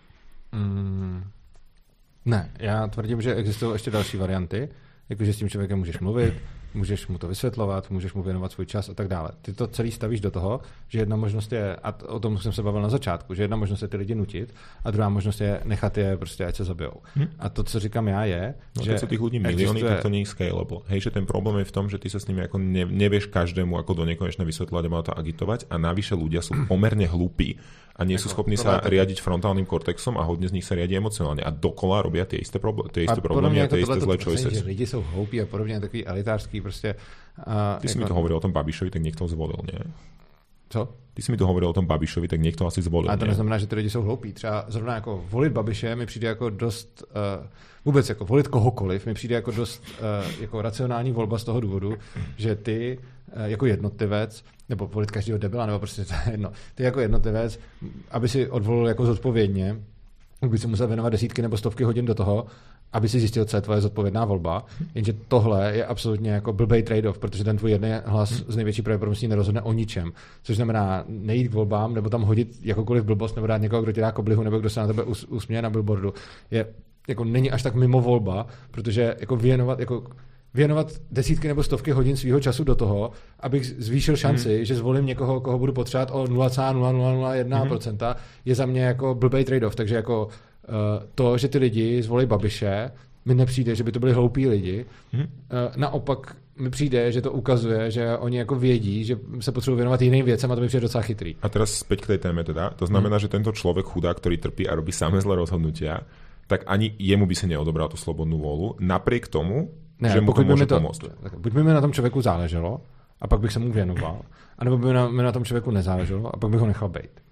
Ne, já tvrdím, že existují ještě další varianty, jakože s tím člověkem můžeš mluvit, můžeš mu to vysvětlovat, můžeš mu věnovat svůj čas a tak dále. Ty to celý stavíš do toho, že jedna možnost je, a o tom jsem se bavil na začátku, že jedna možnost je ty lidi nutit a druhá možnost je nechat je prostě, ať se zabijou. A to, co říkám já, je, že keď sú tých ľudí milióny, tak to nie je scalable. Hej, že ten problém je v tom, že ty sa s nimi ako nevieš každému ako do nekonečna vysvetľovať a má to agitovať a navyše ľudia sú pomerne hlúpi a nie sú schopní sa riadiť frontálnym kortexom a hodne z nich sa riadi emocionálne a dokola robia tie isté problémy a tie isté zlé choices. Lidi jsou hloupí a podobně, takový elitářský prostě. Ty si mi to hovoril o tom Babišovi, tak niekto ho zvolil, nie? Co? Ty si mi to hovoril o tom Babišovi, tak niekto asi zvolil. A to neznamená, že ty lidi jsou hloupí. Třeba zrovna jako volit Babiše mi přijde jako dost, vůbec jako volit kohokoliv mi přijde jako dost jako racionální volba z toho důvodu, že ty jako jednotlivec, nebo volit každého debila, nebo prostě to je jedno, ty jako jednotlivec, aby si odvolil jako zodpovědně, by si musel věnovat desítky nebo stovky hodin do toho, aby si zjistil, co je tvoje zodpovědná volba, jenže tohle je absolutně jako blbej trade-off, protože ten tvůj jeden hlas z největší pravděpodobností nerozhodne o ničem, což znamená nejít k volbám, nebo tam hodit jakoukoliv blbost, nebo dát někoho, kdo ti dá koblihu, nebo kdo se na tebe usměje na billboardu, je jako není až tak mimo volba, protože jako věnovat desítky nebo stovky hodin svýho času do toho, abych zvýšil šanci, že zvolím někoho, koho budu potřebovat o 0,0001%, je za mě jako blbej trade-off. Takže jako to, že ty lidi zvolí Babiše, mi nepřijde, že by to byli hloupí lidi. Naopak mi přijde, že to ukazuje, že oni jako vědí, že se potřebují věnovat jiným věcem a to mi přijde docela chytrý. A teraz späť k tej téme teda. To znamená, že tento človek chudák, ktorý trpí a robí samé zlé rozhodnutia, tak ani jemu by si neodobral tú slobodnú vôľu, napriek tomu, že mu to môže pomôcť. Buď by mi na tom člověku záleželo a pak bych se mu věnoval, anebo by mi na tom člověku nezáleželo a pak bych ho nechal bejt.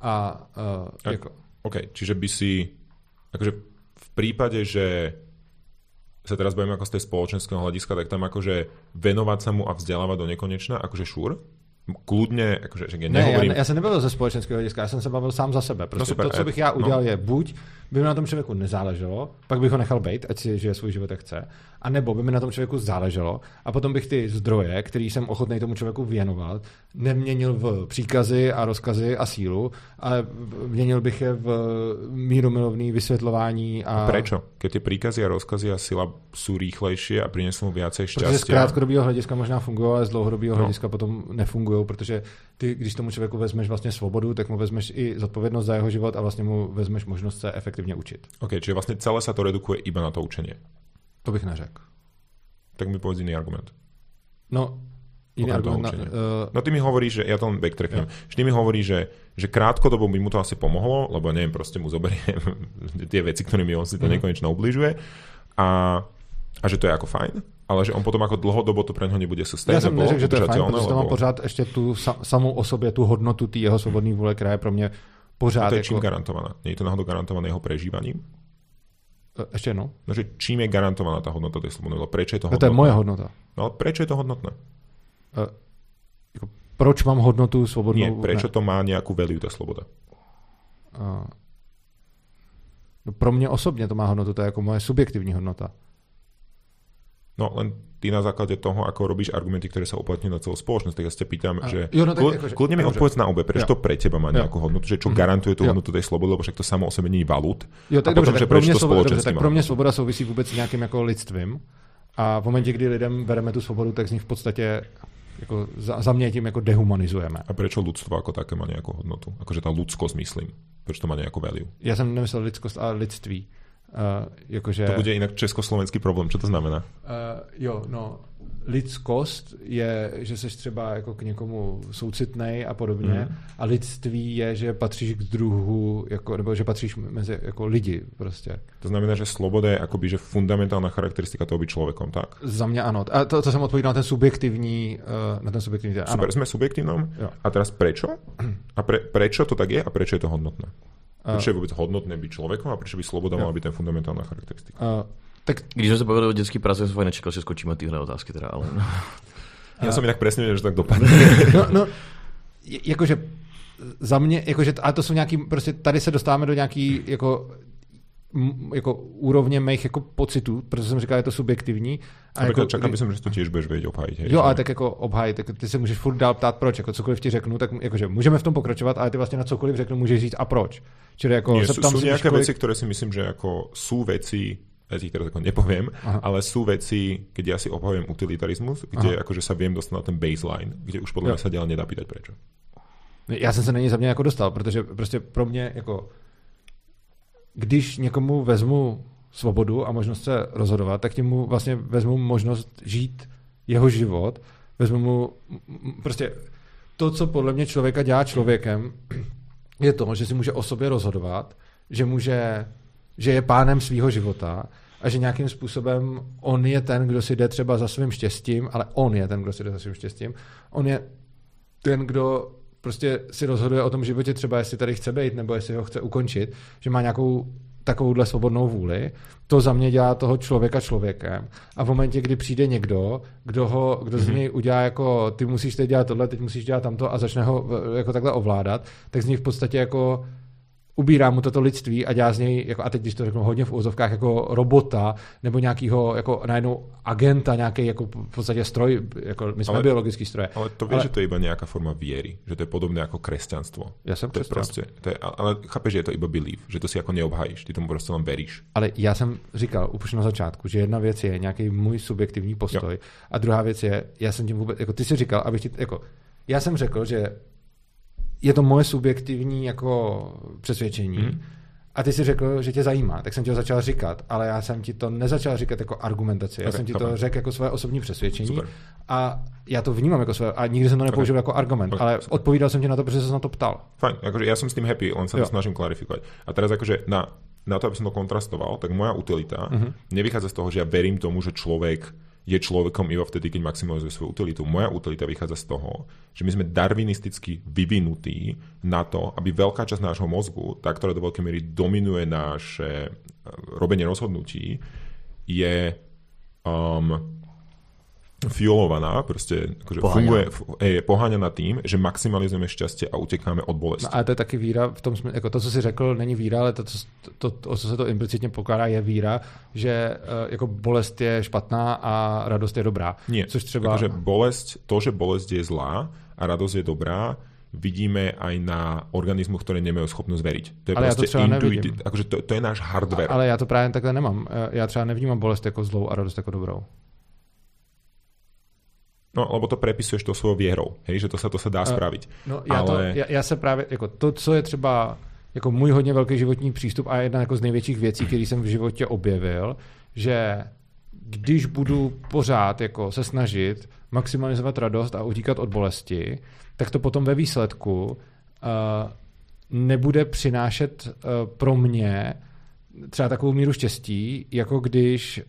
OK, čiže by si akože v prípade, že sa teraz bavíme ako z tej spoločenského hľadiska, tak tam akože venovať sa mu a vzdelávať do nekonečna, akože šur? Kludně, jakože nehovorím... Já se nebavil ze společenského hlediska, já jsem se bavil sám za sebe. Prostě to, co bych já udělal, je buď by mi na tom člověku nezáleželo, pak bych ho nechal bejt, ať si žije svůj život, jak chce, a nebo by mi na tom člověku záleželo a potom bych ty zdroje, který jsem ochotný tomu člověku věnovat, neměnil v příkazy a rozkazy a sílu, ale měnil bych je v mírumilovný vysvětlování a... Prečo? Keď ty príkazy a rozkazy a sila sú rýchlejšie a prinesú viacej šťastia. Protože z krátkodobého hlediska možná fungují, ale z dlouhodobého hlediska potom nefungují, fungují, protože ty, když tomu člověku vezmeš vlastně svobodu, tak mu vezmeš i zodpovědnost za jeho život a vlastně mu vezmeš možnost se efektivně učit. OK, čiže vlastně celé sa to redukuje iba na to učenie. To bych neřekl. Tak mi povedz iný argument. No, iný argument. No ty mi hovoríš, že ja to len backtracknem, že ty mi hovoríš, že krátkodobo by mu to asi pomohlo, lebo neviem, proste mu zoberiem tie veci, ktorými on si to nekonečne ubližuje a že to je ako fajn, ale že on potom ako dlhodobo to pre něho nebude sustainable. Já jsem neřekl, že to je fajn, protože to má pořád ještě tu samou o sobě, tu hodnotu té jeho svobodné vůle, která je pro mě pořád. A to je jako... čím garantovaná? Nie je to náhodou garantované jeho prežívaním? Ještě jednou? No, že čím je garantovaná ta hodnota tej slobodnej vôle? Prečo je to hodnotné? To je moje hodnota. No, ale prečo je to hodnotné? Jako, proč mám hodnotu svobodnou? Nie, prečo to má nejakú value, ta sloboda? No, pro mě osobně to má hodnotu, to je jako moje subjektivní hodnota. No, len ty na základe toho, ako robíš argumenty, ktoré sa uplatňujú na celú spoločnosť, tak ja sa ťa pýtam, že kľudne mi odpovedz na obe, prečo to pre teba má nejakú hodnotu, že čo garantuje tú hodnotu tej slobody, lebo však to samo o sebe nie je valut. Jo, tak a potom, dobře, že prečo to spoločenství tak pro mě svoboda souvisí vůbec s nějakým jako lidstvím a v momentě, kdy lidem bereme tu svobodu, tak z nich v podstatě jako za mě tím jako dehumanizujeme. A prečo ľudstvo ako také má nejakú hodnotu? Akože tá ľudskosť, myslím. Prečo to má nejakú value? Já jsem nemyslel lidskost, ale lidství. Jakože... To bude inak československý problém. Čo to znamená? Jo, no, lidskost je, že jsi třeba jako k někomu soucitnej a podobně a lidství je, že patříš k druhu, jako, nebo že patříš mezi jako lidi prostě. To znamená, že sloboda je akoby, že fundamentálna charakteristika toho byť človekom, tak? Za mě ano. A to jsem odpověděl na ten subjektivní, Super, ano. Sme subjektívnom. Jo. A teraz prečo? A prečo to tak je a prečo je to hodnotné? Prečo je vôbec hodnotné byť človekom a prečo by sloboda mala byť ten fundamentálna charakteristika? Tak když jsme se bavili o dětský práci, jsem nečekal, že skočíme tyhle otázky teda, ale... Já jsem jinak přesně věděl, že tak dopadne. No, jakože za mě, jakože, a to jsou nějaký, prostě tady se dostáváme do nějaký, jako úrovně mých jako pocitů, protože jsem říkal, je to subjektivní. A jako, čakám, že to těž budeš vědět obhájit. Jo, ale tak jako obhájit, tak ty se můžeš furt dál ptát proč, jako cokoliv ti řeknu, tak jakože můžeme v tom pokračovat, ale ty vlastně na cokoliv řeknu můžeš říct a proč. Čili jako nie, sú nejaké veci, ktoré si myslím, že ako sú veci, ja si ich teraz ako nepoviem, ale sú veci, keď ja si obhajujem utilitarismus, kde akože sa viem dostať na ten baseline, kde už podľa mňa sa ďalej nedá pýtať prečo. Já jsem se na něj za mě jako dostal, protože prostě pro mě jako když někomu vezmu svobodu a možnost se rozhodovat, tak tím mu vlastně vezmu možnost žít jeho život, vezmu mu prostě to, co podle mě člověka dělá člověkem, je to, že si může o sobě rozhodovat, že je pánem svýho života a že nějakým způsobem on je ten, kdo si jde třeba za svým štěstím, ale on je ten, kdo si jde za svým štěstím. On je ten, kdo prostě si rozhoduje o tom životě třeba, jestli tady chce být, nebo jestli ho chce ukončit, že má nějakou takovouhle svobodnou vůli. To za mě dělá toho člověka člověkem. A v momentě, kdy přijde někdo, kdo z něj udělá jako ty musíš teď dělat tohle, teď musíš dělat tamto a začne ho jako takhle ovládat, tak z něj v podstatě jako ubírá mu toto lidství a dělá z něj, jako, a teď když to řeknu hodně v úvozovkách, jako robota, nebo nějakýho jako najednou agenta, nějaký jako v podstatě stroj, jako my jsme biologický stroje. Ale to vieš, že to je iba nejaká forma viery, že to je podobné ako kresťanstvo. Ja som kresťan. Ale chápeš, že je to iba belief, že to si jako neobhajíš, ty tomu prostě len veríš. Ale já jsem říkal už na začátku, že jedna věc je nějaký můj subjektivní postoj a druhá věc je, já jsem tím vůbec, jako ty jsi říkal, abych ti, jako, já jsem řekl, že je to moje subjektivní jako přesvědčení a ty si řekl, že tě zajímá, tak jsem ti ho začal říkat, ale já jsem ti to nezačal říkat jako argumentaci, já jsem ti to řekl jako svoje osobní přesvědčení. Super. A já to vnímám jako své a nikdy jsem to nepoužil jako argument, ale odpovídal jsem ti na to, protože jsem na to ptal. Fajn, akože ja som s tým happy, len sa to snažím klarifikovať. A teraz akože na to, aby som to kontrastoval, tak moja utilita nevychádza z toho, že ja verím tomu, že človek je človekom iba vtedy, keď maximalizuje svoju utilitu. Moja utilita vychádza z toho, že my sme darwinisticky vyvinutí na to, aby veľká časť nášho mozgu, tá, ktorá do veľkej miery dominuje naše robenie rozhodnutí, je fuelovaná, proste akože funguje, je poháňaná tým, že maximalizujeme šťastie a utekáme od bolesti. No ale to je taky víra v tom smyslu, jako to, co jsi řekl, není víra, ale o co se to implicitně pokládá, je víra, že jako bolest je špatná a radost je dobrá. Nie, což třeba... že bolesť je zlá a radosť je dobrá, vidíme aj na organismu, ktoré nemajú schopnosť veriť. To je ale proste akože to je náš hardware. Ale já to právě takhle nemám. Já třeba nevnímám bolest jako zlou a radost jako dobrou. No, lebo to prepisuješ to svojou věrou, hej, že to se dá spraviť. No, já se právě, jako to, co je třeba jako můj hodně velký životní přístup a jedna jako z největších věcí, který jsem v životě objevil, že když budu pořád jako se snažit maximalizovat radost a utíkat od bolesti, tak to potom ve výsledku nebude přinášet pro mě třeba takovou míru štěstí, jako když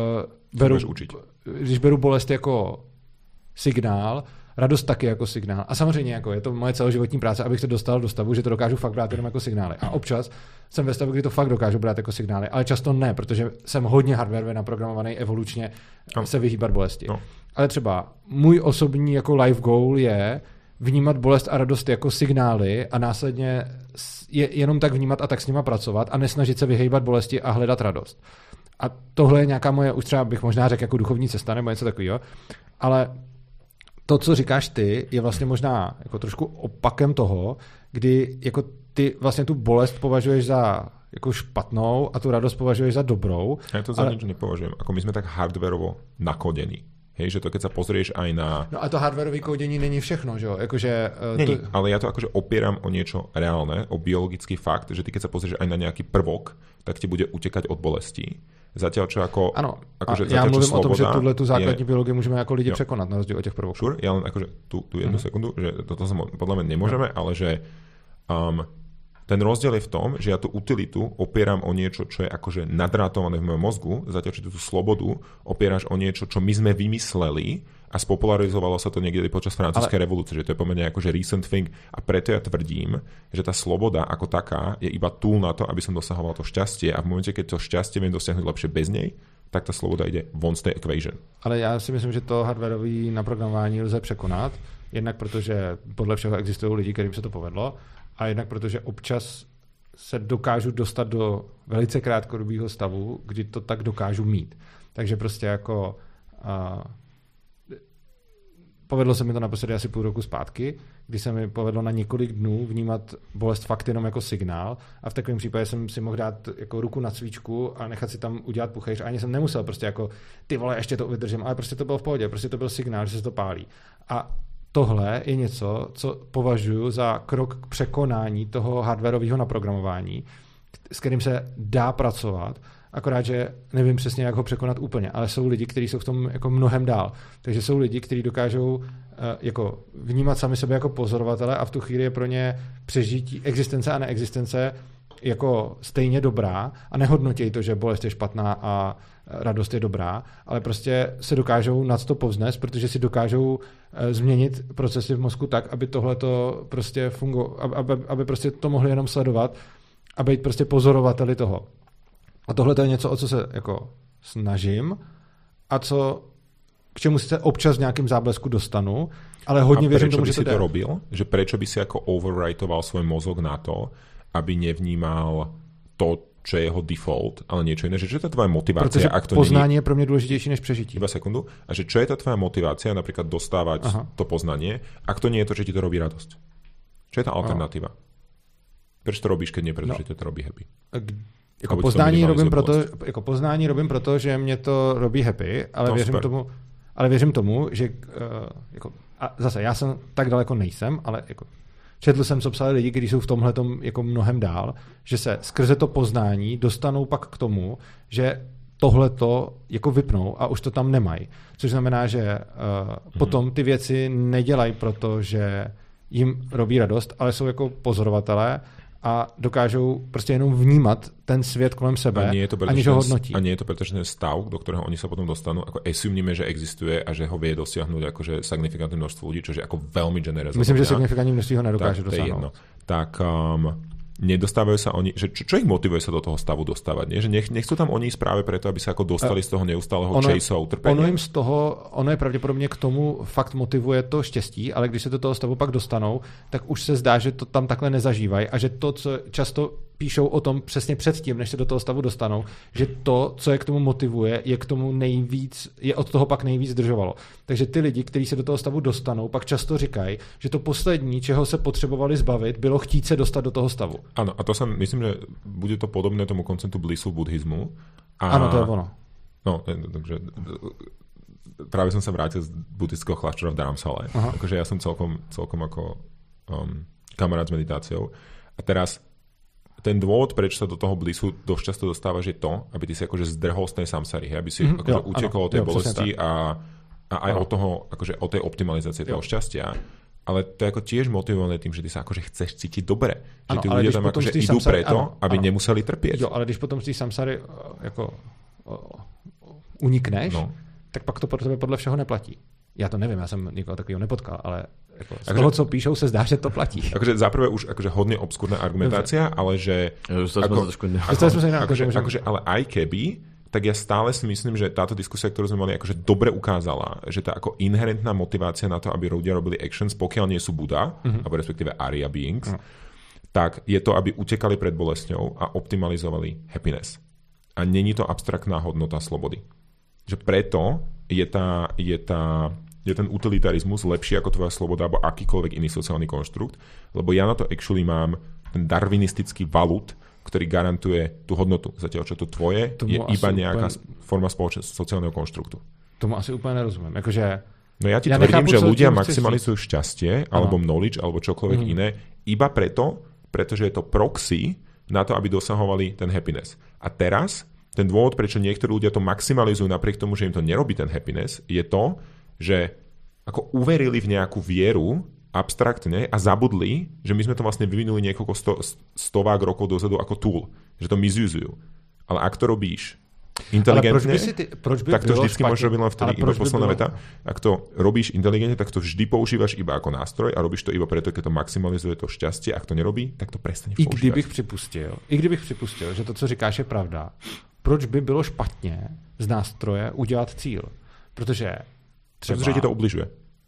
beru bolest jako signál, radost taky jako signál. A samozřejmě jako je to moje celoživotní práce, abych se dostal do stavu, že to dokážu fakt brát jenom jako signály. A občas jsem ve stavu, kdy to fakt dokážu brát jako signály, ale často ne, protože jsem hodně hardwarově naprogramovaný evolučně se vyhýbat bolesti. No. Ale třeba můj osobní jako life goal je vnímat bolest a radost jako signály a následně je jenom tak vnímat a tak s nima pracovat a nesnažit se vyhýbat bolesti a hledat radost. A tohle je nějaká moje, už třeba bych možná řekl jako duchovní cesta nebo něco takového, ale to, co říkáš ty, je vlastně možná jako trošku opakem toho, kdy jako ty vlastně tu bolest považuješ za jako špatnou a tu radost považuješ za dobrou. Ja to za nič nepovažujem. Ako my sme tak hardwarovo nakodení. Hej, že to keď sa pozrieš aj na... No a to hardwareové kodění není všechno, že jo? Jakože, není, ale ja to akože opieram o niečo reálne, o biologický fakt, že ty keď sa pozrieš aj na nejaký prvok, tak ti bude utekať od bolestí. Zatiaľ čo ako... Ano, akože já mluvím o tom, že tu základní biologii můžeme jako lidi překonat na rozdíl od těch prvoků. Sure, ja len akože tu jednu sekundu, že toto sa podľa mňa nemôžeme, ale že ten rozdiel je v tom, že ja tú utilitu opieram o niečo, čo je akože nadrátované v mojom mozgu, zatiaľ čo tú slobodu opieraš o niečo, čo my sme vymysleli a spopularizovalo sa to niekde počas francúzskej revolúcie, že to je pomerne akože recent thing a preto ja tvrdím, že tá sloboda ako taká je iba tool na to, aby som dosahoval to šťastie a v momente, keď to šťastie viem dosiahnuť lepšie bez nej, tak tá sloboda ide von z tej equation. Ale já si myslím, že to hardwareové naprogramování lze překonat, jednak protože podle všeho existují lidi, kterým se to povedlo, a jednak protože občas se dokážu dostat do velice krátkodobého stavu, kdy to tak dokážu mít. Takže prostě jako povedlo se mi to naposledy asi půl roku zpátky, kdy se mi povedlo na několik dnů vnímat bolest fakt jenom jako signál a v takovém případě jsem si mohl dát jako ruku na cvičku a nechat si tam udělat puchejř a ani jsem nemusel prostě jako ty vole, ještě to vydržím, ale prostě to bylo v pohodě, prostě to byl signál, že se to pálí. A tohle je něco, co považuji za krok k překonání toho hardwarového naprogramování, s kterým se dá pracovat, akorát, že nevím přesně, jak ho překonat úplně, ale jsou lidi, kteří jsou v tom jako mnohem dál. Takže jsou lidi, kteří dokážou jako vnímat sami sebe jako pozorovatele a v tu chvíli je pro ně přežití existence a neexistence jako stejně dobrá a nehodnotějí to, že bolest je špatná a radost je dobrá, ale prostě se dokážou nad to povznést, protože si dokážou změnit procesy v mozku tak, aby tohleto prostě fungovalo, aby prostě to mohli jenom sledovat a být prostě pozorovateli toho. A tohle je něco, o co se jako snažím a k čemu se občas v nějakém záblesku dostanu, ale hodně věřím tomu, že to jde. A prečo by si to robil? Že prečo by si jako overwritoval svoj mozog na to, aby nevnímal to, čo je jeho default, ale niečo iné. Že čo je tá tvoja motivácia? Protože ak to poznanie je pro mě důležitější než přežití. Iba sekundu. A že čo je tá tvoja motivácia napríklad dostávať to poznanie, ak to nie je to, že ti to robí radosť? Čo je tá alternatíva? Prečo to robíš, keď nie preto, že to robí happy? Jako poznání robím proto, že mě to robí happy, ale věřím tomu, že jako, a zase já jsem tak daleko nejsem, ale jako četl jsem, co psali lidi, kteří jsou v tomhletom jako mnohem dál, že se skrze to poznání dostanou pak k tomu, že tohleto jako vypnou a už to tam nemají. Což znamená, že potom ty věci nedělají proto, že jim robí radost, ale jsou jako pozorovatelé a dokážou prostě jenom vnímat ten svět kolem sebe, aniž ho hodnotí. A nie je to preto, že ten stav, do ktorého oni sa potom dostanú, ako asumníme, že existuje a že ho vie dosiahnuť akože signifikantné množstvo ľudí, čo je ako veľmi generous. Myslím, že signifikantní množství ho nedokáže dosáhnout. Tak nedostávajú sa oni, že čo ich motivuje sa do toho stavu dostávať? Nie? Že nechcú tam oni práve preto, aby sa ako dostali z toho neustáleho chaseho utrpenia? Ono je pravděpodobně k tomu fakt motivuje to štěstí, ale když se do toho stavu pak dostanou, tak už se zdá, že to tam takhle nezažívají a že to, co často píšou o tom přesně předtím, než se do toho stavu dostanou, že to, co je k tomu motivuje, je k tomu nejvíc, je od toho pak nejvíc zdržovalo. Takže ty lidi, kteří se do toho stavu dostanou, pak často říkají, že to poslední, čeho se potřebovali zbavit, bylo chtít se dostat do toho stavu. Áno, a to sa myslím, že bude to podobné tomu konceptu blissu buddhizmu. Áno, to je ono. No, takže práve som sa vrátil z buddhistického kláštora v Dharamsale. Akože ja som celkom ako kamarát s meditáciou. A teraz ten dôvod, prečo sa do toho blissu dosť často dostávaš, je to, aby ty si akože zdrhol z tej samsary, aby si akože utekol od tej bolesti a aj od toho, akože od tej optimalizácie toho šťastia. Ale to je ako tiež motivované tým, že ty sa akože chceš cítiť dobre. Že tí ľudia tam akože idú preto, aby nemuseli trpieť. Jo, ale když potom z té samsary jako unikneš, tak pak to pro tebe podle všeho neplatí. Já to nevím, já jsem nikoho takového nepotkal, ale jako z toho, co píšou, se zdá, že to platí. Akože zaprvé už akože hodne obskúrna argumentácia, ale že... Ale aj keby, tak ja stále si myslím, že táto diskusia, ktorú sme mali, akože dobre ukázala, že tá ako inherentná motivácia na to, aby ľudia robili actions, pokiaľ nie sú Buddha, alebo respektíve Arya beings, tak je to, aby utekali pred bolesťou a optimalizovali happiness. A není to abstraktná hodnota slobody. Že preto je ten utilitarizmus lepší ako tvoja sloboda alebo akýkoľvek iný sociálny konštrukt, lebo ja na to actually mám ten darwinistický valut, ktorý garantuje tú hodnotu. Zatiaľ, čo to tvoje je iba nejaká forma sociálneho konštruktu. Tomu asi úplne nerozumiem. Akože no ja ti tvrdím, že ľudia maximalizujú šťastie alebo knowledge alebo čokoľvek iné iba pretože je to proxy na to, aby dosahovali ten happiness. A teraz ten dôvod, prečo niektorí ľudia to maximalizujú napriek tomu, že im to nerobí ten happiness, je to, že ako uverili v nejakú vieru abstraktne a zabudli, že my sme to vlastne vyvinuli niekoľko stovák rokov dozadu ako tool, že to misuzujú. Ale ak to robíš inteligentne, tak to vždycky môžeš robiť len vtedy. Iba posledná veta. Ak to robíš inteligentne, tak to vždy používaš iba ako nástroj a robíš to iba preto, keď to maximalizuje to šťastie. Ak to nerobí, tak to prestaneš používať. I kdybych připustil, že to, co říkáš, je pravda, proč by bylo špatně z nástroje udělat cíl? Protože ti to ubližuje.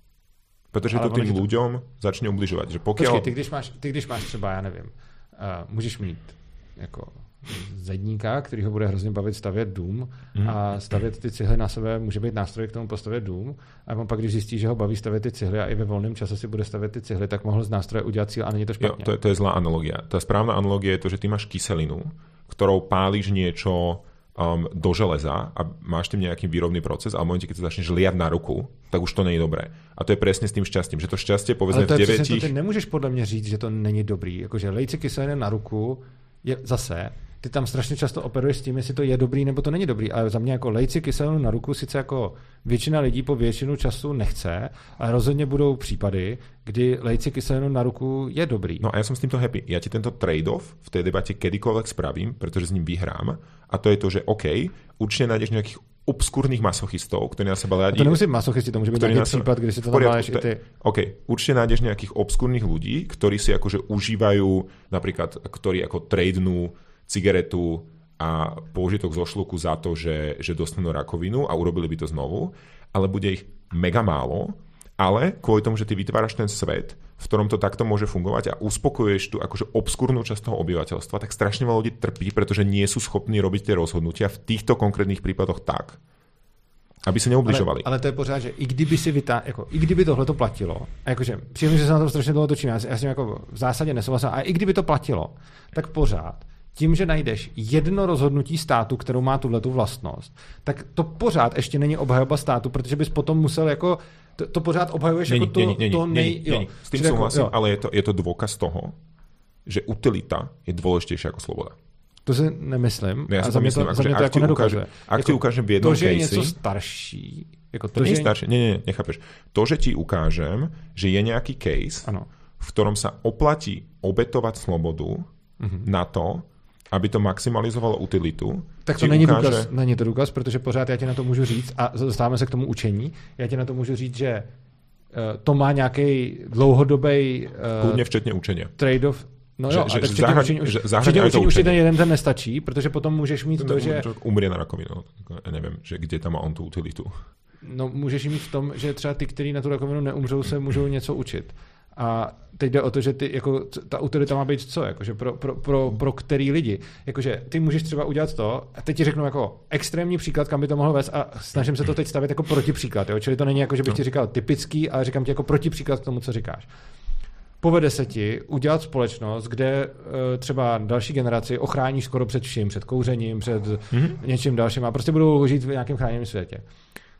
Protože to tým ľuďom začne ubližovať. Že pokiaľ... Počkej, ty když máš třeba, já nevím, můžeš mít jako zedníka, který ho bude hrozně bavit stavět dům a stavět ty cihly na sebe může být nástroj k tomu postavit dům a on pak, když zjistí, že ho baví stavět ty cihly a i ve volném čase si bude stavět ty cihly, tak mohl z nástroje udělat cíl a není to špatně. Jo, to je zlá analogia. Tá správna analogia je to, že ty máš kyselinu, ktorou pálíš niečo do železa a máš tým nejaký výrobný proces, ale v momente, keď sa začneš liať na ruku, tak už to není dobré. A to je presne s tým šťastím, že to šťastie povedzme v 9... Ale ty nemůžeš podle mě říct, že to není dobrý. Jakože lejt si kyselinu na ruku je zase, ty tam strašně často operuješ s tím, jestli to je dobrý nebo to není dobrý. Ale za mě jako lejt si kyselinu na ruku sice jako většina lidí po většinu času nechce, ale rozhodně budou případy, kdy lejt si kyselinu na ruku je dobrý. No a ja som s týmto happy. Ja ti tento trade-off v tej debate kedykoľvek spravím, pretože s ním vyhrám. A to je to, že OK, určite nájdeš nejakých obskúrnych masochistov, ktorí na seba ladí. A to nemusí masochisti, to môže byť nejaký prípad, kde si to namáš i ty. OK, určite nájdeš nejakých obskúrnych ľudí, ktorí si akože užívajú, napríklad, ktorí ako tradenú cigaretu a použitok zo šluku za to, že dostanú rakovinu a urobili by to znovu, ale bude ich mega málo, ale kvôli tomu, že ty vytváraš ten svet, v ktorom to takto môže fungovať a uspokojuješ tu akože obskúrnu časť toho obyvateľstva, tak strašne veľa ľudí trpí, pretože nie sú schopní robiť tie rozhodnutia v týchto konkrétnych prípadoch tak, aby se neubližovali. Ale to je pořád, že i kdyby tohle to platilo, jakože přijím, že se na tom strašně dlouho točím, já s tím jako v zásadě nesouhlasím, a i kdyby to platilo, tak pořád tím, že najdeš jedno rozhodnutí státu, kterou má tuhletu vlastnost, tak to pořád ještě není obhajoba státu, protože bys potom musel jako to pořád obhajuješ jako to nej... S tým súhlasím, ale je to dôkaz toho, že utilita je dôležitejšia ako sloboda. To si nemyslím. No ja si to myslím, za mě to jako nedokazuje. Ak ti ukážem v jednom to, že je casey, něco starší... Jako to nie je staršie. Nie, nechápeš. To, že ti ukážem, že je nejaký case, v ktorom sa oplatí obetovať slobodu na to, aby to maximalizovalo utilitu. Tak to není důkaz, není to důkaz, protože pořád já ti na to můžu říct, a dostáváme se k tomu učení, já ti na to můžu říct, že to má nějaký dlouhodobý kľudne včetně učenia. Trade-off. No jo, a včetně učení už ten jeden nestačí, protože potom můžeš mít to, že... Umrie na rakovinu. Ja nevím, že kde tam má on tu utilitu. No můžeš mít v tom, že třeba ty, kteří na tu rakovinu neumřou, se můžou něco učit. A teď jde o to, že ty, jako, ta utilita má být co? Jakože pro který lidi? Jakože ty můžeš třeba udělat to, a teď ti řeknu jako extrémní příklad, kam by to mohlo vést, a snažím se to teď stavět jako protipříklad. Jo? Čili to není jako, že bych ti říkal typický, ale říkám ti jako protipříklad k tomu, co říkáš. Povede se ti udělat společnost, kde třeba další generaci ochráníš skoro před vším, před kouřením, před něčím dalším a prostě budou žít v nějakém chráněném světě.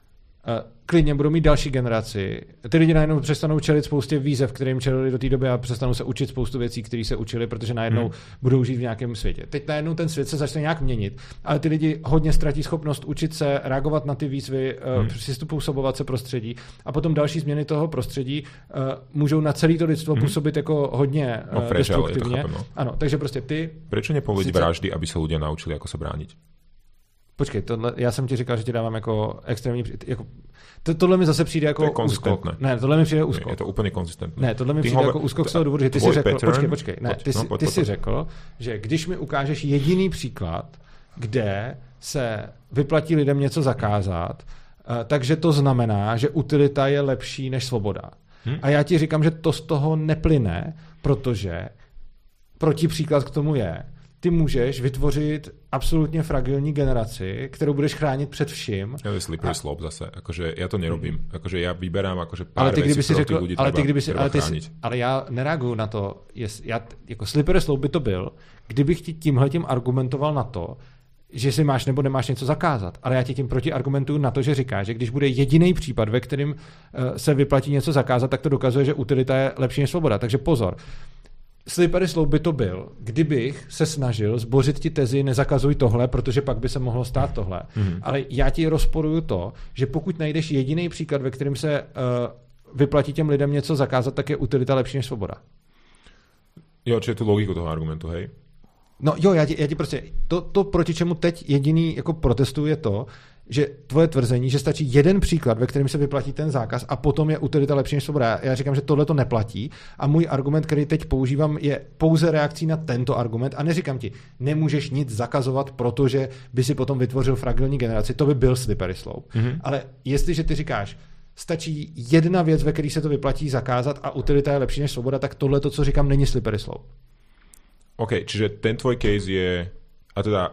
klidně budou mít další generaci. Ty lidi najednou přestanou čelit spoustě výzev, kterým čelili do té doby a přestanou se učit spoustu věcí, které se učili, protože najednou budou žít v nějakém světě. Teď najednou ten svět se začne nějak měnit, ale ty lidi hodně ztratí schopnost učit se, reagovat na ty výzvy, přizpůsobovat se prostředí a potom další změny toho prostředí můžou na celé to lidstvo působit jako hodně destruktivně. Ano, takže prostě ty... Prečo nepovoliť vraždy, aby se ľudia naučili, ako se bránit? Počkej, já jsem ti říkal, že ti dávám jako extrémní... Tohle mi zase přijde jako úskok. Ne, tohle mi přijde úskok. Je to úplně konzistentní. Ne, tohle mi přijde jako úskok z toho důvodu, že ty si řekl... Počkej. Ne, ty si řekl, že když mi ukážeš jediný příklad, kde se vyplatí lidem něco zakázat, takže to znamená, že utilita je lepší než svoboda. A já ti říkám, že to z toho neplyne, protože protipříklad k tomu je, ty můžeš vytvořit absolutně fragilní generaci, kterou budeš chránit před vším. Ja to je slippery slope zase. Akože ja to nerobím. Akože ja vyberám akože pár vecí, ktoré tých ľudí treba chrániť. Ale já nereaguju na to. Jako slippery slope by to byl, kdybych ti tímhletím argumentoval na to, že si máš nebo nemáš něco zakázat. Ale já ti tím protiargumentuju na to, že říkáš, že když bude jediný případ, ve kterém se vyplatí něco zakázat, tak to dokazuje, že utilita je lepší než svoboda. Takže pozor. Slippery slope by to byl, kdybych se snažil zbořit ti tezi nezakazuj tohle, protože pak by se mohlo stát tohle. Ale já ti rozporuju to, že pokud najdeš jediný příklad, ve kterém se vyplatí těm lidem něco zakázat, tak je utilita lepší než svoboda. Jo, či je tu logiku toho argumentu, hej? No jo, já ti prostě, to proti čemu teď jediný jako protestuju je to, že tvoje tvrzení, že stačí jeden příklad, ve kterém se vyplatí ten zákaz a potom je utilita lepší než svoboda. Já říkám, že tohle to neplatí a můj argument, který teď používám, je pouze reakcí na tento argument a neříkám ti, nemůžeš nic zakazovat, protože by si potom vytvořil fragilní generaci, to by byl slippery slope. Ale jestliže ty říkáš, stačí jedna věc, ve které se to vyplatí zakázat a utilita je lepší než svoboda, tak tohle to, co říkám, není slippery slope. OK, čiže ten tvoj case je, a teda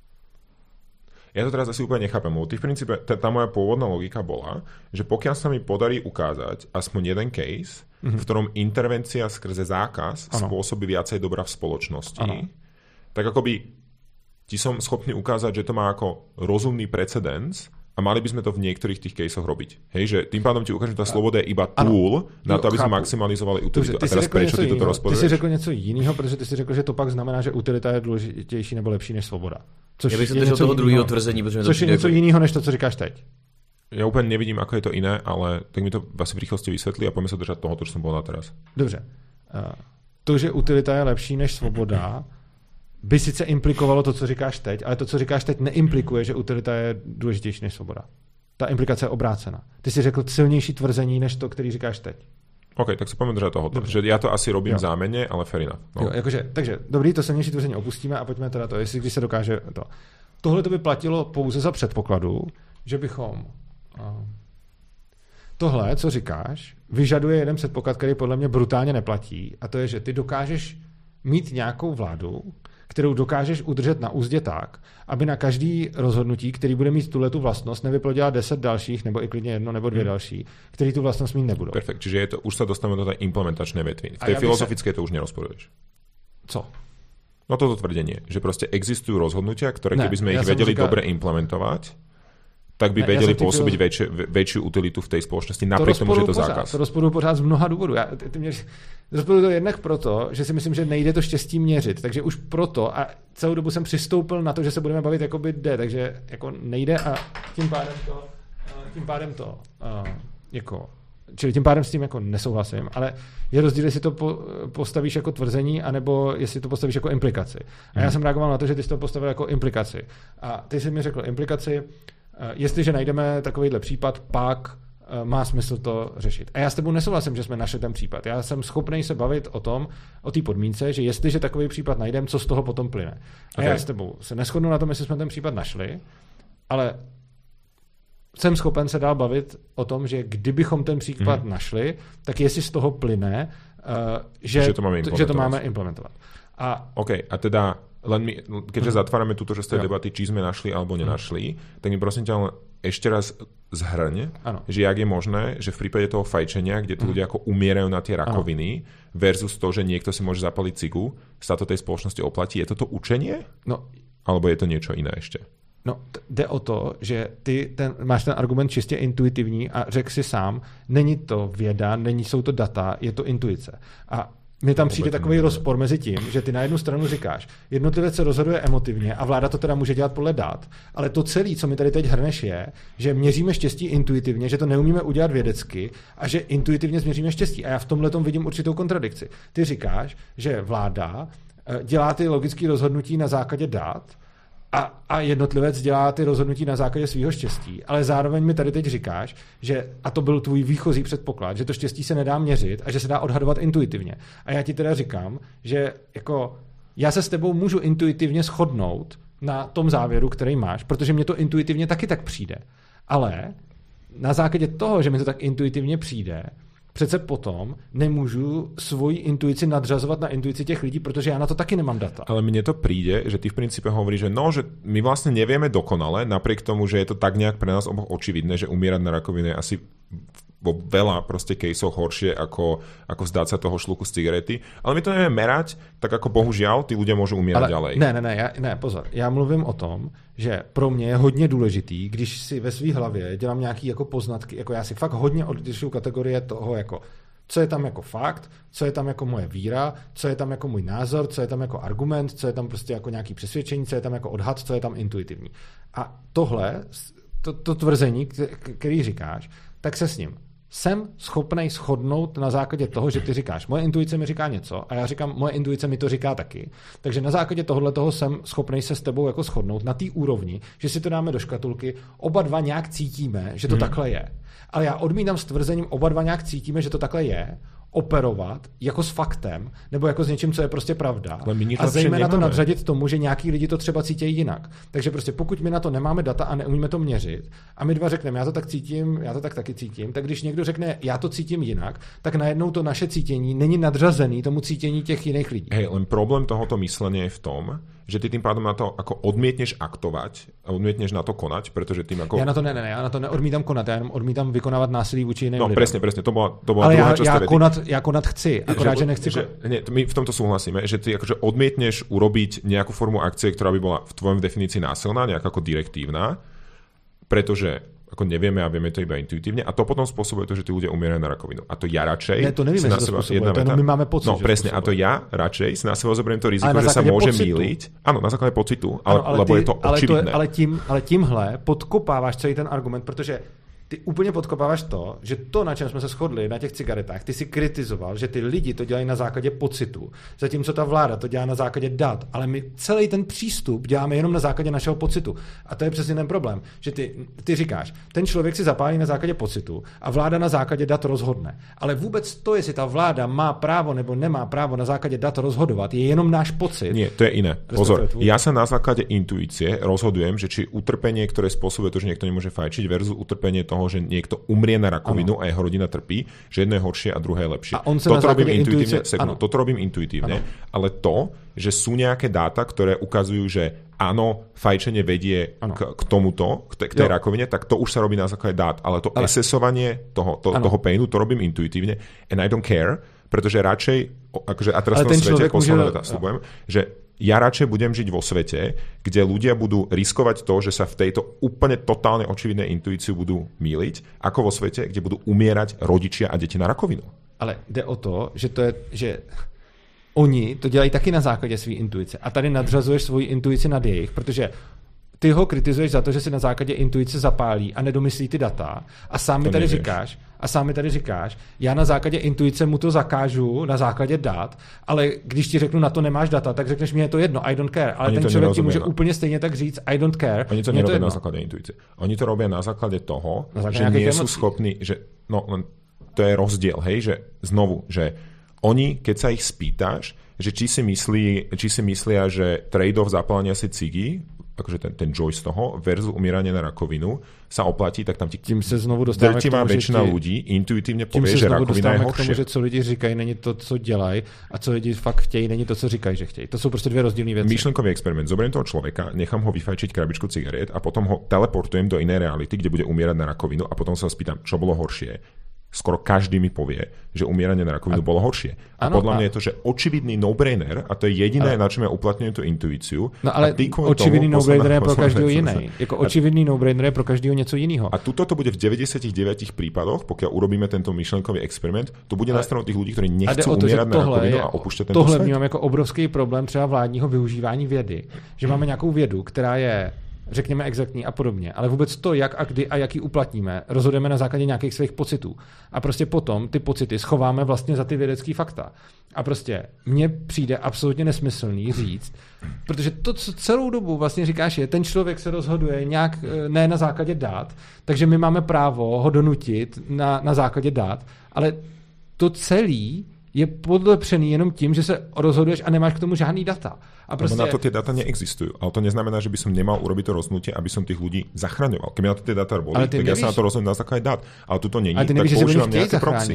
ja to teraz asi úplne nechápem, lebo ty v princípe, tá moja pôvodná logika bola, že pokiaľ sa mi podarí ukázať aspoň jeden case, v ktorom intervencia skrze zákaz spôsobí viacej dobra v spoločnosti, tak akoby ti som schopný ukázať, že to má ako rozumný precedens a mali by sme to v niektorých tých caseoch robiť. Hej, že tým pádom ti ukážem, že tá sloboda je iba tool na to, aby sme maximalizovali utilitu. A teraz prečo ty toto rozporuješ? Ty si řekl něco jiného, protože ty si řekl, že to pak znamená, že utilita je důležitější nebo lepší než svoboda. Což je něco toho druhého tvrzení, což je něco jiného než to, co říkáš teď. Ja úplne nevidím, ako je to iné, ale tak mi to asi v rýchlosti vysvetlí a poďme sa držať toho, čo som povedal teraz. Dobře. To, že utilita je lepší než svoboda, by sice implikovalo to, co říkáš teď, ale to, co říkáš teď, neimplikuje, že utilita je důležitější než svoboda. Ta implikace je obrácena. Ty jsi řekl silnější tvrzení, než to, který říkáš teď. OK, tak se pojďme držet tohoto. Že já to asi robím záměně, ale fair enough. No. Jo, jakože, takže dobrý, to silnější tvrzení opustíme a pojďme teda to, jestli když se dokáže to. Tohle to by platilo pouze za předpokladu, že bychom... Tohle, co říkáš, vyžaduje jeden předpoklad, který podle mě brutálně neplatí, a to je, že ty dokážeš mít nějakou vládu, kterou dokážeš udržet na úzdě tak, aby na každý rozhodnutí, který bude mít tuhletu vlastnost, nevyplodila 10 dalších, nebo i klidně jedno nebo 2 další, který tu vlastnost mít nebudou. Perfekt, čiže je to, už sa dostaneme do tej implementačnej vetvy. V tej filozofickej to už nerozporuješ. Co? No toto tvrdenie, že proste existujú rozhodnutia, ktoré keby sme ich vedeli dobre implementovať, tak by vedeli pôsobiť väčšiu utilitu v tej spoločnosti, napriek tomu, že je to zákaz. To rozporuju pořád z mnoha důvodů. Rozporuju to jednak proto, že si myslím, že nejde to štěstí měřit, takže už proto a celou dobu jsem přistoupil na to, že se budeme bavit jakoby jde, takže jako nejde a tím pádem s tím jako nesouhlasím, ale je rozdíl, jestli to postavíš jako tvrzení, anebo jestli to postavíš jako implikaci. A já jsem reagoval na to, že ty jsi to postavil jako implikaci. A ty jsi mi řekl implikaci, jestliže najdeme takovýhle případ, pak má smysl to řešit. A já s tebou nesouhlasím, že jsme našli ten případ. Já jsem schopný se bavit o té podmínce, že jestliže takový případ najdeme, co z toho potom plyne. A já s tebou se neshodnu na tom, jestli jsme ten případ našli, ale jsem schopen se dál bavit o tom, že kdybychom ten případ našli, tak jestli z toho plyne, že to máme implementovat. OK, a teda keďže zatvárame túto časť tej debaty, či sme našli alebo nenašli, tak mi prosím ťa ešte raz zhrň, že jak je možné, že v prípade toho fajčenia, kde tí ľudia ako umierajú na tie rakoviny versus to, že niekto si môže zapaliť cigu, sa to tej spoločnosti oplatí. Je to učenie? No. Alebo je to niečo iné ešte? No, jde o to, že ty máš ten argument čistě intuitivní a řekl si sám, není to věda, jsou to data, je to intuice. A mně tam přijde takový rozpor mezi tím, že ty na jednu stranu říkáš, jednotlivec se rozhoduje emotivně a vláda to teda může dělat podle dat, ale to celé, co mi tady teď hrneš, je, že měříme štěstí intuitivně, že to neumíme udělat vědecky a že intuitivně změříme štěstí. A já v tomhletom vidím určitou kontradikci. Ty říkáš, že vláda dělá ty logické rozhodnutí na základě dat a jednotlivec dělá ty rozhodnutí na základě svého štěstí, ale zároveň mi tady teď říkáš, že, a to byl tvůj výchozí předpoklad, že to štěstí se nedá měřit a že se dá odhadovat intuitivně. A já ti teda říkám, že jako já se s tebou můžu intuitivně shodnout na tom závěru, který máš, protože mě to intuitivně taky tak přijde. Ale na základě toho, že mi to tak intuitivně přijde, přece potom nemůžu svoji intuici nadřazovat na intuici těch lidí, protože já na to taky nemám data. Ale mne to príde, že ty v princípe hovoríš, že no, že my vlastne nevieme dokonale, napriek tomu, že je to tak nejak pre nás oboch očividné, že umierať na rakovinu je asi vo veľa proste caseoch horšie ako vzdať sa toho šluku z cigarety. Ale my to nevieme merať, tak ako bohužiaľ tí ľudia môžu umierať ďalej. Ne, pozor. Já mluvím o tom, že pro mě je hodně důležitý, když si ve své hlavě dělám nějaký jako poznatky, jako já si fakt hodně odlišuju kategorie toho, jako co je tam jako fakt, co je tam jako moje víra, co je tam jako můj názor, co je tam jako argument, co je tam prostě jako nějaký přesvědčení, co je tam jako odhad, co je tam intuitivní. A tohle, to tvrzení, který říkáš, tak se s ním jsem schopnej shodnout na základě toho, že ty říkáš, moje intuice mi říká něco a já říkám, moje intuice mi to říká taky. Takže na základě tohohletoho jsem schopnej se s tebou jako shodnout na té úrovni, že si to dáme do škatulky, oba dva nějak cítíme, že to takhle je. Ale já odmítám s tvrzením, oba dva nějak cítíme, že to takhle je, operovat jako s faktem, nebo jako s něčím, co je prostě pravda. A zejména to nadřadit tomu, že nějaký lidi to třeba cítí jinak. Takže prostě pokud my na to nemáme data a neumíme to měřit, a my dva řekneme, já to tak cítím, já to tak taky cítím, tak když někdo řekne, já to cítím jinak, tak najednou to naše cítění není nadřazený tomu cítění těch jiných lidí. Hej, len problém tohoto myslenia je v tom, že ty tým pádom na to ako odmietneš aktovať a odmietneš na to konať, pretože tým ako... Já na to neodmítám konat, já jenom odmítám vykonávat násilí vůči jiným lidem. No presne, to bola ale druhá časť. Já konat chci, akorát, že nechci... My v tomto súhlasíme, že ty akože odmietneš urobiť nejakú formu akcie, ktorá by bola v tvojom definícii násilná, nejak ako direktívna, pretože ako nevieme a vieme to iba intuitívne a to potom spôsobuje to, že tí ľudia umierajú na rakovinu. A to ja radšej... Ne, to nevíme, že to spôsobuje, to jenom my máme pocit, no, presne, a to ja radšej si na seba zoberiem to riziko, že sa môže mýliť. Áno, na základe pocitu, lebo je to očividné. Ale tímhle podkopáváš celý ten argument, protože ty úplně podkopáváš to, že to, na čem jsme se shodli na těch cigaretách, ty si kritizoval, že ty lidi to dělají na základě pocitu, zatímco ta vláda to dělá na základě dat, ale my celý ten přístup děláme jenom na základě našeho pocitu. A to je přesně ten problém, že ty říkáš, ten člověk si zapálí na základě pocitu a vláda na základě dat rozhodne. Ale vůbec to, jestli ta vláda má právo nebo nemá právo na základě dat rozhodovat, je jenom náš pocit. Nie, to je iné. Pozor, ja sa na základe intuície rozhodujem, že či utrpenie, ktoré spôsobuje to, že niekto nemôže fajčiť, versus utrpenie toho, že niekto umrie na rakovinu a jeho rodina trpí, že jedno je horšie a druhé je lepšie. Toto robím intuitívne, toto robím intuitívne, ale to, že sú nejaké dáta, ktoré ukazujú, že áno, fajčenie vedie k tomuto, k tej rakovine, tak to už sa robí na základe dát, ale to assessovanie toho painu, to robím intuitívne and I don't care, pretože radšej, akože a teraz v tom svete, posledná veta, sľubujem, že ja radšej budem žiť vo svete, kde ľudia budú riskovať to, že sa v tejto úplne totálne očividnej intuíciu budú mýliť, ako vo svete, kde budú umierať rodičia a deti na rakovinu. Ale jde o to, že oni to dělají taky na základě své intuice. A tady nadřazuješ svoji intuici nad jejich, protože ty ho kritizuješ za to, že si na základě intuice zapálí a nedomyslí ty data a sám mi tady říkáš, já na základě intuice mu to zakážu na základě dat, ale když ti řeknu, na to nemáš data, tak řekneš, mě je to jedno, I don't care. Ale ten člověk ti může úplně stejně tak říct, I don't care. Oni to nerobia na základe intuície. Oni to robia na základe toho, že nie sú schopní, že to je rozdiel, hej, že znovu, že oni, keď sa ich spýtaš, že či si myslia, že trade-off zapálenia si cigy, akože ten joy z toho versus umieranie na rakovinu sa oplatí, tak tam tím se znovu dostáváme drtivá väčšina ľudí intuitívne povie, že rakovina je horšie. K tomu, že co lidi říkají, není to, co dělají, a co lidi fakt chtějí, není to, co říkají, že chtějí. To jsou prostě dvě rozdílné věci. Myšlenkový experiment. Zoberiem toho človeka, nechám ho vyfajčiť krabičku cigariet a potom ho teleportujem do inej reality, kde bude umierať na rakovinu a potom sa spýtam, čo bolo horšie. skoro každý mi povie, že umieranie na rakovinu bolo horšie. A podľa mňa je to, že očividný no-brainer, a to je jediné, na čom ja uplatňujem tú intuíciu. No ale očividný no-brainer je pro každého jiný. Jako očividný no-brainer je pro každého něco jiného. A tuto to bude v 99 prípadoch, pokiaľ urobíme tento myšlenkový experiment, to bude na stranu tých ľudí, ktorí nechcú umierať na rakovinu a opúšťať tento tohle svet. Tohle vnímám jako obrovský problém třeba vládního využívání vědy. Že máme nějakou vědu, která je řekněme exaktní a podobně, ale vůbec to, jak a kdy a jaký uplatníme, rozhodujeme na základě nějakých svých pocitů. A prostě potom ty pocity schováme vlastně za ty vědecký fakta. A prostě mně přijde absolutně nesmyslný říct, protože to, co celou dobu vlastně říkáš, je, ten člověk se rozhoduje nějak ne na základě dat, takže my máme právo ho donutit na základě dat, ale to celý je podlepřený jenom tím, že se rozhoduješ a nemáš k tomu žádný data. A prostě... na to tie data neexistujú. Ale to neznamená, že by som nemal urobiť to rozhodnutie, aby som tých ľudí zachraňoval. Keby na to tie data boli, tak nevíš... ja sa na to rozhodnem na základe dát. Ale tu to není, ale ty nevíš, tak používam nejaké proxy.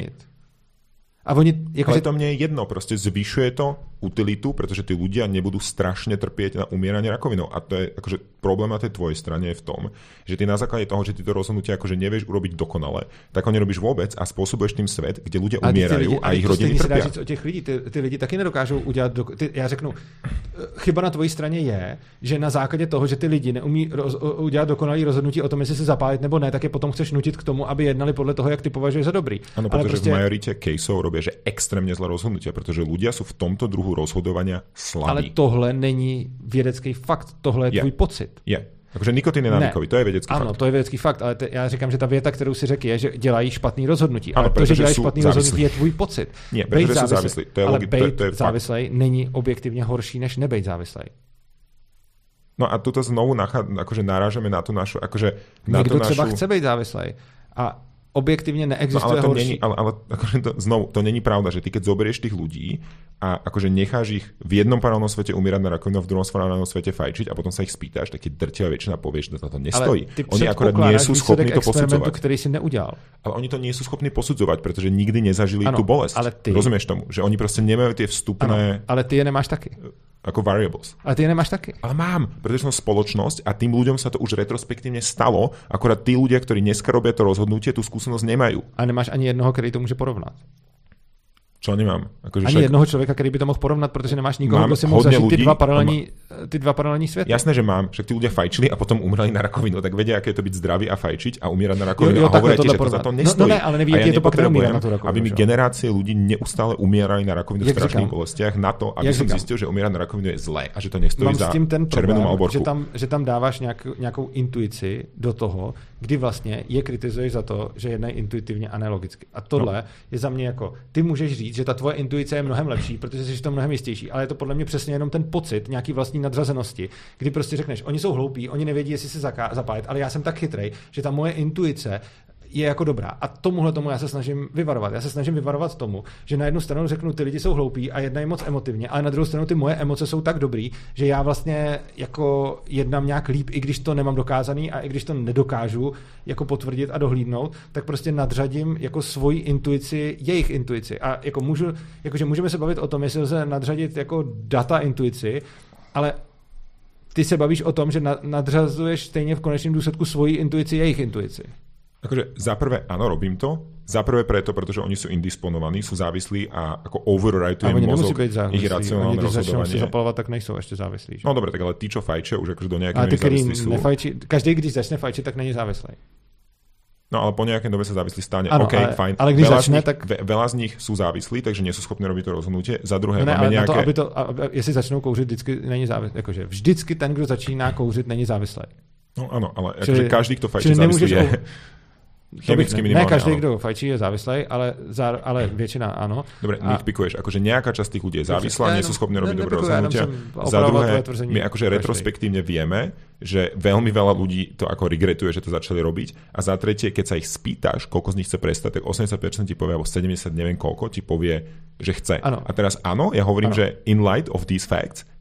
A oni, ale to mne je jedno, proste zvyšuje to utilitu, pretože tí ľudia nebudú strašne trpieť na umieranie rakovinou. A to je akože problém na tej tvojej strane je v tom, že ty na základe toho, že ty to rozhodnutie akože nevieš urobiť dokonale, tak ho nerobíš vôbec a spôsobuješ tým svet, kde ľudia umierajú a ich rodiny trpia. O těch lidí, ty lidi taky nedokážou udělat já řeknu, chyba na tvojí straně je, že na základě toho, že ty lidi neumí udělat dokonalý rozhodnutí o tom, jestli se zapálit nebo ne, tak je potom chceš nutit k tomu, aby jednali podle toho, jak ty považuješ za dobrý. Ano, protože prostě... v majorite caseov robia, že extrémně zlé rozhodnutia, protože ľudia sú v tomto druhu rozhodovania slabí. Ale tohle není vědecký fakt, tohle je tvůj pocit. Je. Takže nikotin je návykový, to je vědecký fakt. Ano, to je vědecký fakt, ale já říkám, že ta věta, kterou si řekl, je, že dělají špatný rozhodnutí. Ale to, že dělají špatný rozhodnutí, je tvůj pocit. Nie, protože sú závislí. Ale bejt závislej není objektivně horší, než nebejt závislej. No a tuto znovu akože narážeme na tu našu... Akože na někdo tu našu... třeba chce být závislej a objektivně neexistuje ale to horší. Není, ale akože to není pravda, že ty keď zoberieš tých ľudí a akože necháš ich v jednom paralelnom svete umierať na rakovinu a v druhom paralelnom svete fajčiť a potom sa ich spýtaš, tak ti drtivá väčšina povie, že to nestojí. Oni akorát nie sú schopní to posudzovať. Ktorý si neudělal. Ale oni to nie sú schopní posudzovať, pretože nikdy nezažili tú bolesť. Ale ty... Rozumieš tomu? Že oni proste nemajú tie vstupné... Ano, ale ty je nemáš taky. Ako variables. Ale ty je nemáš taky. Ale mám, pretože som spoločnosť a tým ľuďom sa to už retrospektívne stalo, akorát tí ľudia, ktorí dneska robia to rozhodnutie, tú skúsenosť nemajú. A nemáš ani jednoho, který to může porovnat. Čo nemám? Akože ani jednoho člověka, který by to mohl porovnat, protože nemáš nikoho, kdo si mohl zažít ty dva paralelní světy. Jasné, že mám. Však tí ľudia fajčili a potom umreli na rakovinu, tak vedia, aké je to byť zdravý a fajčiť a umierať na rakovinu a hovoria ti, že to za to nestojí. No ne, ale neví, je to pak neumírá na tú rakovinu. Aby mi generácie ľudí neustále umierali na rakovinu v strašných bolestiach na to, aby som zistil, že umierať na rakovinu je zlé a že to nestojí za červenou Malborku. Že tam dáváš nějakou intuici do toho, kdy vlastně je kritizuješ za to, že jednají intuitivně a nelogicky. A tohle je za mě jako ty můžeš říct, že ta tvoje intuice je mnohem lepší, protože jsi to mnohem jistější, ale je to podle mě přesně jenom ten pocit nějaký vlastní nadřazenosti, kdy prostě řekneš, oni jsou hloupí, oni nevědí, jestli se zapálit, ale já jsem tak chytrej, že ta moje intuice je jako dobrá. A tomuhle tomu já se snažím vyvarovat. Já se snažím vyvarovat tomu, že na jednu stranu řeknu, ty lidi jsou hloupí a jednají moc emotivně, ale na druhou stranu ty moje emoce jsou tak dobrý, že já vlastně jako jednám nějak líp, i když to nemám dokázaný a i když to nedokážu jako potvrdit a dohlídnout, tak prostě nadřadím jako svoji intuici, jejich intuici. A jako jakože můžeme se bavit o tom, jestli lze nadřadit jako data intuici, ale ty se bavíš o tom, že nadřazuješ stejně v konečném důsledku svoji intuici, jejich intuici. Akože za prvé, áno, robím to. Za prvé preto, pretože oni sú indisponovaní, sú závislí a ako overwritujem mozog ich racionálne rozhodovanie. Když zapalovat, tak nejsou ještě závislí. Že? No dobre, tak ale tí, čo fajčia, už akože do nejakej miery závislí sú. Každý, když začne fajčiť, tak není závislý. No ale po nejakej dobe sa závislí stane. Ano, OK, fajn. Ale když začne, tak... Veľa z nich sú závislí, takže nie sú schopní robiť to rozhodnutie. Za druhé, máme nejaké... jestli začnou kouřit, vždycky není závislý. Jakože vždycky ten, kdo začíná kouřit, není závislý. No áno, ale akože každý, kto fajčí, závislý je. Ne každý, kdo fajčí, je závislý, ale většina ano. Dobre, nitpickuješ, akože nejaká časť tých ľudí je závislá, nie sú schopní robiť dobré rozhodnutia. Za druhé, my akože retrospektívne vieme, že veľmi veľa ľudí to ako regretuje, že to začali robiť. A za tretie, keď sa ich spýtaš, koľko z nich chce prestať, tak 80% ti povie, alebo 70, neviem koľko, ti povie, že chce. Ano. A teraz áno, ja hovorím, že in light of these facts,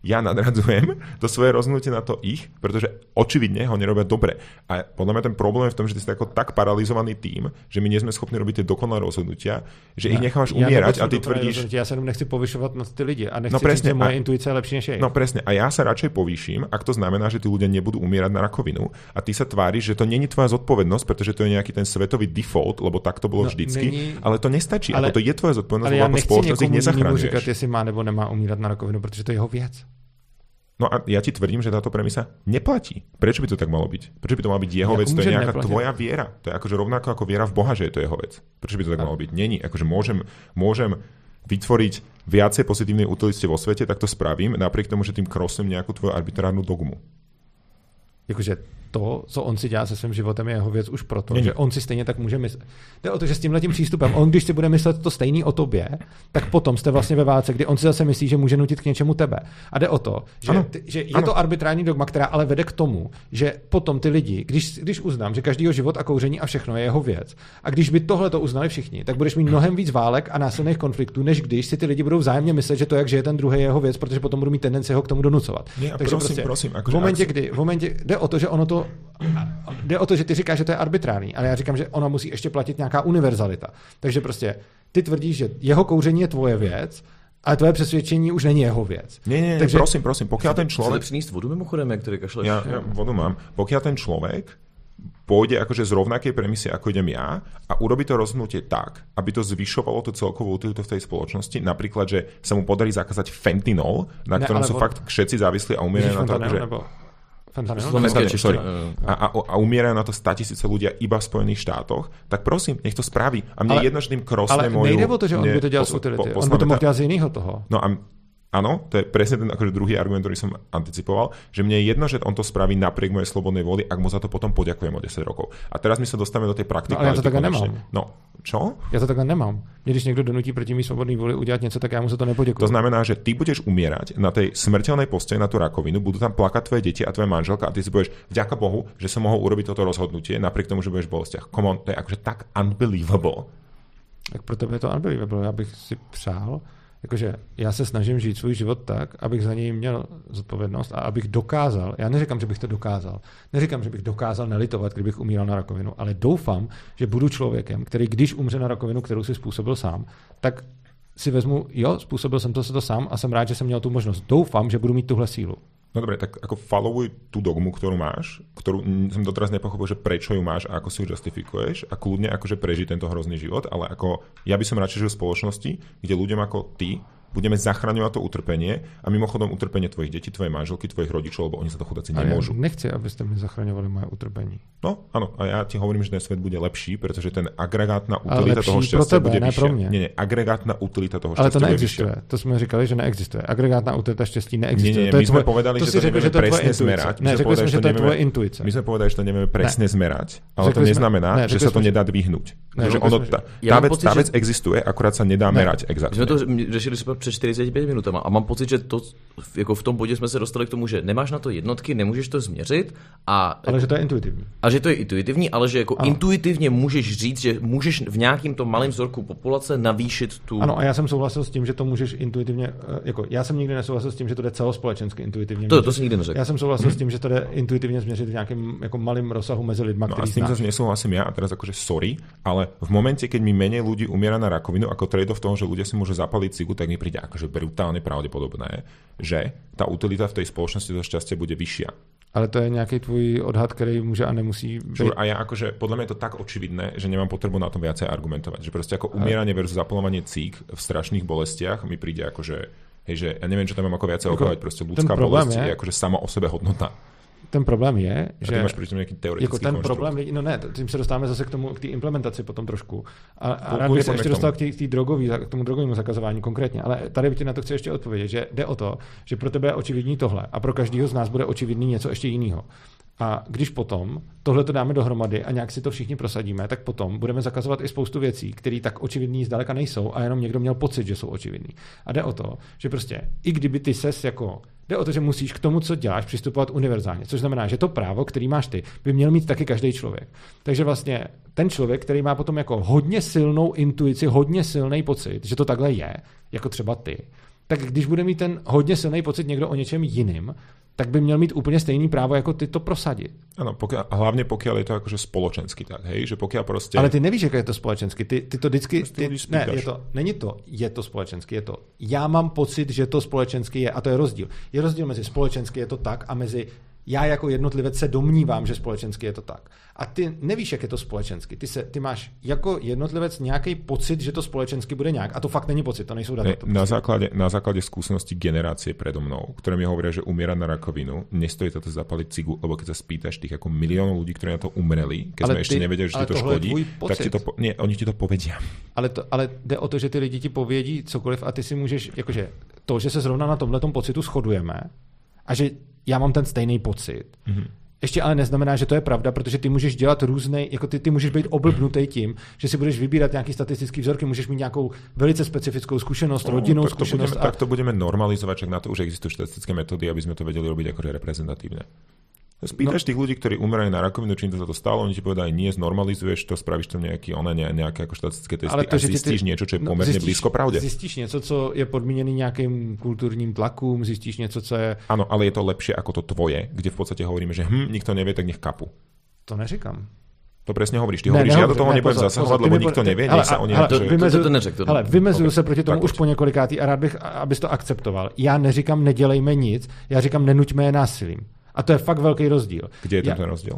ja nadradzujem to svoje rozhodnutie na to ich, pretože očividne ho nerobia dobre. A podľa mňa ten problém je v tom, že ty si tak paralizovaný tým, že my nie sme schopní robiť tie dokonalé rozhodnutia, že ich necháš umierať a ty tvrdíš... Ja sa nechci povyšovať na ty lidi a nechci presne, říct, že moje intuícia je lepšia než jej. No presne, a ja sa radšej povýšim, ak to znamená, že tí ľudia nebudú umierať na rakovinu a ty sa tváriš, že to není tvoja zodpovednosť, pretože to je nejaký ten svetový default, lebo tak to bolo vždycky, ale to nestačí, ale to je tvoja zodpovednosť, lebo spoločnosť ich nezachraňuješ. Říkat, jestli má nebo nemá umírat na rakovinu, protože to je jeho věc. No a ja ti tvrdím, že táto premisa neplatí. Prečo by to tak malo byť? Prečo by to malo byť jeho vec? To je nejaká tvoja viera. To je akože rovnako ako viera v Boha, že je to jeho vec. Prečo by to tak malo byť? Není. Akože môžem vytvoriť viacej pozitívnej utility vo svete, tak to spravím, napriek tomu, že tým krosnem nejakú tvoju arbitrárnu dogmu. Jakože to, co on si dělá se svým životem, je jeho věc už proto, že on si stejně tak může myslet. Jde o to, že s tímhletím přístupem, on když si bude myslet to stejný o tobě, tak potom jste vlastně ve válce, kdy on si zase myslí, že může nutit k něčemu tebe. A jde o to, že je to arbitrární dogma, která ale vede k tomu, že potom ty lidi, když uznám, že každýho život a kouření a všechno je jeho věc, a když by tohle to uznali všichni, tak budeš mít mnohem víc válek a násilných konfliktů, než když si ty lidi budou vzájemně myslet, že to, jak žije ten druhý, je jeho věc, protože potom budou mít tendenci ho k tomu donucovat. Takže prosím, v momentě, jde o to, že ono to jde o to, že ty říkáš, že to je arbitrární, ale já říkám, že ona musí ještě platit nějaká univerzalita. Takže prostě ty tvrdíš, že jeho kouření je tvoje věc, ale tvoje přesvědčení už není jeho věc. Nie, takže prosím, pokiaľ ten človek... Chcete přinést vodu mimochodem, jak tady kašleš? Ja vodu mám. Pokiaľ ten človek pôjde akože z rovnakej premisy, ako idem ja a urobí to rozhodnutie tak, aby to zvyšovalo tú celkovú utilitu v tej spoločnosti, napríklad, že sa mu podarí zakázať fentanyl, na ktorom sú fakt všetci závislí a umierajú na to, akože... A umierajú na to 100 000 ľudia iba v Spojených štátoch, tak prosím, nech to spraví. A mne jedno, že tým krosne moju... Ale nejde o to, že on by to dělal z utility. On by to mohl dělat z jiného toho. No a áno, to je presne ten akože druhý argument, ktorý som anticipoval, že mne je jedno, že on to spraví napriek mojej slobodnej vôli, ak mu za to potom poďakujem o 10 rokov. A teraz my sa dostávame do tej praktiky. No, ale ja to takhle nemám. No, čo? Ja to takhle nemám. Mne, když niekto donutí proti mý slobodnej vôli udělat něco, tak ja mu za to nepoďakujem. To znamená, že ty budeš umierať na tej smrteľnej posteli na tú rakovinu, budú tam plakať tvoje deti a tvoja manželka a ty si povieš, vďaka Bohu, že som mohol urobiť toto rozhodnutie, napriek tomu, že budeš v bolestiach. Come on, to je akože tak unbelievable. Tak pro tebe je to unbelievable. Ja bych si přál, jakože já se snažím žít svůj život tak, abych za něj měl zodpovědnost a abych dokázal, já neříkám, že bych to dokázal, neříkám, že bych dokázal nelitovat, kdybych umíral na rakovinu, ale doufám, že budu člověkem, který když umře na rakovinu, kterou si způsobil sám, tak si vezmu, jo, způsobil jsem to sám a jsem rád, že jsem měl tu možnost. Doufám, že budu mít tuhle sílu. No dobre, tak ako followuj tú dogmu, ktorú máš, ktorú som doteraz nepochopil, že prečo ju máš a ako si ju justifikuješ a kľudne akože prežij tento hrozný život, ale ako ja by som radšej žil v spoločnosti, kde ľuďom ako ty budeme zachraňovať to utrpenie a mimochodom utrpenie tvojich detí, tvojej manželky, tvojich rodičov, lebo oni sa to chudáci nemôžu. Ja nechci, aby ste mi zachraňovali moje utrpení. No, áno, a ja ti hovorím, že ten svet bude lepší, pretože ten agregátna utilita toho šťastia bude vyššia. Nie, agregátna utilita toho šťastia. Ale to neexistuje. To sme říkali, že neexistuje. Agregátna utilita šťastí neexistuje. Nie, my sme povedali, že to nevieme presne zmerať. Ne, řekli sme, že to je tvoje intuice. My sme povedali, že to nevieme presne zmerať, ale to neznamená, že sa to nedá dvyhnúť. Tá vec existuje, akurát sa nedá merať exaktne. My sme to řešili před 45 minutama a mám pocit, že to, jako v tom bodě jsme se dostali k tomu, že nemáš na to jednotky, nemůžeš to změřit. Ale že to je intuitivní. A že to je intuitivní, ale že jako intuitivně můžeš říct, že můžeš v nějakým tom malém vzorku populace navýšit tu... Ano, a já jsem souhlasil s tím, že to můžeš intuitivně, jako já jsem nikdy nesouhlasil s tím, že to jde celospolečensky intuitivně. To si nikdy neřekl. Já jsem souhlasil s tím, že to jde intuitivně změřit v nějakém jako malém rozsahu mezi lidma, no který a s tým zase nesúhlasím ja a teraz akože sorry, ale v momente, keď mi menej ľudí umiera na rakovinu ako trade-off toho, že ľudia si môžu zapaliť cigu, tak mi príde akože brutálne pravdepodobné, že tá utilita v tej spoločnosti toho šťastia bude vyššia. Ale to je nějaký tvůj odhad, který může a nemusí být. Sure, a ja akože, podľa mňa je to tak očividné, že nemám potrebu na tom viacej argumentovať. Že proste ako umieranie versus zapalovanie cík v strašných bolestiach mi príde akože, hej, že ja neviem, čo tam mám ako viacej opravovať. Proste ľudská bolesť je akože sama o sebe hodnotná. Ten problém je, že... Ty máš pritom nejaký teoretický jako ten konštrukt. problém, no ne, tím se dostáváme zase k té implementaci potom trošku. A rád bych se ještě dostal k tomu drogovému zakazování konkrétně, ale tady ti na to chci ještě odpovědět, že jde o to, že pro tebe je očividní tohle a pro každého z nás bude očividný něco ještě jiného. A když potom tohle to dáme dohromady a nějak si to všichni prosadíme, tak potom budeme zakazovat i spoustu věcí, které tak očividní zdaleka nejsou a jenom někdo měl pocit, že jsou očividní. A jde o to, že prostě i kdyby ty ses jako jde o to, že musíš k tomu, co děláš, přistupovat univerzálně, což znamená, že to právo, který máš ty, by měl mít taky každý člověk. Takže vlastně ten člověk, který má potom jako hodně silnou intuici, hodně silný pocit, že to takhle je, jako třeba ty, tak když bude mít ten hodně silný pocit někdo o něčem jiným, tak by měl mít úplně stejný právo jako ty to prosadit. Áno, hlavne pokiaľ je to akože spoločensky tak, hej, že pokiaľ proste... Ale ty nevíš, jak je to společensky. Ty to vždycky... Ne, je to společensky, je to. Já mám pocit, že to společensky je, a to je rozdíl. Je rozdíl mezi společensky je to tak a mezi já jako jednotlivec se domnívám, že společensky je to tak. A ty nevíš, jak je to společensky. Ty máš jako jednotlivec nějaký pocit, že to společensky bude nějak. A to fakt není pocit, to nejsou data. Na základe skúsenosti generácie predo mnou, ktoré mi hovoria, že umierať na rakovinu, nestojí to zapaliť cigu, lebo keď sa spýtaš tých ako miliónov ľudí, ktorí na to umreli, keď sme ešte nevedeli, že ti to škodí, tak ti to oni ti to povedia. Ale jde o to, že ty lidi ti povědí cokoliv a ty si můžeš, jakože to, že se zrovna na tomhletom pocitu shodujeme a že já mám ten stejný pocit. Mm-hmm. Ještě ale neznamená, že to je pravda, protože ty můžeš dělat různé, jako ty můžeš být oblbnutý tím, že si budeš vybírat nějaký statistický vzorky, můžeš mít nějakou velice specifickou zkušenost, rodinnou zkušenost. Tak to budeme normalizovat, čak na to už existují statistické metody, aby jsme to vedeli robiť ako reprezentatívne. Spýtaš tých ľudí, ktorí umerajú na rakovinu, či im to za to stalo, oni ti povedali, nie, znormalizuješ to, spravíš tam nejaké ako štatistické testy a zistíš niečo, čo je pomerne blízko pravde. Zistíš něco, co je podmíněný nějakým kulturním tlakům, zistíš něco, co je... Áno, ale je to lepšie ako to tvoje, kde v podstate hovoríme, že nikto nevie, tak nech kapu. To neříkam. To presne hovoríš. Ty hovoríš, ja do toho nebudem zasahovať, lebo nikto nevie, nech sa oni... Ale vymezuju se proti tomu už po několikátý a rád bych, abys to akceptoval. Já neříkám, nedělejme nic, já říkám, nenuťme je násilím. A to je fakt velký rozdíl. Kde je ten rozdíl?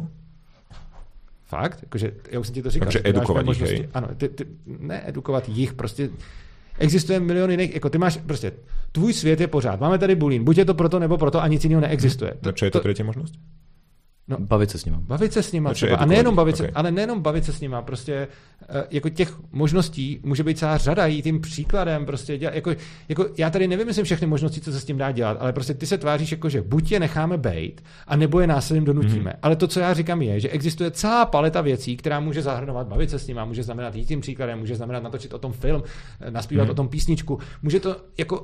Fakt? Jakože, já už jsem ti to říkal. Takže edukovat jich, hej? Ano, ne edukovat jich, prostě existuje milion jiných, jako ty máš prostě, tvůj svět je pořád. Máme tady bulín, buď je to proto, nebo proto a nic jiného neexistuje. No čo je to třetí možnost? No, bavit se s nima. Bavit se s nima třeba. A nejenom bavit se, ale nejenom bavit se s nima, prostě jako těch možností může být celá řada, jít tím příkladem, prostě dělat, jako já tady nevymyslím všechny možnosti, co se s tím dá dělat, ale prostě ty se tváříš jako, že buď je necháme bejt, a nebo je násilím donutíme. Ale to, co já říkám, je, že existuje celá paleta věcí, která může zahrnovat bavit se s nima, může znamenat jít tím příkladem, může znamenat natočit o tom film, naspívat o tom písničku, může to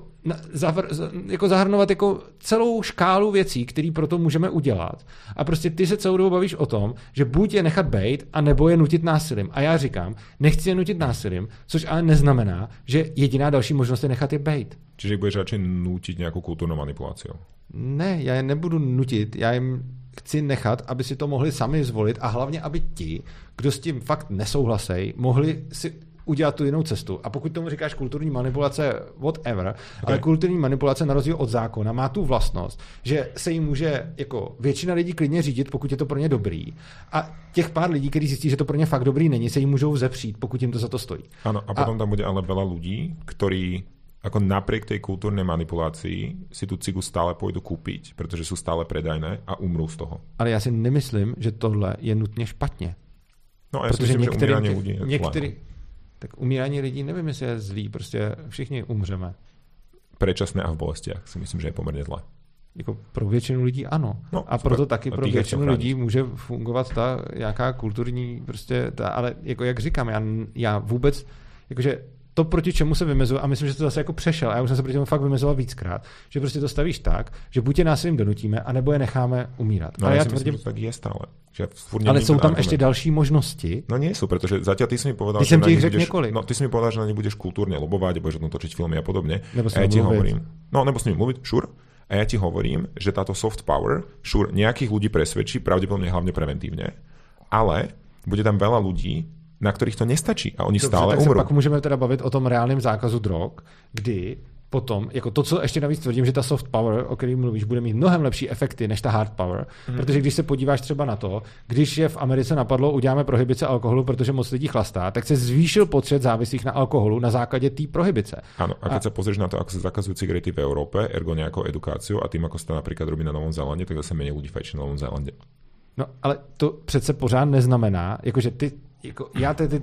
jako zahrnovat jako celou škálu věcí, které proto můžeme udělat. A prostě ty se celou dobu bavíš o tom, že buď je nechat bejt, a nebo je nutit násilím. A já říkám, nechci je nutit násilím, což ale neznamená, že jediná další možnost je nechat je bejt. Čiže budeš radšej nutit nějakou kulturnou manipulaci? Ne, já je nebudu nutit, já jim chci nechat, aby si to mohli sami zvolit a hlavně, aby ti, kdo s tím fakt nesouhlasí, mohli si udělat tu jinou cestu. A pokud tomu říkáš kulturní manipulace, whatever, ale kulturní manipulace na rozdíl od zákona má tu vlastnost, že se jí může jako většina lidí klidně řídit, pokud je to pro ně dobrý. A těch pár lidí, kteří zjistí, že to pro ně fakt dobrý není, se jí můžou vzepřít, pokud jim to za to stojí. Ano, a potom tam bude ale veľa ľudí, ktorí ako napriek tej kultúrnej manipulácii si tu cigu stále pôjdu kúpiť, pretože sú stále predajné a umrú z toho. Ale já si nemyslím, že tohle je nutně špatně. No a já si myslím, že umírání lidí je tak umírání lidí, nevím, jestli je zlý, prostě všichni umřeme. Predčasné a v bolestiach si myslím, že je pomerne zlé. Jako pro většinu lidí ano. No, a proto taky pro většinu lidí může fungovat ta nějaká kulturní prostě, ale jako jak říkám, já vůbec, jakože to, proti čemu se vymezuju, a myslím, že to zase jako přešel, a já už jsem se proti tomu fakt vymezoval víckrát, že prostě to stavíš tak, že buď je násilím donutíme, anebo je necháme umírat. No, ale já tvrdím, že tak je stále. Že ale jsou tam ještě další možnosti. No nie sú, pretože zatiaľ ty si mi povedal, že ty si mi povedal, že na ne budeš kultúrne lobovať, budeš o tom točiť filmy a podobne. A ja ti hovorím, nebo s ním mluviť, sure. A ja ti hovorím, že táto soft power, sure, nejakých ľudí presvedčí, pravdepodobne hlavne preventívne, ale bude tam veľa ľudí, na ktorých to nestačí a oni stále umrú. Pak můžeme teda bavit o tom reálném zákazu drog, kdy potom, jako to, co ještě navíc tvrdím, že ta soft power, o kterém mluvíš, bude mít mnohem lepší efekty než ta hard power, protože když se podíváš třeba na to, když je v Americe napadlo, uděláme prohibice alkoholu, protože moc lidí chlastá, tak se zvýšil počet závislých na alkoholu na základě té prohibice. Áno, a keď sa pozrieš na to, ako sa zakazujú cigarety v Európe, ergo nejakou edukáciou a tým, ako sa to napríklad robí na Novom Zélande, tak zase menej ľudí fajčí na Novom Zélande. No, ale to přece pořád neznamená, jakože ty, jako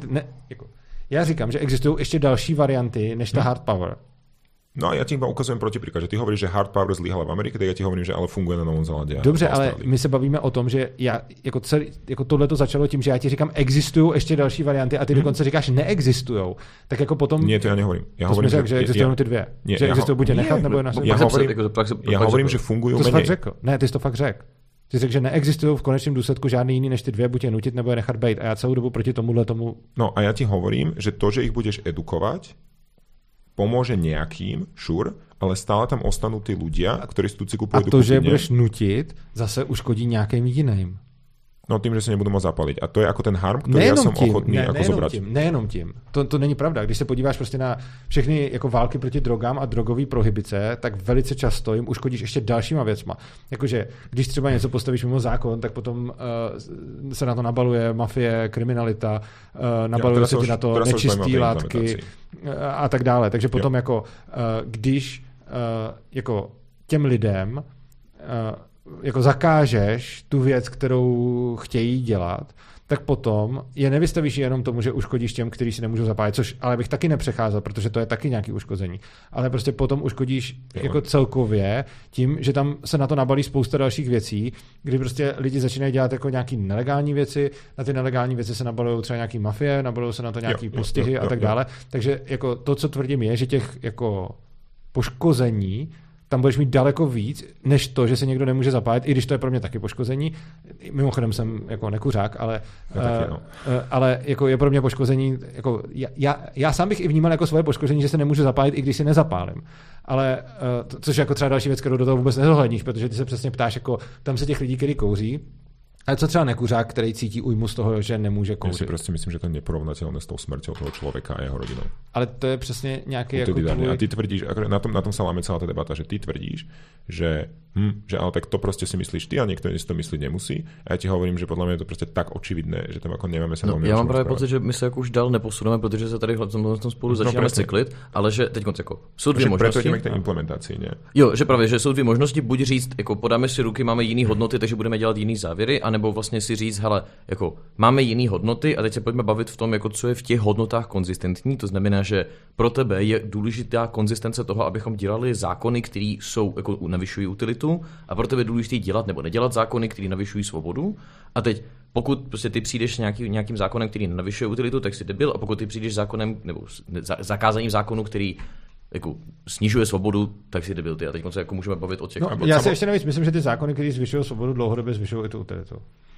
já říkám, že existují ještě další varianty než ta hard power. No a ja ti iba ukazujem protipríklad, že ty hovoríš, že hard power zlyhala v Amerike, tak ja ti hovorím, že ale funguje na Novom Zélande. Dobře, ale my se bavíme o tom, že já, jako tohle to začalo tím, že já ti říkám, existují ještě další varianty a ty dokonce říkáš, neexistujou. Tak jako potom... Nie, to ja nehovorím. Ja hovorím, že existují ty dvě. Že existují buď je nechat, nebo je na sebe. Ja hovorím, že fungujú menej. To jsi fakt řekl. Ne, ty jsi to fakt řekl. Ty řekl, že neexistují v konečném důsledku žádný jiný než ty dvě, buď je nutit, nebo je nechat bejt. A já celou dobu proti tomu. No a ja ti hovorím, že to, že ich budeš edukovať, pomôže nejakým, sure, ale stále tam ostanú tí ľudia, ktorí si tú cigu A pôjdu to, kúpiť, že je nie? budeš nutit, zase uškodí nějakým jiným. No tým, že si nebudú môcť zapaliť. A to je ako ten harm, ktorý ja som ochotný ako zobrať. Nejenom tím. To není pravda. Když se podíváš prostě na všechny jako války proti drogám a drogové prohibice, tak velice často jim uškodíš ještě dalšíma věcma. Jakože když třeba něco postavíš mimo zákon, tak potom se na to nabaluje mafie, kriminalita, nabaluje se ti na to nečistý látky a tak dále. Takže potom jako když jako těm lidem jako zakážeš tu věc, kterou chtějí dělat, tak potom je nevystavíš jenom tomu, že uškodíš těm, kteří si nemůžou zapálit, což ale bych taky nepřecházel, protože to je taky nějaký uškození. Ale prostě potom uškodíš jako celkově tím, že tam se na to nabalí spousta dalších věcí, kdy prostě lidi začínají dělat jako nějaký nelegální věci, na ty nelegální věci se nabalují třeba nějaký mafie, nabalují se na to nějaký postihy a tak dále. Takže jako to, co tvrdím, je, že těch jako poškození tam budeš mít daleko víc, než to, že se někdo nemůže zapálit, i když to je pro mě taky poškození. Mimochodem jsem jako nekuřák, ale jako je pro mě poškození, jako já sám bych i vnímal jako svoje poškození, že se nemůžu zapálit, i když si nezapálím. Ale což je jako třeba další věc, kterou do toho vůbec nezohledníš, protože ty se přesně ptáš, jako tam se těch lidí, kteří kouří, ale co třeba nekuřák, který cítí újmu z toho, že nemůže kouřit? Ja si proste myslím, že to je neporovnateľné s tou smrťou toho človeka a jeho rodinou. Ale to je přesně nějaký jako tvůj... A ty tvrdíš, na tom sa láme celá tá debata, že ty tvrdíš, že ale tak to proste si myslíš ty a niekto si to myslieť nemusí. A ja ti hovorím, že podľa mňa je to proste tak očividné, že tam ako nemáme sa veľmi. Já mám právě pocit, že my se jako už dál neposuneme, protože se tady v tom spolu začínáme cyklit, ale že teď jako jsou dvě možnosti. Preto ideme k tej implementácii, ne? Jo, že právě, že jsou dvě možnosti, buď říct, jako podáme si ruky, máme jiný hodnoty, takže budeme dělat jiný závěry, anebo vlastně si říct, hele, jako máme jiný hodnoty a teď se pojďme bavit v tom, jako co je v těch hodnotách konzistentní, to znamená, že pro tebe je důležitá konzistence toho, abychom dělali zákony, které jsou jako navyšují utilitu, a pro tebe je důležité dělat nebo nedělat zákony, které navyšují svobodu. A teď pokud prostě ty přijdeš nějakým zákonem, který navyšuje utilitu, tak jsi debil, a pokud ty přijdeš zákonem nebo zakázaním zákonu, který jako snižuje svobodu, tak si debil ty. A teď se jako můžeme bavit o těch. No, já si ještě navíc myslím, že ty zákony, které zvyšují svobodu, dlouhodobě zvyšují i tu utilitu.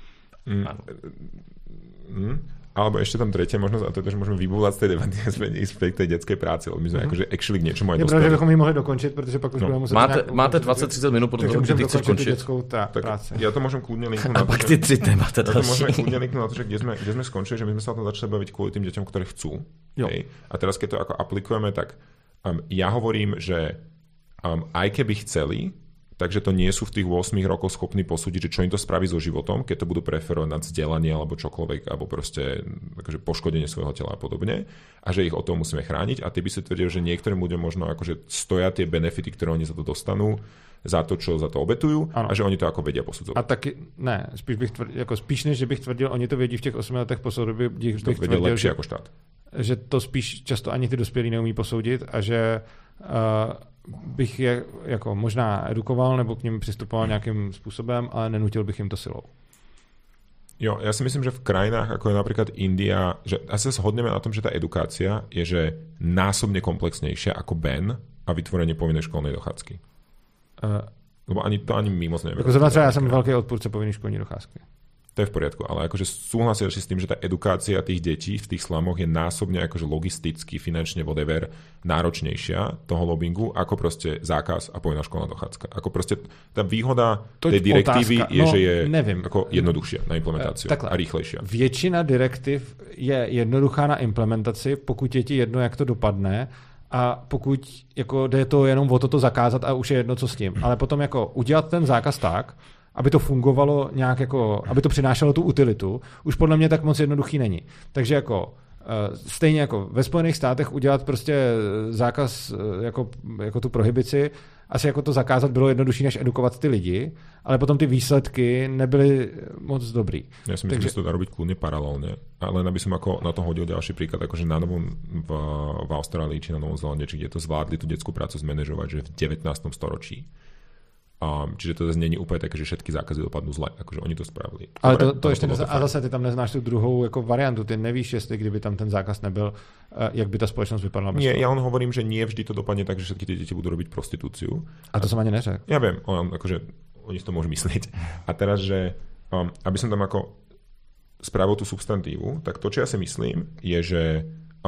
Alebo ešte tam tretia možnosť, a to je, že môžeme vybúľať z tej debaty a ísť v tej detskej práci, lebo my sme akože actually k niečomu aj dostali. Je pravda, že bychom ji mohli dokončit, protože pak už budeme muset... Máte 20-30 minút, potom takže ty chceš končit. Práci. Ja to môžem kľudne linknúť na to, pak ty tři témata další. Ja to môžeme kľudne linknúť na to, že kde sme skončili, že my sme sa o tom začali baviť kvôli tým deťom, ktoré chcú. Hej? A teraz, keď to ako aplikujeme, tak ja hovorím, že aj keby chceli, takže to nie sú v tých 8 rokoch schopní posúdiť, že čo im to spraví so životom, keď to budú preferovať nad vzdelanie alebo čokoľvek, alebo proste akože poškodenie svojho tela a podobne, a že ich od toho musíme chrániť. A ty by si tvrdil, že niektorým ľuďom možno akože stoja tie benefity, ktoré oni za to dostanú, za to, čo za to obetujú, a že oni to ako vedia posudzovať. A taky ne, spíš než že bych tvrdil, oni to vědí v těch 8 letech po sobě, bych tvrdil, lepšie ako štát. Že to spíš často ani ty dospělí neumí posoudit a že bych je jako možná edukoval nebo k nim přistupoval nějakým způsobem, ale nenutil bych jim to silou. Jo, ja si myslím, že v krajinách, ako je napríklad India, že asi sa zhodneme na tom, že tá edukácia je že násobne komplexnejšia ako Ben a vytvorenie povinnej školnej dochádzky. Lebo ani my moc neviem. Jako zrovna třeba já jsem velký odpůrce povinnej školní docházky. To je v poriadku, ale akože súhlasia s tým, že tá edukácia tých detí v tých slamoch je násobne akože logisticky, finančne, whatever, náročnejšia toho lobbingu, ako proste zákaz a povinná školná dochádzka. Ako proste tá výhoda tej direktívy je, že je ako jednoduchšia na implementáciu a rýchlejšia. Většina direktiv je jednoduchá na implementaci, pokud je ti jedno, jak to dopadne, a pokud jako jde to jenom o toto zakázat a už je jedno, co s tím. Ale potom jako udělat ten zákaz tak, aby to fungovalo nějak jako, aby to přinášelo tu utilitu, už podle mě tak moc jednoduchý není. Takže jako stejně jako ve Spojených státech udělat prostě zákaz jako tu prohibici, asi jako to zakázat bylo jednodušší, než edukovat ty lidi, ale potom ty výsledky nebyly moc dobrý. Ja si myslím, že to dá robiť kľudne paralelne, ale aby som ako na to hodil ďalší príklad, akože na novom v Austrálii či na Novom Zélande, či kde to zvládli tú detskú prácu zmanéžovať, že v 19. storočí. Čiže to zase není úplně také, že všetky zákazy dopadnou zle, akože oni to spravili. Ale to ještě a zase ty tam neznáš tu druhou jako variantu, ty nevíš, jestli kdyby tam ten zákaz nebyl, jak by ta společnost vypadala. Nie, ja len hovorím, že nie vždy to dopadne tak, že všetky tie deti budú robiť prostitúciu. A to som ani neřekl. Ja viem, akože oni si to môžu myslieť. A teraz, že aby som tam ako spravil tú substantívu, tak to, čo ja si myslím, je, že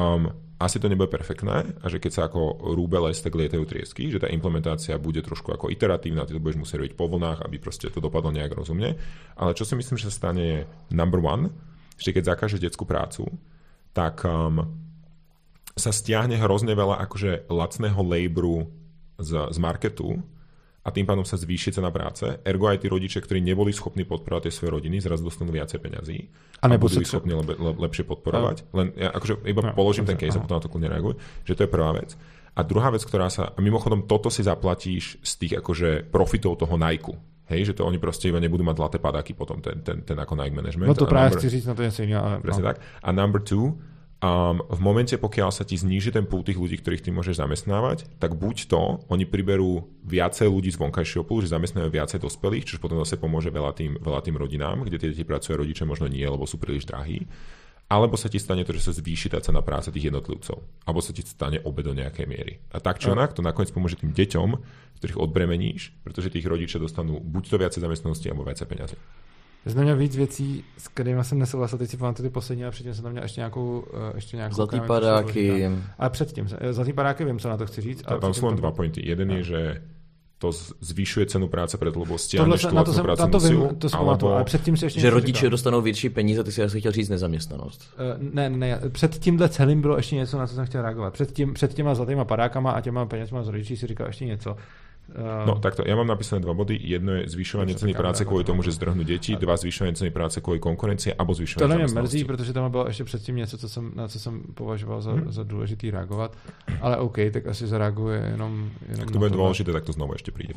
asi to nebude perfektné a že keď sa ako rúbe les, tak lietajú triesky, že tá implementácia bude trošku ako iteratívna, ty to budeš musieť robiť po vlnách, aby proste to dopadlo nejak rozumne. Ale čo si myslím, že sa stane je number one, že keď zakážeš detskú prácu, tak sa stiahne hrozne veľa akože lacného laboru z marketu a tým pádom sa zvýši cena práce. Ergo aj tí rodičia, ktorí neboli schopní podporovať tie svoje rodiny, zrazu dostanú viacej peňazí a budú ich schopní lepšie podporovať. Len ja akože iba položím ten case a potom na to kľudne reaguj, že to je prvá vec. A druhá vec, ktorá sa... A mimochodom, toto si zaplatíš z tých akože profitov toho Nike. Hej, že to oni proste iba nebudú mať zlaté padáky potom, ten ako Nike management. No to práve chci říct na to něco jiného. Presne tak. A number two, v momente, pokiaľ sa ti zníži ten púl tých ľudí, ktorých ty môžeš zamestnávať, tak buď to, oni priberú viacej ľudí z vonkajšieho púlu, že zamestnajú viacej dospelých, čo potom zase pomôže veľa tým rodinám, kde tie deti pracujú, rodiče možno nie, lebo sú príliš drahí. Alebo sa ti stane to, že sa zvýši tá cena práce tých jednotlivcov. Alebo sa ti stane obe do nejakej miery. A tak či onak, to nakoniec pomôže tým deťom, ktorých odbremeníš, pretože tých rodičia dostanú buď to viacej zamestnanosti, alebo viacej peňazí. Já jsem měl víc věcí, s kterými jsem nesouhlasil, teď si pamatuju ty poslední, a předtím jsem tam měl ještě nějakou Zlatý padáky. Ale předtím, zlatý padáky vím, co na to chci říct. Tam jsou len dva pointy. Jeden je, že to zvyšuje cenu práce, lebo stiahneš tú lacnú pracovnú silu. To jsem pamatuju, ale předtím si ještě že rodiče dostanou větší peníze, ty si asi chtěl říct nezaměstnanost. Ne, před tímhle celým bylo ještě něco, na co jsem chtěl reagovat. Před těma zlatýma padákama a těma penězma z rodičí si říkal ještě něco. No takto, ja mám napísané dva body. Jedno je zvyšovanie ceny práce kvôli tomu, že zdrhnú deti, dva zvyšovanie ceny práce kvôli konkurencie, alebo zvyšovanie zamestnanosti. To mě mrzí, protože tam bylo ještě předtím něco, na co jsem považoval za důležitý reagovat. Ale OK, tak asi zareaguje jenom tak to bude dôležité, tak to znovu ešte príde.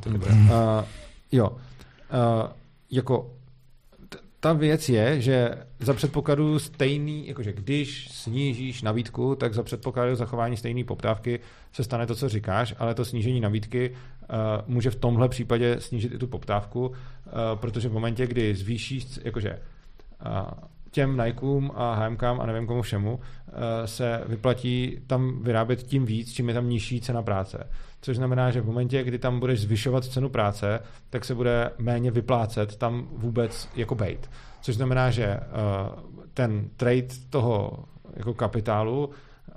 Jako ta věc je, že za předpokladu stejný, jakože když snížíš nabídku, tak za předpokladu zachování stejné poptávky se stane to, co říkáš, ale to snížení nabídky může v tomhle případě snížit i tu poptávku, protože v momentě, kdy zvýšíš, jakože těm Nikeům a H&Mkám a nevím komu všemu se vyplatí tam vyrábět tím víc, čím je tam nižší cena práce. Což znamená, že v momentě, kdy tam budeš zvyšovat cenu práce, tak se bude méně vyplácet tam vůbec jako bejt. Což znamená, že ten trade toho jako kapitálu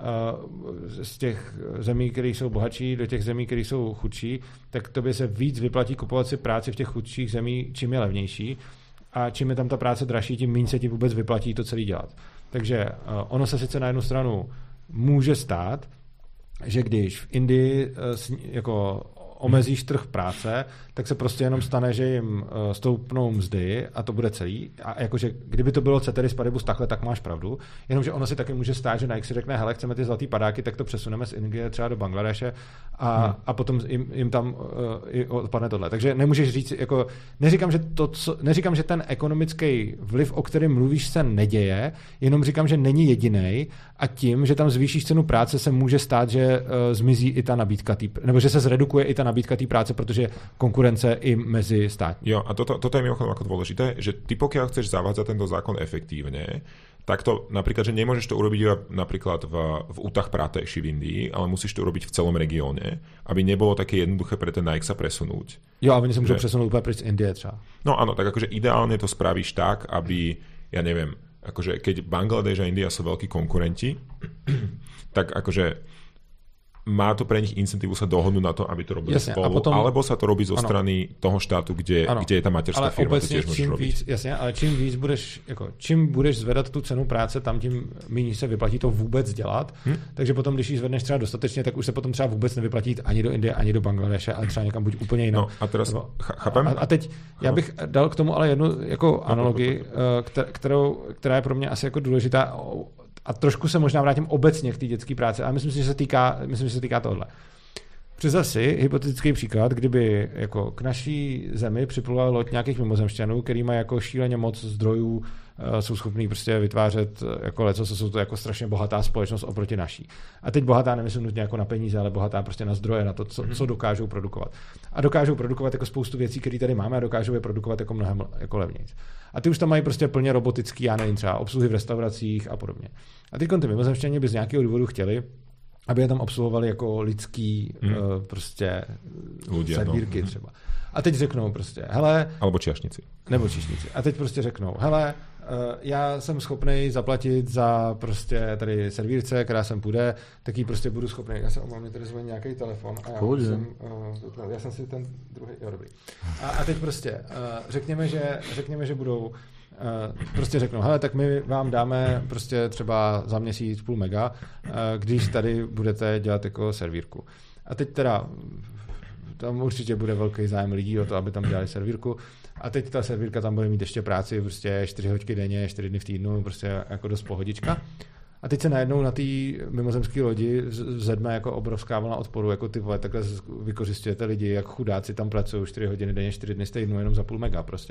z těch zemí, které jsou bohatší, do těch zemí, které jsou chudší, tak tobě se víc vyplatí kupovat si práci v těch chudších zemí, čím je levnější. A čím je tam ta práce dražší, tím méně se ti vůbec vyplatí to celý dělat. Takže ono se sice na jednu stranu může stát, že když v Indii jako omezíš trh práce, tak se prostě jenom stane, že jim stoupnou mzdy a to bude celý. A jakože kdyby to bylo ceteris paribus takhle, tak máš pravdu. Jenomže ono si taky může stát, že Nike si řekne, hele, chceme ty zlatý padáky, tak to přesuneme z Indie třeba do Bangladeše a potom jim tam odpadne tohle. Takže nemůžeš říct, jako neříkám, že ten ekonomický vliv, o kterém mluvíš, se neděje, jenom říkám, že není jedinej a tím, že tam zvýšíš cenu práce, se může stát, že zmizí i ta nabídka, nebo že se zredukuje i ta nabídka té práce, protože konkurence i mezi státmi. Jo, a toto je mimochodom ako dôležité, že ty pokiaľ chceš zavádzať tento zákon efektívne, tak to napríklad, že nemôžeš to urobiť iba napríklad v Utah Pradeshi v Indii, ale musíš to urobiť v celom regióne, aby nebolo také jednoduché pre ten Nike sa presunúť. Jo, a oni sa môžu presunúť úplne pryč z Indie třeba. No áno, tak akože ideálne to spravíš tak, aby, ja neviem, akože keď Bangladeš a India sú veľkí konkurenti, tak akože má to pre nich incentívu sa dohodnúť na to, aby to robili spolu, alebo sa to robí zo strany toho štátu, kde je ta materská firma. Ale obecně ale čím víc budeš, jako, čím budeš zvedat tu cenu práce, tam tím méně se vyplatí to vůbec dělat. Takže potom, když ji zvedneš třeba dostatečně, tak už se potom třeba vůbec nevyplatí ani do Indie, ani do Bangladeše, ale třeba někam buď úplně jinou. No, a teraz chápem? A teď já bych dal k tomu ale jednu jako analogii, která je pro mě asi jako důležitá. A trošku se možná vrátím obecně k té dětské práci, ale myslím si, že se týká tohle. Představ si hypotetický příklad, kdyby jako k naší zemi připlula loď nějakých mimozemšťanů, který mají jako šíleně moc zdrojů, jsou schopní prostě vytvářet jako leco, jsou to jako strašně bohatá společnost oproti naší. A teď bohatá nemyslím nutně jako na peníze, ale bohatá prostě na zdroje, na to, co dokážou produkovat. A dokážou produkovat jako spoustu věcí, které tady máme, a dokážou je produkovat jako mnohem jako levněji. A ty už tam mají prostě plně robotický, já nevím, třeba obsluhy v restauracích a podobně. A teď ty mimozemšťani by z nějakého důvodu chtěli, aby je tam obsluhovali jako lidský prostě servírky třeba. A teď řeknou prostě, hele... Alebo čiašnici. Nebo číšníci. A teď prostě řeknou, hele, já jsem schopnej zaplatit za prostě tady servírce, která sem půjde, tak ji prostě budu schopnej. Já se omám, mě tady zvoní nějaký telefon a já jsem si ten druhý, jo, dobrý. A teď prostě řekněme, že budou prostě řeknou, hele, tak my vám dáme prostě třeba za měsíc 0,5 mega, když tady budete dělat jako servírku. A teď teda tam určitě bude velký zájem lidí o to, aby tam dělali servírku. A teď ta servírka tam bude mít ještě práci prostě 4 hodiny denně, 4 dny v týdnu, prostě jako dost pohodička. A teď se najednou na té mimozemské lodi zedme jako obrovská vlna odporu, jako ty vole, takhle vykořisťujete lidi, jak chudáci tam pracují 4 hodiny denně, 4 dny v týdnu, jenom za 0,5 mega prostě.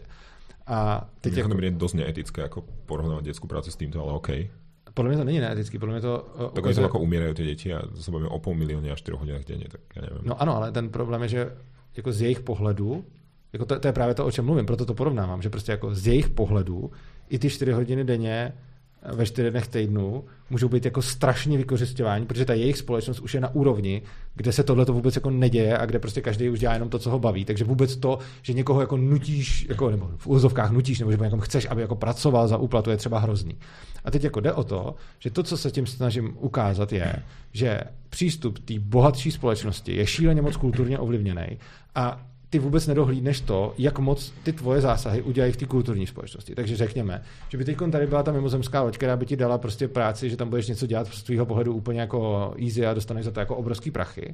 A teď jako... je dost neetické, jako porovnávat dětskou práci s tímto, ale OK. Podle mě to není neetický, podle mě to... Tak oni tam jako umierají ty děti a se bavíme o 500 000 a 4 hodinách denně, tak já nevím. No ano, ale ten problém je, že jako z jejich pohledu, jako to je právě to, o čem mluvím, proto to porovnávám, že prostě jako z jejich pohledu i ty 4 hodiny denně ve 4 dnech týdnu můžou být jako strašně vykořisťování, protože ta jejich společnost už je na úrovni, kde se tohle to vůbec jako neděje a kde prostě každý už dělá jenom to, co ho baví. Takže vůbec to, že někoho jako nutíš, jako, nebo v úzovkách nutíš, nebo že jako chceš, aby jako pracoval za úplatu, je třeba hrozný. A teď jako jde o to, že to, co se tím snažím ukázat, je, že přístup té bohatší společnosti je šíleně moc kulturně ovlivněný a ty vůbec nedohlídneš to, jak moc ty tvoje zásahy udělají v té kulturní společnosti. Takže řekněme, že by teď tady byla ta mimozemská loď, která by ti dala prostě práci, že tam budeš něco dělat z tvýho pohledu úplně jako easy a dostaneš za to jako obrovský prachy.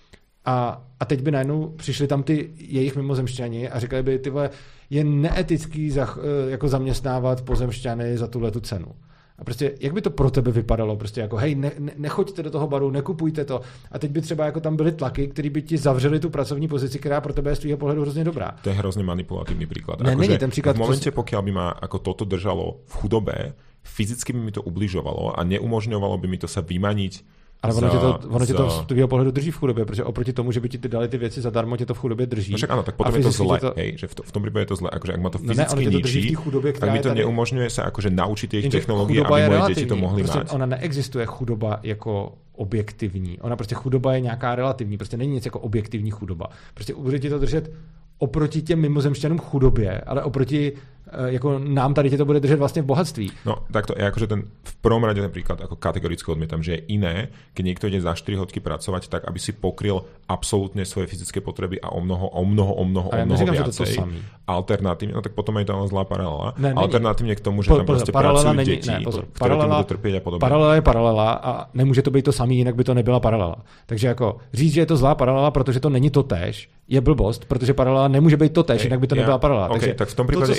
A teď by najednou přišli tam ty jejich mimozemšťani a říkali by, ty vole, je neetický jako zaměstnávat pozemšťany za tuhletu cenu. A prostě, jak by to pro tebe vypadalo? Prostě jako, hej, nechoďte do toho baru, nekupujte to. A teď by třeba jako tam byly tlaky, které by ti zavřeli tu pracovní pozici, která pro tebe je z tvýho pohledu hrozně dobrá. To je hrozně manipulatívny príklad. Ne, není ten příklad. V momente, pokiaľ by ma ako toto držalo v chudobe, fyzicky by mi to ubližovalo a neumožňovalo by mi to sa vymaniť. Ale ono tě to z tvýho pohledu drží v chudobě, protože oproti tomu, že by ti dali ty věci zadarmo, tě to v chudobě drží. No však áno, tak potom je to zle, hej, že v tom prípade je to zle, akože ak ma to fyzicky ničí, tak mi to neumožňuje sa akože naučiť ich technológie, aby moje deti to mohli mať. Ona neexistuje chudoba jako objektivní. Ona prostě chudoba je nějaká relativní, prostě není nic jako objektivní chudoba. Prostě bude ti to držet oproti těm mimozemšťanům chudobě, ale oproti jako nám tady tě to bude držet vlastně v bohatství. No, tak to je akože v prvom rade napríklad ako kategoricky odmietam, že je iné, keď niekto ide za 4 hodky pracovať tak, aby si pokryl absolútne svoje fyzické potreby a o mnoho viacej. Alternatívne, no tak potom je to ale zlá paralela. Alternatívne k tomu, že tam proste pracujú deti, ktoré tím budú trpieť a podobne. Paralela je paralela a nemůže to být to samý, jinak by to nebyla paralela. Takže jako říct, že je to zlá paralela, protože to není to též, je blbost, protože paralela nemůže být to též, jinak by to nebyla paralela. Okay, tak v tom prípade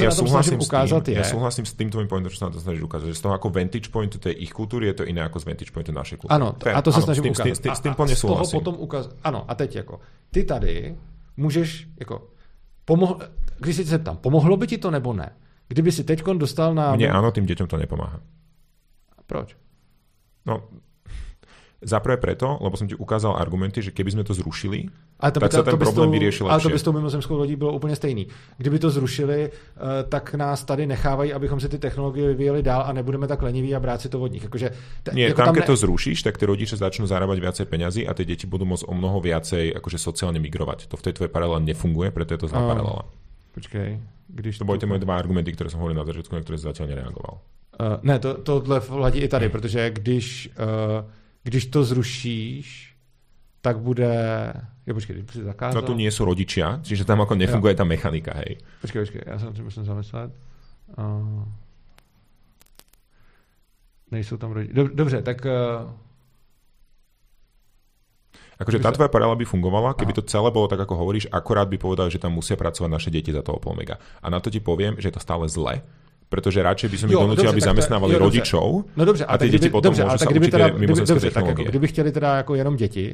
ja súhlasím s tým tvojím pointom, čo sa na to snažíš ukázať, že z toho ako vantage pointu tej ich kultúry je to iné ako z vantage pointu našej kultúry. Ano, a to sa snažím ukázať. S tým plne súhlasím. Ano, a teď jako, ty tady můžeš, jako, když si se ptám, pomohlo by ti to nebo ne? Kdyby si teďkon dostal na... Mne áno, tým deťom to nepomáha. Proč? No, zaprvé preto, lebo som ti ukázal argumenty, že keby sme to zrušili, tak sa ten problém vyriešil lepšie. Ale to by s tou mimozemskou lodí bylo úplně stejný. Kdyby to zrušili, tak nás tady nechávají, abychom si ty technologie vyvíjeli dál a nebudeme tak leniví a brát si to od nich. Akože, nie, tam keď to zrušíš, tak tí rodiče začnú zarábať viacej peňazí a tie deti budú môcť o mnoho viacej akože sociálne migrovať. To v tej tvojej paralele nefunguje, preto je to zlá paralela. Počkej. To boli tie moje dva argumenty, ktoré som hovoril na začiatku, na ktoré si zatiaľ nereagoval. Ne, tohle platí i tady, protože když to zrušíš, tak bude... Jo, počkej, když si zakázal... No tu nie sú rodičia, čiže tam ako nefunguje tá mechanika, hej. Počkej, ja sa musím zamyslet. Nejsou tam rodičia. Dobře, tak... Akože tá tvoja paralela by fungovala, keby to celé bolo tak, ako hovoríš, akorát by povedali, že tam musia pracovať naše deti za toho 0,5 mega. A na to ti poviem, že je to stále zle, pretože radšej by som ich donútil, aby zamestnávali rodičov a ty děti potom môžu sa učiť tie mimozemské technológie. Kdyby chtěli teda jako jenom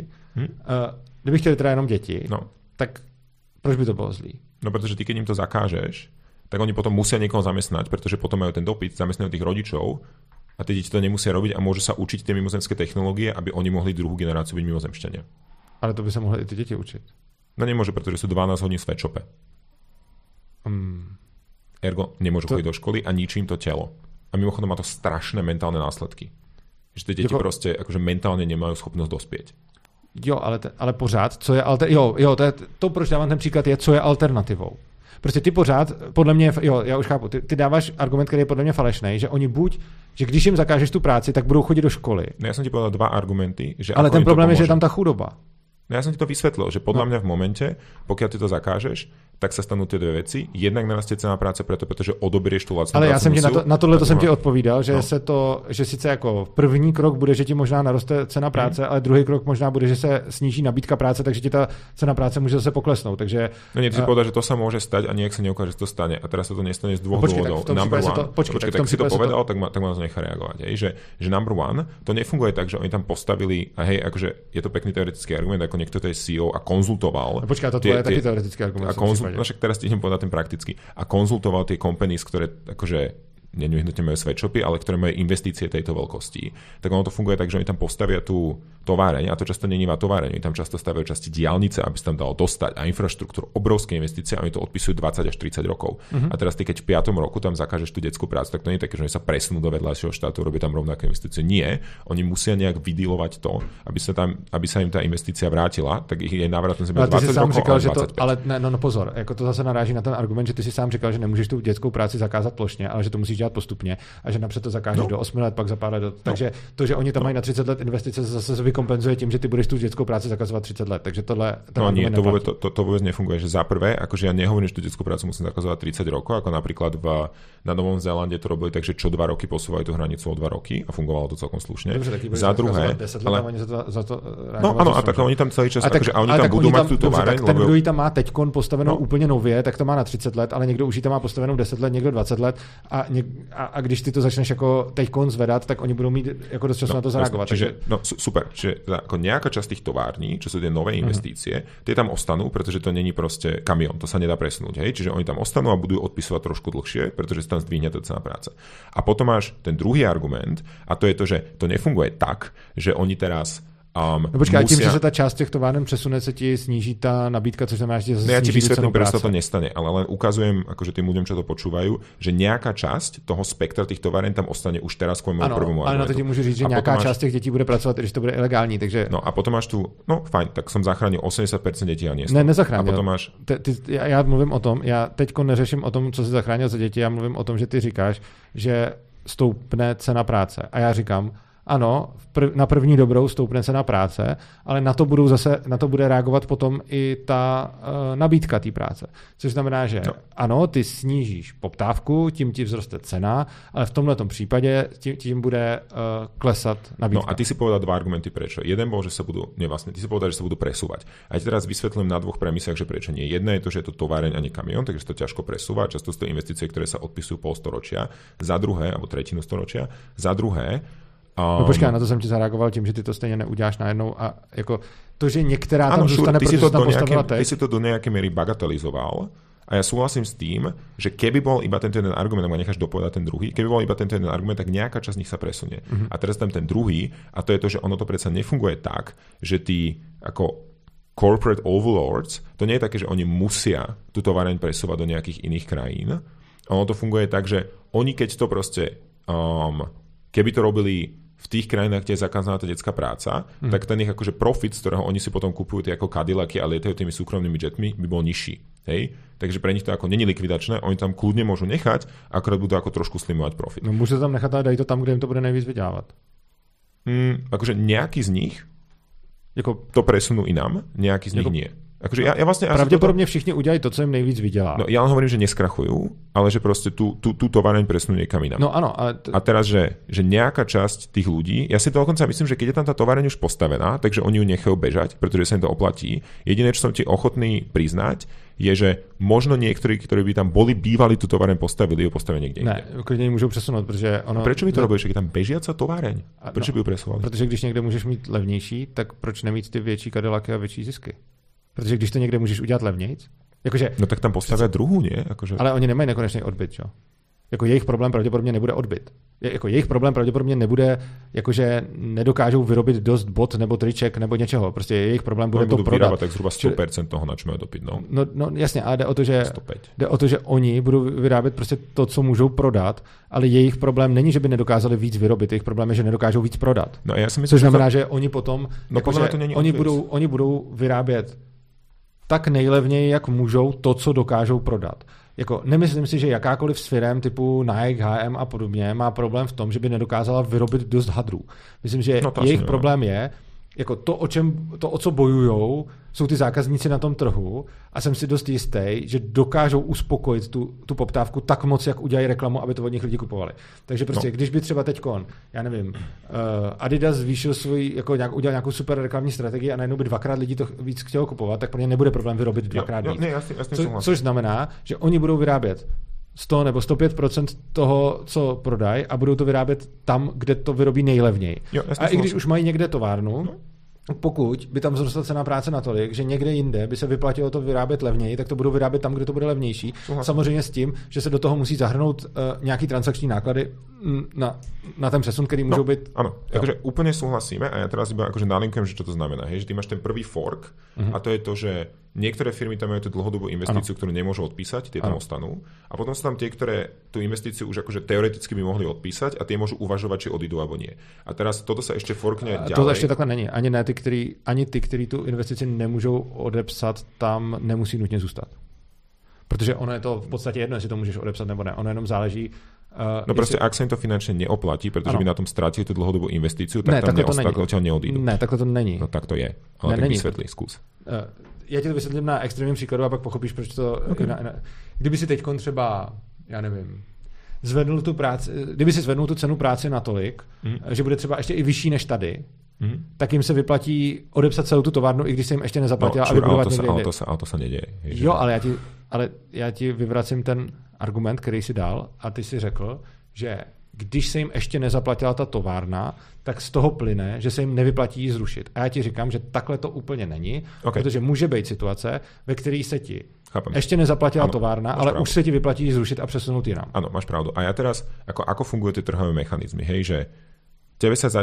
děti, tak proč by to bylo zlý? No pretože ty, keď im to zakážeš, tak oni potom musia niekoho zamestnať, pretože potom majú ten dopyt, zamestnajú tých rodičov a tie deti to nemusia robiť a môžu sa učiť tie mimozemské technológie, aby oni mohli druhú generáciu byť mimozemšťania. Ale to by sa mohli i ty deti učiť. No nemôže, pretože sú 12 hodín v sweatshope. Ergo nemôžu chodiť do školy a ničí im to telo. A mimochodom má to strašné mentálne následky. Že tie deti proste akože mentálne nemajú schopnosť dospieť. Jo, ale pořád, co je to proč dávám ten příklad, je, co je alternativou. Prostě ty pořád, podle mě, já už chápu, ty dáváš argument, který je podle mě falešný, že oni že když jim zakážeš tu práci, tak budou chodit do školy. No, ja som ti povedal dva argumenty. Že ale ten problém je, že je tam ta chudoba. No ja som ti to vysvetlil, že podľa mňa v momente, pokiaľ ty to zakážeš, tak sa stanú tie dve veci. Jednak narastie cena práce pretože odoberieš tú lacnú ale já jsem ti na tohle jsem ti odpovídal, že že sice jako první krok bude, že ti možná naroste cena práce, ale druhý krok možná bude, že se sníží nabídka práce, takže ti ta cena práce může zase poklesnout. Takže no nie, ty si povedal, že to sa môže stať a nejak sa neukáže, že to stane. A teraz sa to nestane z dvoch dôvodov. Number one, tak si to povedal, tak ma to nechá reagovať. Že number one, to nefunguje tak, že oni tam postavili, a hej, akože je to pekný teoretický argument, ako niekto to je CEO a konzultoval. No počkaj, to je taký teoretický argument. No však teraz ti idem povedať ten prakticky. A konzultoval tie companies, ktoré akože nevyhnutne majú sweatshopy, ale ktoré majú investície tejto veľkosti. Tak ono to funguje tak, že oni tam postavia tú továreň, a to často nie je továreň, oni tam často stavajú časti diaľnice, aby sa tam dalo dostať, a infraštruktúru, obrovské investície, a oni to odpisujú 20 až 30 rokov. A teraz ty, keď v 5. roku tam zakážeš tú detskú prácu, tak to nie je také, že oni sa presunú do vedľajšieho štátu, robia tam rovnaké investície. Nie, oni musia nejak vydealovať to, aby sa im tá investícia vrátila, tak ich je návratnosť 20 rokov, říkal, že to, ale no pozor, jako to zase naráží na ten argument, že ty si sám říkal, že nemůžeš tu dětskou práci zakázat plošně, ale že to musíš dělat postupně a že napřed to zakážeš do 8 let, pak za pár let. Takže to, že oni tam mají na 30 let investice, zase vykompenzuje tím, že ty budeš tu dětskou práci zakazovat 30 let. Takže tohle nie, to vôbec nefunguje, že za prvé, akože ja nehovorím, že tú detskú prácu musím zakazovať 30 rokov, ako napríklad na Novom Zélande to robili tak, že čo 2 roky posúvajú tú hranicu o 2 roky a fungovalo to celkom slušne. Dobře, za druhé, ale oni za to áno, a tak oni tam celý čas, akože oni tam budú mať tú továreň. Ten, kdo ji tam má teďkon postavenou úplně nově, tak to má na 30 let, ale někdo už ji tam má postavenou 10 let, někdo 20 let a když ty to začneš jako teďkon zvedat, tak oni budú mít jako dost času na to zareagovat. Čiže, super, čiže ako nejaká časť tých tovární, čo sú tie nové investície, tie tam ostanú, pretože to není proste kamión, to sa nedá presunúť, hej? Čiže oni tam ostanú a budú odpisovať trošku dlhšie, pretože sa tam zdvihne tá cena práce. A potom máš ten druhý argument, a to je to, že to nefunguje tak, že oni teraz no počkej, tím, že se ta část těch továren přesune, se ti sníží ta nabídka, což znamená, že ja ti vysvetlím, prečo to nestane, ale len ukazujem akože tým ľuďom, čo to počúvajú, že nejaká časť toho spektra tých továren tam ostane už teraz k môjmu prvému argumentu. Ale na to ti môžu říct, že nejaká časť těch dětí bude pracovat, když to bude ilegální, takže... No a potom máš tu, no fajn, tak som zachránil 80% detí a nie 100. Ne, nezachránil. A potom máš... Já mluvím o tom, já teďko neřeším o tom, co jsi zachránil za děti, já mluvím o tom, že ty říkáš, že stoupne cena práce. A já říkám, ano, na první dobrou stoupne cena práce, ale na to bude reagovat potom i ta nabídka té práce. Což znamená, že ano, ty snížíš poptávku, tím ti vzroste cena, ale v tomhletom případě tím bude klesat nabídka. No a ty si povedal dva argumenty prečo. Jeden bol, že sa budú, ty si povedal, že sa budú presúvať. A ja teraz vysvetlím na dvoch premisách, že prečo nie. Jedna je to, že je to továreň a nie kamión, takže to ťažko presúva. Často sú to investície, ktoré sa odpisujú pol storočia, za druhé, alebo tretinu storočia, za druhé. No počkej, na to jsem ti zareagoval tím, že ty to stejně neuděláš najednou a jako to, že některá tam zůstane, protože se tam postavila teď. Ty si to do nejakej miery bagatelizoval a ja súhlasím s tým, že keby bol iba tento jeden argument, a necháš dopovedať ten druhý, keby bol iba tento jeden argument, tak nejaká časť z nich sa presunie. A teraz tam ten druhý, a to je to, že ono to predsa nefunguje tak, že ty ako corporate overlords, to nie je také, že oni musia tú továreň presúvať do nejakých iných krajín. Ono to funguje tak, že oni keď to proste keby to robili v tých krajinách, kde je zakázaná tá detská práca, tak ten ich akože profit, z ktorého oni si potom kupujú tie ako Cadillacy a lietajú tými súkromnými jetmi, by bol nižší. Hej? Takže pre nich to ako není likvidačné, oni tam kľudne môžu nechať, akorát budú ako trošku slimovať profit. No môžu tam nechať, ale dají to tam, kde im to bude nejvíc vydělávat. Akože nejaký z nich to presunú inám, nejaký z nich nie. Akože ja vlastne pravdepodobne všichni udělají to, co jim nejvíc vydělá. No, ja len hovorím, že neskrachujú, ale že proste tú továreň presunú niekam inám. No áno. A teraz, že nejaká časť tých ľudí, ja si to dokonca myslím, že keď je tam tá továreň už postavená, takže oni ju nechajú bežať, pretože sa im to oplatí. Jediné, čo som ti ochotný priznať, je, že možno niektorí, ktorí by tam bývali tú továreň postavili, ju postavili niekde. Ne, klidně ji môžu presunúť, protože ono... Prečo by to robili, že je tam bežiaca továreň? Prečo by ju presúvali? Protože když někde můžeš mít levnější, tak proč nemít ty větší Cadillacy a větší zisky? Protože když to někde můžeš udělat levnějc, jakože... No tak tam postavia druhú, nie? Akože... Ale oni nemají nekonečný odbyt, čo? Jako jejich problém pravděpodobně nebude odbyt. Jako jejich problém pravděpodobně nebude, jakože nedokážou vyrobit dost bot nebo triček nebo něčeho. Prostě jejich problém bude to prodat. Tak zhruba 100% toho, na čem mají dopyt. No jasně, ale jde o to, že oni budou vyrábět prostě to, co můžou prodat, ale jejich problém není, že by nedokázali víc vyrobit, jejich problém je, že nedokážou víc prodat. No, já si myslím, což znamená, že oni potom, to oni budou vyrábět tak nejlevněji, jak můžou, to, co dokážou prodat. Jako, nemyslím si, že jakákoliv z firem typu Nike, H&M a podobně má problém v tom, že by nedokázala vyrobit dost hadrů. Myslím, že jejich problém je, jako o co bojujou, jsou ty zákazníci na tom trhu a jsem si dost jistý, že dokážou uspokojit tu poptávku tak moc, jak udělají reklamu, aby to od nich lidi kupovali. Takže prostě, když by třeba teďkon, já nevím, Adidas zvýšil udělal nějakou super reklamní strategii a najednou by 2x lidí to víc chtělo kupovat, tak pro ně nebude problém vyrobit 2x víc. Což znamená, že oni budou vyrábět 100 nebo 105% toho, co prodají a budou to vyrábět tam, kde to vyrobí nejlevněji. A i když už mají někde továrnu, pokud by tam vzrostla cena práce natolik, že někde jinde by se vyplatilo to vyrábět levněji, tak to budou vyrábět tam, kde to bude levnější. Samozřejmě s tím, že se do toho musí zahrnout nějaký transakční náklady na ten přesun, který můžou být. Áno, takže úplne súhlasíme a ja teraz iba akože nalinkujem, že čo to znamená. Hej, že ty máš ten prvý fork a to je to, že niektoré firmy tam majú tú dlhodobú investíciu, ktorú nemôžu odpísať, tie tam ostanú. A potom sú tam tie, ktoré tú investíciu už akože teoreticky by mohli odpísať a tie môžu uvažovať, či odídu alebo nie. A teraz toto sa ešte forkne ďalej. To ešte takhle není. Ani ty, kteří tu investici nemůžou odepsat, tam nemusí nutně zůstat. Protože ono je to v podstatě jedno, jestli to můžeš odepsat nebo ne. Ono jenom záleží. Proste, ak sa im to finančne neoplatí, pretože by na tom strátili tú dlhodobú investíciu, tak tam neodídu. Ne, takhle to není. No tak to je. Ale tak vysvetlí, skús. Já ti to vysvětlím na extrémním příkladu a pak pochopíš, proč to... Okay. Kdyby si teďkon třeba, já nevím, kdyby si zvednul tu cenu práce natolik, že bude třeba ještě i vyšší než tady, tak jim se vyplatí odepsat celou tu továrnu, i když se jim ještě nezaplatila. Ale to se neděje. Jo, ale já ti vyvracím ten argument, který si dal a ty si řekl, že když se jim ještě nezaplatila ta továrna, tak z toho plyne, že se jim nevyplatí ji zrušit. A já ti říkám, že takhle to úplně není, protože může být situace, ve které se ti ještě nezaplatila továrna, ale pravdu. Už se ti vyplatí ji zrušit a přesunout jinam. Áno, máš pravdu. A ja teraz, ako fungujú tie trhové mechanizmy, hej, že tebe sa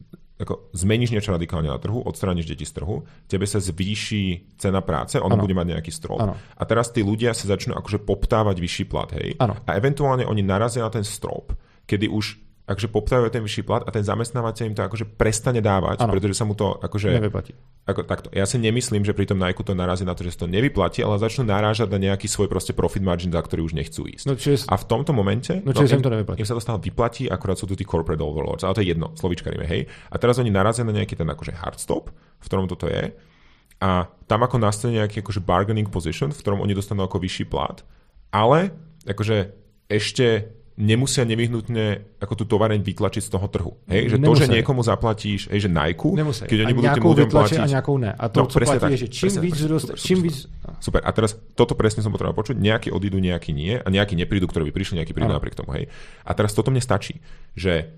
zmeníš niečo radikálne na trhu, odstrániš deti z trhu, tebe sa zvýši cena práce, ono bude mať nejaký strop. Ano. A teraz tí ľudia sa začnú akože poptávať vyšší plat, hej. Ano. A eventuálne oni narazia na ten strop, kedy už akože poptávajú ten vyšší plat a ten zamestnávateľ im to akože prestane dávať, pretože sa mu to akože nevyplatí. Takto. Ja si nemyslím, že pri tom Nike to narazí na to, že sa to nevyplatí, ale začnú narážať na nejaký svoj proste profit margin, za ktorý už nechcú ísť. A v tomto momente im sa to stále vyplatí, akurát sú tu tí corporate overlords, ale to je jedno, slovíčkaríme, hej. A teraz oni narazia na nejaký ten akože hard stop, v ktorom toto je. A tam ako nastane nejaký akože bargaining position, v ktorom oni dostanú ako vyšší plat, ale akože ešte nemusia nevyhnutne ako tú tovareň vytlačiť z toho trhu. Hej, že to, že niekomu zaplatíš, že Nike, keď oni budú tým ľuďom platiť... A nejakou ne. A to, co platí, je, že čím víc... Super. A teraz toto presne som potreboval počuť. Nejakí odídu, nejakí nie. A nejakí neprídu, ktorí by prišli, nejakí prídu napriek tomu. Hej. A teraz toto mne stačí, že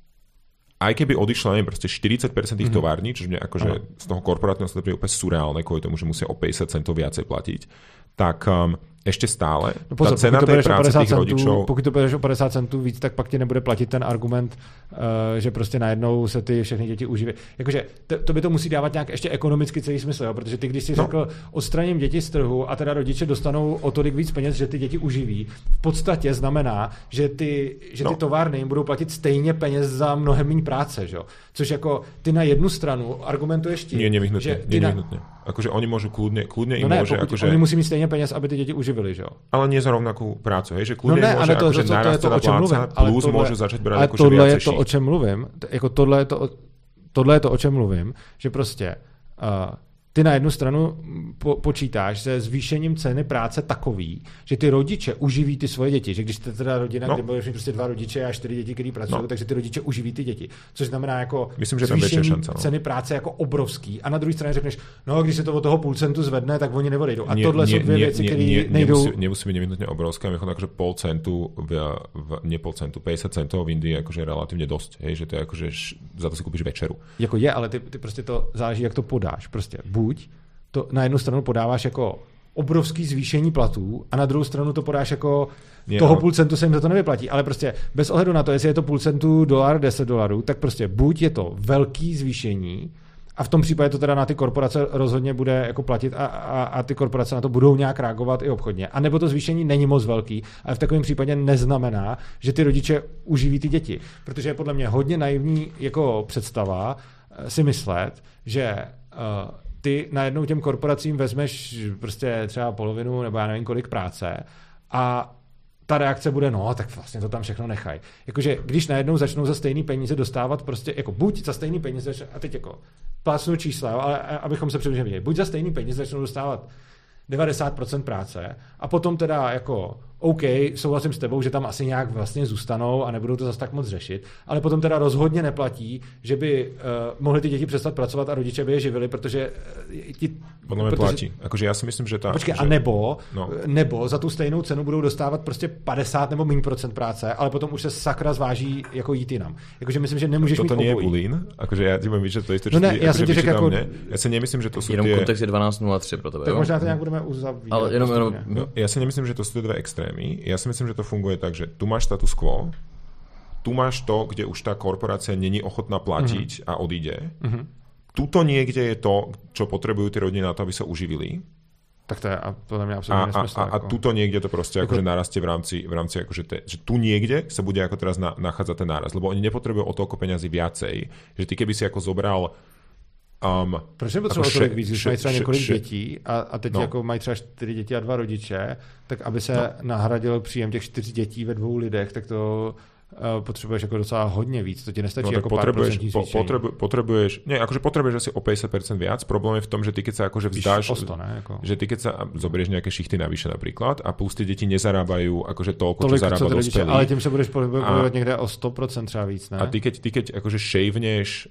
aj keby odišlo, neviem, proste 40% tých tovární, čo mne akože z toho korporátneho sa to príde úplne surreálne, kvôli tomu, že musia o 50 centov viacej platiť, tak ešte stále tá cena tej práce tých rodičov... Pokud to bereš o 50 centů víc, tak pak ti nebude platit ten argument, že prostě najednou se ty všechny děti uživí. Jakože to by to musí dávat nějak ještě ekonomicky celý smysl, jo? Protože ty, když si řekl, odstraním děti z trhu a teda rodiče dostanou o tolik víc peněz, že ty děti uživí, v podstatě znamená, že ty továrny jim budou platit stejně peněz za mnohem méně práce, že? Což jako ty na jednu stranu argumentuješ tím, že nevyhnutně. Akože oni môžu kľudne im môže... Akože... Oni musí mít stejně peněz, aby ty děti uživili, že jo? Ale nie za rovnakú prácu, hej? Že kľudne môže akože narastať pláca, plus môžu začať brať akože viacej šít. Ale tohle je to, o čem mluvím. Jako tohle je to, o čem mluvím, že prostě ty na jednu stranu počítáš se zvýšením ceny práce takový, že ty rodiče uživí ty svoje děti, že když jste teda rodina, kde budeš mít prostě 2 rodiče a 4 děti, kteří pracují, takže ty rodiče uživí ty děti. Což znamená jako myslím, že zvýšení ceny práce jako obrovský. A na druhé straně řekneš, no když se to od toho půl centu zvedne, tak oni neodejdou. A tohle jsou dvě věci, které nejdou. Nemusí být nevyhnutně obrovské, ale akože pol centu, nie pol centu, 50 centov v Indii akože relatívne dosť, hej, že to je akože za to si kúpiš večeru. Jako je, ale ty prostě to záleží, jak to podáš. Prostě buď to na jednu stranu podáváš jako obrovský zvýšení platů a na druhou stranu to podáš jako toho půl centu se jim za to nevyplatí, ale prostě bez ohledu na to, jestli je to půl centu, dolar, $10, tak prostě buď je to velký zvýšení a v tom případě to teda na ty korporace rozhodně bude jako platit a ty korporace na to budou nějak reagovat i obchodně. A nebo to zvýšení není moc velký, ale v takovém případě neznamená, že ty rodiče uživí ty děti. Protože je podle mě hodně naivní jako představa si myslet, že ty najednou těm korporacím vezmeš prostě třeba polovinu nebo já nevím kolik práce a ta reakce bude, no, tak vlastně to tam všechno nechají. Jakože když najednou začnou za stejný peníze dostávat prostě, jako buď za stejný peníze, a teď jako plásnu čísla, ale abychom se přibližili viděli, buď za stejný peníze začnou dostávat 90% práce a potom teda jako OK, souhlasím s tebou, že tam asi nějak vlastně zůstanou a nebudou to zase tak moc řešit, ale potom teda rozhodně neplatí, že by mohli ty děti přestat pracovat a rodiče by je živili, protože podle mě platí. Akože já si myslím, že počkej, že... a nebo za tu stejnou cenu budou dostávat prostě 50 nebo méně procent práce, ale potom už se sakra zváží jako jít jinam. Jakože myslím, že nemůžeš mít obojí. Toto nie je bulín? Akože ja ti budem že to isté, čo ty, ja si jako... Ja si nemyslím, že to sú jenom kontext je 12.03 pro tebe, tak možná to nějak budeme uzavírat. Ale jenom... Ja si nemyslím, že to sú tie dve extrémy. Ja si myslím, že to funguje tak, že tu máš status quo, tu máš to, kde už tá korporácia není ochotná platiť a odíde. Tuto niekde je to, čo potrebujú tie rodiny na to, aby sa uživili. Tak to je podľa mňa absolútne nesmysl. A tuto niekde to proste akože narastie v rámci akože že tu niekde sa bude ako teraz nachádzať ten náraz, lebo oni nepotrebujú o toľko peňazí viacej, že ty keby si ako zobral proč nepotřeboval tolik víc, když mají třeba několik dětí a teď jako mají třeba 4 děti a 2 rodiče, tak aby se nahradil příjem těch 4 dětí ve 2 lidech, tak to potrebuješ jako docela hodně víc. To ti nestačí jako pár procentní zvýšení. Potrebuješ asi o 50% viac. Problém je v tom, že ty keď sa akože vzdáš, že ty keď sa zoberieš nejaké šichty navyše napríklad a plus ty deti nezarábajú akože toľko, čo zarába dospelý. Ale tím se budeš pohybovat někde o 100% třeba víc, ne? A ty keď akože shaveneš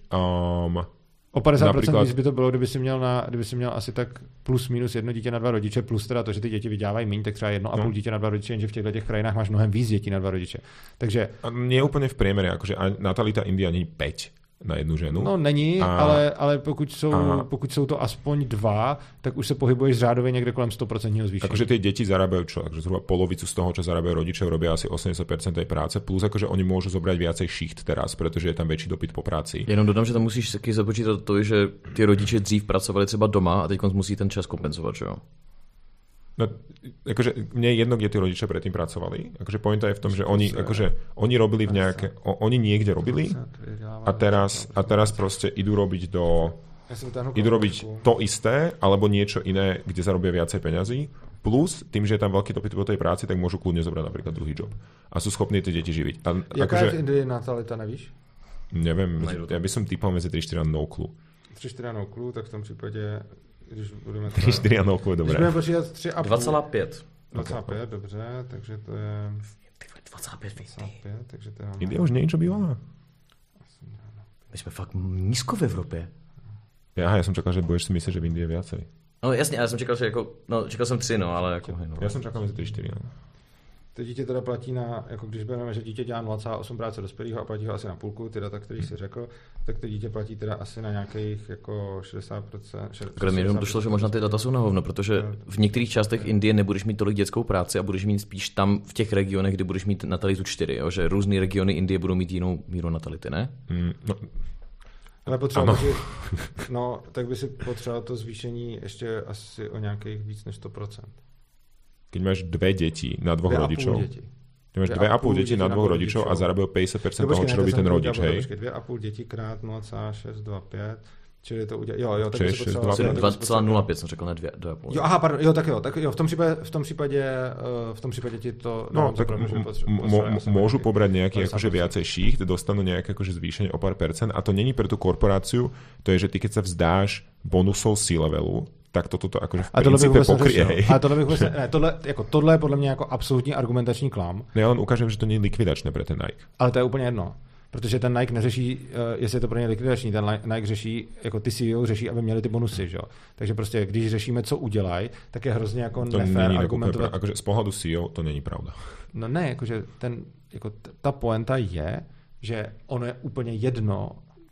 o 50% víc by to bylo, kdyby si měl asi tak plus minus 1 dítě na 2 rodiče, plus teda to, že ty děti vydělávají méně, tak třeba 1,5 dítě na 2 rodiče, jenže v těchto krajinách máš mnohem víc dětí na 2 rodiče. Takže nie úplne v priemere, akože natalita India není 5 na jednu ženu. No není, ale pokud jsou to aspoň 2, tak už se pohybuješ řádově někde kolem 100% zvýšení. Akože tie deti zarábajú čo? Takže zhruba polovicu z toho, čo zarábajú rodiče, robia asi 80% tej práce, plus akože oni môžu zobrať viacej šicht teraz, pretože je tam väčší dopyt po práci. Jenom dodám, že tam musíš taky započítat to, že ty rodiče dřív pracovali třeba doma a teď musí ten čas kompenzovat, že jo? No, akože mne je jedno, kde tí rodičia predtým pracovali. Akože pointa je v tom, že oni robili v nejaké... Oni niekde robili a teraz proste idú robiť to isté, alebo niečo iné, kde zarobia viacej peňazí. Plus, tým, že je tam veľký dopyt po tej práci, tak môžu kľudne zobrať napríklad druhý job. A sú schopní tie deti živiť. Jaká je v Indii natalita, nevíš? Neviem, ja by som typal medzi 3-4 no clue. 3-4 no clue, tak v tom případě když budeme 3-4 no clue, dobré. Když budeme počítat 3,5. 2,5. 2,5, dobře, takže to je 2,5, takže to je... India už niečo bývala? My jsme fakt nízko v Evropě. Ja som čakal, že budeš si myslieť, že v Indii je viacej. No jasně, já jsem čekal, že jako, čekal jsem 3, ale jako... Ja som čakal mezi 3-4, To dítě teda platí na, jako když bereme, že dítě dělá 0,8 práce dospělého a platí ho asi na půlku, ty data, který jsi řekl, tak to dítě platí teda asi na nějakých jako 60%. Kde mi jenom došlo, že možná ty data jsou na hovno, protože v některých částech Indie nebudeš mít tolik dětskou práci a budeš mít spíš tam v těch regionech, kde budeš mít natalitu 4, jo? Že různý regiony Indie budou mít jinou míru natality, ne? Ale tak by si potřeboval to zvýšení ještě asi o nějakých víc než 100%. Keď máš 2 deti na 2 rodičov. Keď máš 2,5 deti na 2 rodičov a zarábajú 50% toho, čo robí ten rodič, hej? 2,5 děti krát 0,625, čili to udělá... Jo, tak 2,05 jsem řekl, ne 2,5. Jo, aha, pardon, tak jo, v tom případě ti to... No, tak môžu pobrať nejaký akože viacej šicht, dostanú nejaké akože zvýšenie o pár percent a to není pre tú korporáciu, to je, že ty keď sa vzdáš bonusov C-levelu, tak toto akože v princípe pokrie. Ale tohle je podle mě jako absolutní argumentační klam. No ja len ukážem, že to nie je likvidačné pre ten Nike. Ale to je úplně jedno. Protože ten Nike neřeší, jestli je to pro ně likvidační, ten Nike řeší, jako ty CEO řeší, aby měli ty bonusy, že jo. Takže prostě, když řešíme, co udělají, tak je hrozně jako nefér argumentovat. Akože z pohľadu CEO to není pravda. No ne, ta poenta je, že ono je úplně jedno,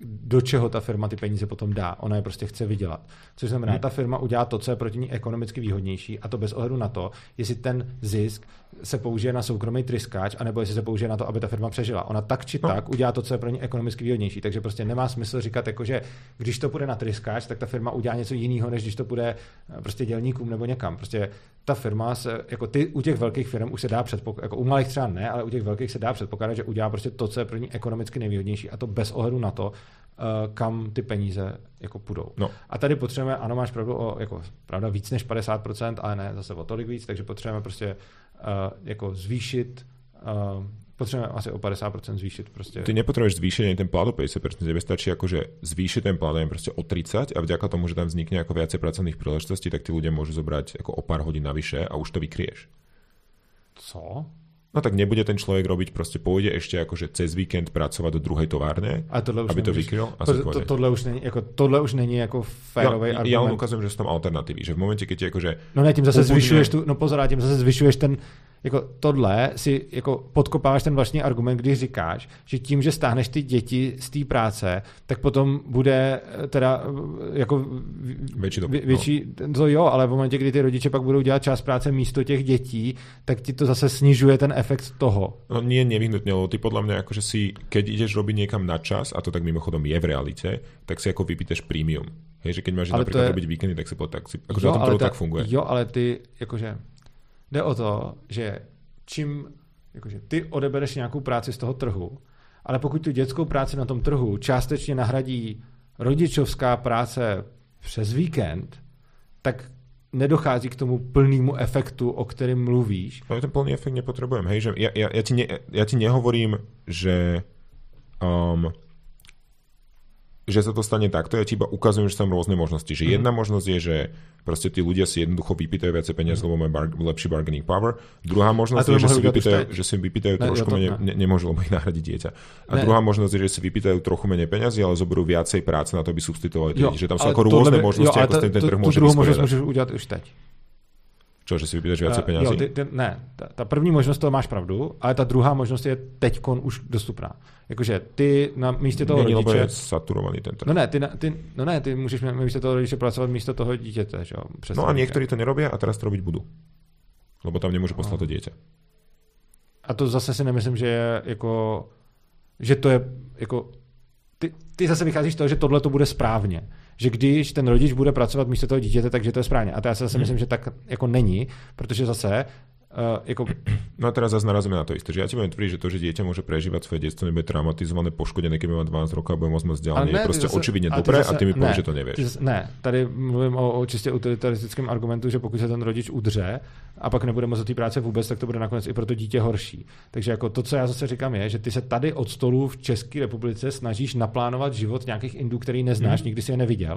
do čeho ta firma ty peníze potom dá. Ona je prostě chce vydělat. Což znamená, ta firma udělá to, co je proti ní ekonomicky výhodnější, a to bez ohledu na to, jestli ten zisk se použije na soukromý tryskáč, anebo jestli se použije na to, aby ta firma přežila. Ona tak či tak udělá to, co je pro ní ekonomicky výhodnější. Takže prostě nemá smysl říkat, jako, že když to půjde na tryskáč, tak ta firma udělá něco jiného, než když to půjde prostě dělníkům nebo někam. Prostě ta firma se, jako u těch velkých firm už se dá předpokládat, jako u malých třeba ne, ale u těch velkých se dá předpokládat, že udělá prostě to, co je pro ní ekonomicky nejvýhodnější, a to bez ohledu na to, kam ty peníze jako půjdou. No. A tady potřebujeme, ano, máš pravdu, pravda víc než 50%, ale ne zase o tolik víc, takže potřebujeme prostě jako zvýšit, potřebujeme asi o 50% zvýšit prostě. Ty nepotrebuješ zvýšenie ten plat o 50%, tebe stačí akože zvýšiť ten plat proste o 30 a vďaka tomu, že tam vznikne ako viacej pracovných príležitostí, tak tí ľudia môžu zobrať ako o pár hodín navyše a už to vykryješ. Co? No tak nebude ten človek robiť, proste pôjde ešte akože cez víkend pracovať do druhej továrne, aby to vykryl. Tohle už není jako férovej argument. Ja len ukazujem, že sú tam alternatívy, že v momente, keď ti akože... No ne, tím zase zvyšuješ tím zase zvyšuješ ten, jako tohle si jako podkopáváš ten vlastní argument, když říkáš, že tím, že stáhneš ty děti z té práce, tak potom bude teda jako větší to jo, ale v momentě, kdy ty rodiče pak budou dělat část práce místo těch dětí, tak ti to zase snižuje ten efekt toho. No nie nevyhnutne, lebo ty podľa mňa akože si, keď ideš robiť niekam na čas, a to tak mimochodom je v realite, tak si ako vypýtaš premium. Hej, že keď máš napríklad robiť víkendy, tak si akože na tom trhu tak funguje. Jo, ale ty jakože jde o to, že čím jakože ty odebereš nějakou práci z toho trhu, ale pokud tu dětskou práci na tom trhu částečně nahradí rodičovská práce přes víkend, tak nedochází k tomu plnému efektu, o kterém mluvíš. Ale ten plný efekt nepotrebujem. Hej, že ja ti nehovorím, že sa to stane takto, ja ti iba ukazujem, že sú tam rôzne možnosti. Že jedna možnosť je, že proste tí ľudia si jednoducho vypýtajú viacej peniaz, lebo majú lepší bargaining power. Druhá možnosť je, že si vypýtajú trošku menej, nemôžu, lebo ich nahradiť dieťa. A druhá možnosť je, že si vypýtajú trochu menej peniazy, ale zoberú viacej práce na to, aby substituovali tie deti. Že tam sú ako rôzne možnosti, ako s ten trh môže vysporiadať. Tu druhú možnosť môžeš udělat už teď. Čo, že si vypýtaš viacej peniazí? Ta první možnost, to máš pravdu, ale ta druhá možnost je teďkon už dostupná. Jakože ty na místě toho rodiče... Není, je saturovaný ten trh. Ty můžeš na místě toho rodiče pracovat místo toho dítěte. Že? No a niektorí to nerobia a teraz to robiť budú. Lebo tam nemôžu poslať to dieťa. A to zase si nemyslím, že je jako... Že to je jako... Ty zase vycházíš z toho, že tohle to bude správně. Že když ten rodič bude pracovat místo toho dítěte, takže to je správně. A to já si zase myslím, že tak jako není, protože zase jako... No a teraz zase narazíme na to isté, že ja ti budem tvrdiť, že to, že dieťa môže prežívať svoje detstvo, nebude traumatizované, poškodené, keď má 12 rokov a bude môcť vzdialený, je proste očividne dobré a ty mi povieš, že to nevieš. Tady mluvím o čistě utilitaristickém argumentu, že pokud se ten rodič udře a pak nebude moc do té práce vůbec, tak to bude nakonec i pro to dítě horší. Takže jako to, co já zase říkám, je, že ty se tady od stolu v České republice snažíš naplánovat život nějakých Indů, který neznáš, nikdy si je neviděl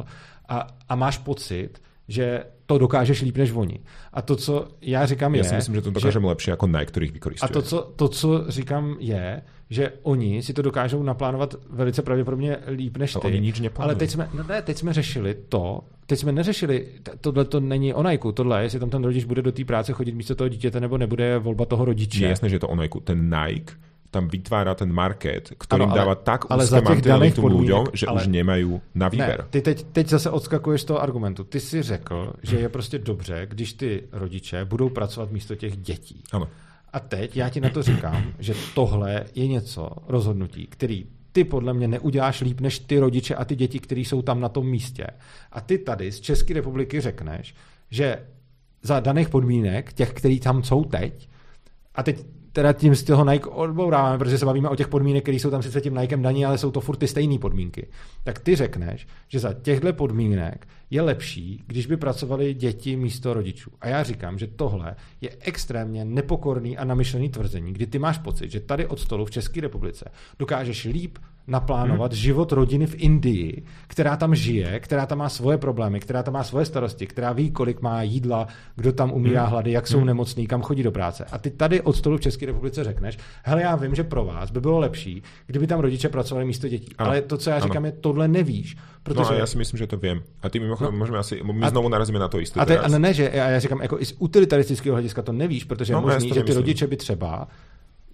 a máš pocit, že to dokážeš líp než oni. A to, co já říkám, je... Já si myslím, že to dokážeme lepšie ako Nike, ktorých vykoristuje. A to, co říkám, je, že oni si to dokážou naplánovat velice pravděpodobně líp než ty. Oni nič neplánují. Ale teď jsme řešili teď jsme neřešili, tohle to není o Nike, tohle, jestli tam ten rodič bude do té práce chodit místo toho dítěte, nebo nebude volba toho rodiče. Je jasné, že je to o Nike. Ten Nike tam vytvára ten market, ktorým dáva tak úzké mantinely tým ľuďom, že už nemajú na výber. Ne, ty teď zase odskakuješ z toho argumentu. Ty si řekl, že je prostě dobře, když ty rodiče budou pracovat místo těch dětí. Ano. A teď já ti na to říkám, že tohle je něco, rozhodnutí, který ty podle mě neuděláš líp než ty rodiče a ty děti, kteří jsou tam na tom místě. A ty tady z České republiky řekneš, že za daných podmínek, těch, který tam jsou teď, a teď teda tím z toho Nike odbouráváme, protože se bavíme o těch podmínek, které jsou tam sice tím Nikem daní, ale jsou to furt ty stejné podmínky. Tak ty řekneš, že za těchto podmínek je lepší, když by pracovali děti místo rodičů. A já říkám, že tohle je extrémně nepokorný a namyšlený tvrzení, kdy ty máš pocit, že tady od stolu v České republice dokážeš líp naplánovat život rodiny v Indii, která tam žije, která tam má svoje problémy, která tam má svoje starosti, která ví, kolik má jídla, kdo tam umírá hlady, jak jsou nemocní, kam chodí do práce. A ty tady od stolu v České republice řekneš, hele, já vím, že pro vás by bylo lepší, kdyby tam rodiče pracovali místo dětí. Ano. Ale to, co já říkám, je tohle nevíš. Protože... No a já si myslím, že to vím. A ty můžeme asi, my znovu narazíme na to isté. A ne, že já říkám, jako i z utilitaristického hlediska to nevíš, protože je možný, že ty rodiče by třeba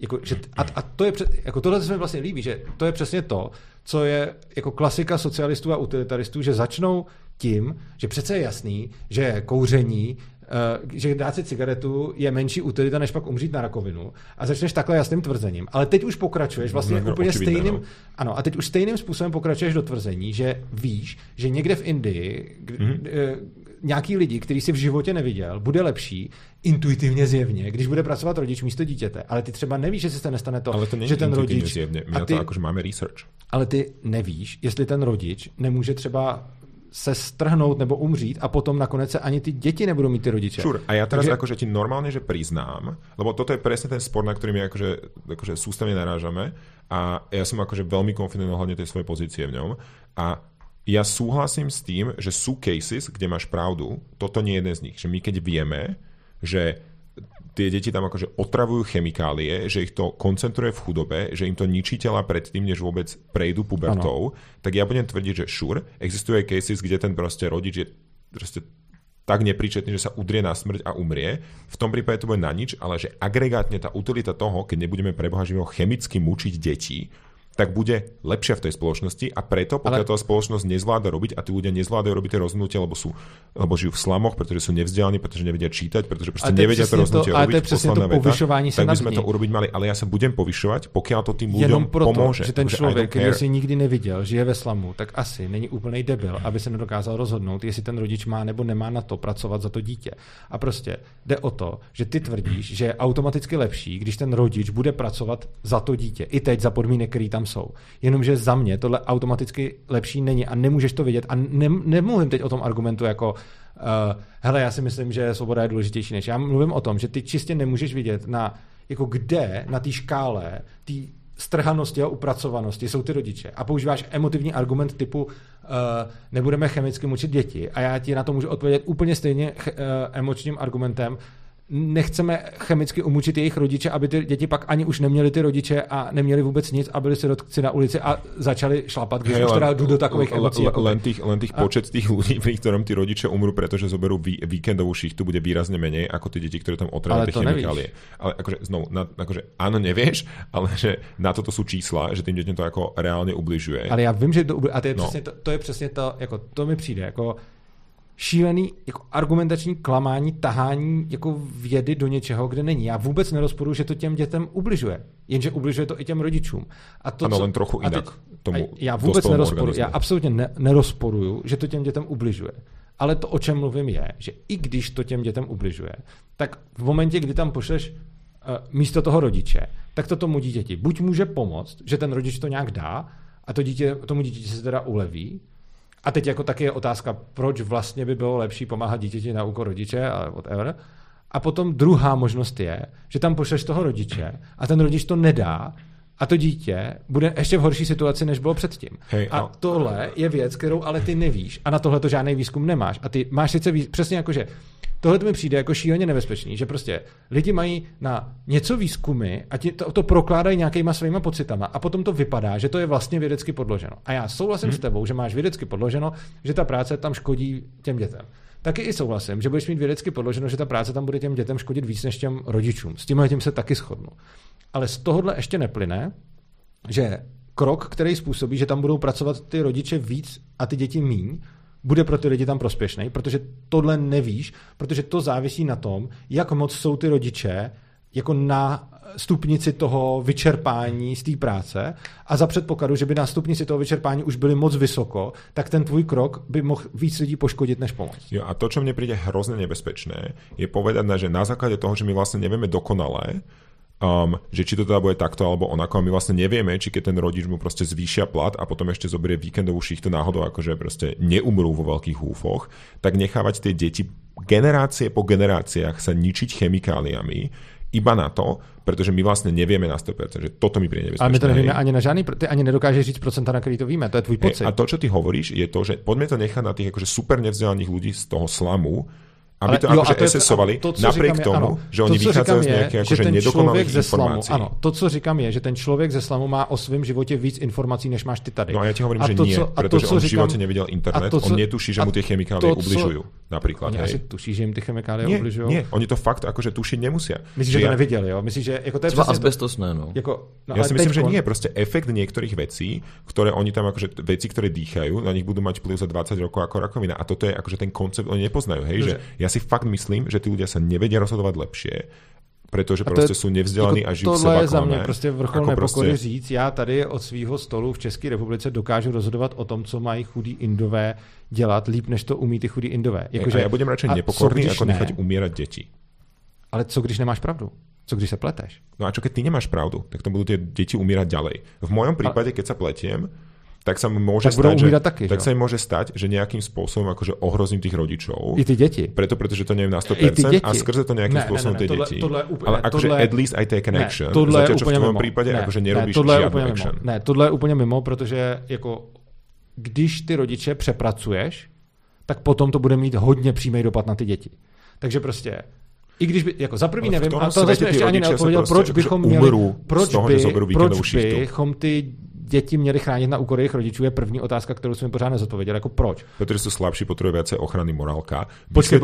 a to je jako tohle se mi vlastně líbí, že to je přesně to, co je jako klasika socialistů a utilitaristů, že začnou tím, že přece je jasný, že kouření, že dát si cigaretu je menší utilita, než pak umřít na rakovinu. A začneš takhle jasným tvrzením. Ale teď už pokračuješ vlastně úplně stejným. Ano, a teď už stejným způsobem pokračuješ do tvrzení, že víš, že někde v Indii nějaký lidi, který si v životě neviděl, bude lepší intuitivně zjevně, když bude pracovat rodič místo dítěte. Ale ty třeba nevíš, že se nestane to, ale to není že ten rodič... Zjevně. My na to jakože máme research. Ale ty nevíš, jestli ten rodič nemůže třeba se strhnout nebo umřít a potom nakonec se ani ty děti nebudou mít ty rodiče. Sure. A ja teraz akože ti normálne, že priznám, lebo toto je presne ten spor, na ktorý my akože sústavne narážame a ja som akože veľmi confident ohľadne tej svojej pozície v ňom a ja súhlasím s tým, že sú cases, kde máš pravdu, toto nie je jeden z nich, že my keď vieme, že tie deti tam akože otravujú chemikálie, že ich to koncentruje v chudobe, že im to ničí tela predtým, než vôbec prejdú pubertou, tak ja budem tvrdiť, že sure, existuje aj cases, kde ten proste rodič je proste tak nepríčetný, že sa udrie na smrť a umrie. V tom prípade to bude na nič, ale že agregátne tá utilita toho, keď nebudeme pre Boha živého chemicky mučiť deti, tak bude lepšia v tej spoločnosti a preto, pokiaľ tá spoločnosť nezvláda robiť a tí ľudia nezvládajú robiť tie rozhodnutia, lebo žijú v slamoch, pretože sú nevzdelaní, pretože nevedia čítať, pretože proste nevedia to rozhodnutie robiť, posledná veta, tak by sme to urobiť mali. Ale ja sa budem povyšovať, pokiaľ to tým ľuďom pomôže. Že ten člověk, který si nikdy neviděl, žije ve slamu, tak asi není úplnej debil, aby se nedokázal rozhodnout, jestli ten rodič má nebo nemá na to pracovat za to dítě. A prostě jde o to, že ty tvrdíš, že je automaticky lepší, když ten rodič bude pracovat za to dítě. I teď za podmínek, který tam jsou. Jenomže za mě tohle automaticky lepší není a nemůžeš to vidět a nemluvím teď o tom argumentu jako hele, já si myslím, že svoboda je důležitější než. Já mluvím o tom, že ty čistě nemůžeš vidět jako kde na té škále té strhanosti a upracovanosti jsou ty rodiče a používáš emotivní argument typu nebudeme chemicky mučit děti a já ti na to můžu odpovědět úplně stejně emočním argumentem, nechceme chemicky umučit jejich rodiče, aby ty děti pak ani už neměli ty rodiče a neměli vůbec nic a byli sirotci na ulici a začali šlapat, když už teda jdu do takových emocí. Len tých počet tých ľudí, pri ktorom tí rodiče umrú, pretože zoberú víkendovú šichtu, bude výrazne menej ako tí deti, ktoré tam otrávia tie chemikálie. Ale akože znovu, akože áno, nevieš, ale že na toto sú čísla, že tým deťom to ako reálne ubližuje. Ale já vím, že to ubližuje. A to je přesně to je přesně to, jako to mi přijde jako šílený jako argumentační klamání, tahání jako vědy do něčeho, kde není. Já vůbec nerozporuji, že to těm dětem ubližuje. Jenže ubližuje to i těm rodičům. A to, ano, len trochu jinak tomu já vůbec nerozporuji. Já absolutně nerozporuju, že to těm dětem ubližuje. Ale to, o čem mluvím, je, že i když to těm dětem ubližuje, tak v momentě, kdy tam pošleš místo toho rodiče, tak to tomu dítěti buď může pomoct, že ten rodič to nějak dá a tomu dítěti se teda uleví. A teď jako taky je otázka, proč vlastně by bylo lepší pomáhat dítěti na úkor rodiče a whatever. A potom druhá možnost je, že tam pošleš toho rodiče a ten rodič to nedá a to dítě bude ještě v horší situaci, než bylo předtím. A tohle je věc, kterou ale ty nevíš a na tohle to žádný výzkum nemáš. A ty máš sice přesně jako, že tohle mi přijde jako šíleně nebezpečný, že prostě lidi mají na něco výzkumy a to prokládají nějakýma svýma pocitama a potom to vypadá, že to je vlastně vědecky podloženo. A já souhlasím s tebou, že máš vědecky podloženo, že ta práce tam škodí těm dětem. Taky i souhlasím, že budeš mít vědecky podloženo, že ta práce tam bude těm dětem škodit víc než těm rodičům. S tím se taky shodnu. Ale z tohohle ještě neplyne, že krok, který způsobí, že tam budou pracovat ty rodiče víc a ty děti míň, bude pro ty lidi tam prospěšný, protože tohle nevíš, protože to závisí na tom, jak moc jsou ty rodiče jako na stupnici toho vyčerpání z té práce a za předpokladu, že by na stupnici toho vyčerpání už byli moc vysoko, tak ten tvůj krok by mohl víc lidí poškodit než pomoct. Jo, a to, čo mne príde hrozne nebezpečné, je povedať, že na základe toho, že my vlastne nevieme dokonale, že či to teda bude takto alebo onako a my vlastne nevieme, či keď ten rodič mu proste zvýšia plat a potom ešte zoberie víkendovú šichtu náhodou, akože proste neumrú vo veľkých húfoch, tak nechávať tie deti generácie po generáciách sa ničiť chemikáliami iba na to, pretože my vlastne nevieme na 100%, že toto mi príde nebezpečné. Ale my to nevíme ani na žádný, ty ani nedokážeš říct procenta, na ktorý to víme, to je tvůj pocit. A to, čo ty hovoríš, je to, že poďme to nechať na tých akože super nevzdelaných ľudí z toho slamu aby to akože esesovali, napriek tomu, že oni vychádzajú z nejakých akože nedokonalých informácií. Ano, to, co říkám, je, že ten člověk ze slamu má o svém životě víc informací, než máš ty tady. No a ja ti hovorím, že nie, pretože on v živote nevidel internet, on netuší, že mu tie chemikálie ubližujú. Napríklad, oni asi tuší, že im tie chemikálie ubližujú? Nie, oni to fakt akože tušiť nemusia. Myslíš, že to neviděli, jo? Myslíš, že jako to je třeba asbestosné, no. Ja si myslím, že nie, proste efekt niektorých vecí, ktoré oni tam akože veci, ktoré dýchajú, na nich budú mať vplyv za 20 rokov ako rakovina. A toto je akože ten koncept, oni nepoznajú, hej, že ja si fakt myslím, že tí ľudia sa nevedia rozhodovať lepšie, pretože prostě jsou nevzdělaní a žijí v seba. Tohle je za mě prostě vrcholné pokory říct. Já tady od svého stolu v České republice dokážu rozhodovat o tom, co mají chudí Indové dělat líp, než to umí ty chudí Indové. Jakože, a já budem radši nepokorný, jako nechat umírat děti. Ale co když nemáš pravdu? Co když se pleteš? No a čo keď ty nemáš pravdu, tak to budú tie deti umírať ďalej. V mojom prípade, keď sa pletiem, tak sa mi môže stať, že nejakým spôsobom akože ohrozím tých rodičov. I ty deti. Pretože to neviem na 100% a skrze to nejakým spôsobom tie deti. Ale akože at least I take an action. Zatiaľ, čo v tvojom prípade akože nerobíš žiadnu action. Ne, tohle je úplně mimo, protože jako když ty rodiče přepracuješ, tak potom to bude mít hodně přímý dopad na ty děti. Takže prostě i když by, jako za první nevím, a to jsme ještě ani neodpověděl, proč bychom měli, proč bychom ty děti měli chránit na úkor jejich rodičů, je první otázka, kterou jsme pořád nezodpověděli, jako proč? Protože jsou slabší, potřebuje více ochrany morálka. Počkej,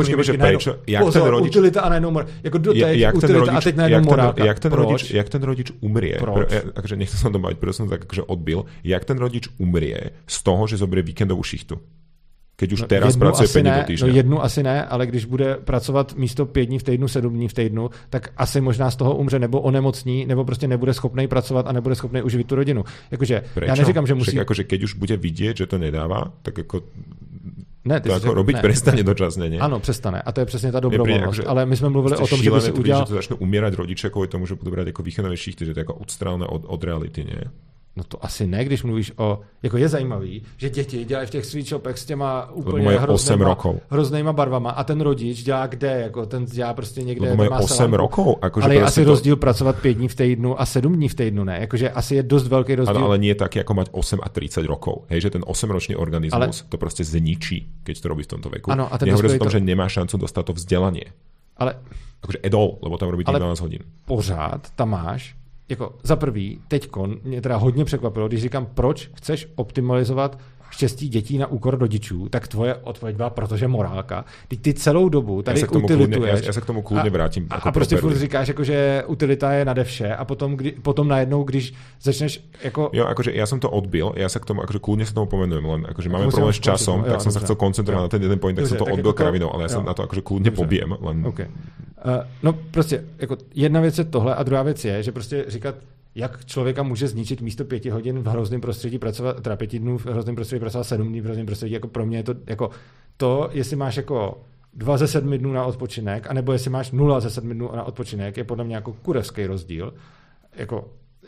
utilita a najednou morálka. Jako doteď utilita a teď najednou morálka. Jak ten rodič umrie? Takže nechci sa to baviť, preto som tak akože odbil. Jak ten rodič umrie z toho, že zoberie víkendovú šichtu? Keď už teraz pracuje 5 dní do týždňa. No jednu asi ne, ale když bude pracovat místo 5 dní v týdnu, 7 dní v týdnu, tak asi možná z toho umře nebo onemocní, nebo prostě nebude schopný pracovat a nebude schopný uživit tu rodinu. Jakože já neříkám, že musí... Však akože keď už bude vidět, že to nedává, tak jako ne, to jako robiť prestane dočasne, nie? Ano, přestane. A to je přesně ta dobrovolnost. Ale my jsme mluvili o tom, že by si udělal... že to začnú umierať rodiče kvôli tomu, že budú brať jako výchovné šichty, že to je jako odstrelené od reality, nie? No to asi ne, když mluvíš o... Jako je zajímavý, že děti dělají v těch sweet shopech s těma úplně hroznýma barvama a ten rodič dělá kde? Jako ten dělá prostě někde... No mají 8 rokov. Ale je asi rozdíl pracovat 5 dní v týdnu a 7 dní v týdnu, ne? Jakože asi je dost velký rozdíl. Ale nie tak, jako mať 8 a 30 rokov. Hej, že ten 8-ročný organizmus to prostě zničí, keď to robí v tomto veku. Ano, a ten nehovorí o tom, že nemá šancu dostat to vzdelanie. Ale... Akože edol, lebo tam robí 12 hodin. Pořád tam máš jako za prvý, teďkon mě teda hodně překvapilo, když říkám, proč chceš optimalizovat štěstí dětí na úkor rodičů, tak tvoje odpověď byla, protože morálka. Ty celou dobu tady utilituješ. Já se k tomu kludně vrátím. A prostě furt říkáš, jako, že utilita je nade vše a potom najednou, když začneš jako... Jo, akože ja som to odbil, ja sa k tomu, akože kľudne sa tomu pomenujem, len akože máme problém s časom, tak som sa chcel koncentrovať na ten jeden point, tak som to odbil kravinou, ale ja sa na to akože kľudne pobiem. Len... Okay. No prostě, jako jedna věc je tohle a druhá věc je, že prostě říkat, jak člověka může zničit místo 5 hodin v hrozném prostředí pracovat, teda 5 dnů v hrozném prostředí pracovat 7 dní v hrozném prostředí, jako pro mě je to jako to, jestli máš jako 2 ze 7 dnů na odpočinek, anebo jestli máš 0 ze 7 dnů na odpočinek, je podle mě jako kurevský rozdíl. Jako,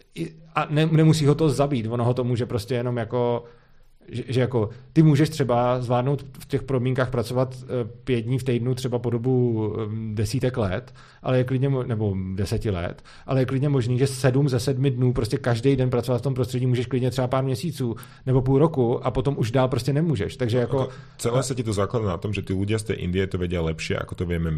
a nemusí ho to zabít, ono ho to může prostě jenom jako že jako ty můžeš třeba zvládnout v těch podmínkách pracovat 5 dní v týdnu třeba po dobu 10 let, ale je klidně, nebo 10 let, ale je klidně možný, že 7 ze 7 dnů prostě každý den pracovat v tom prostředí můžeš klidně třeba pár měsíců nebo půl roku a potom už dál prostě nemůžeš. Takže jako... Celé sa ti to zakladá na tom, že ty ľudia z tej Indie to vedia lepšie, ako to vieme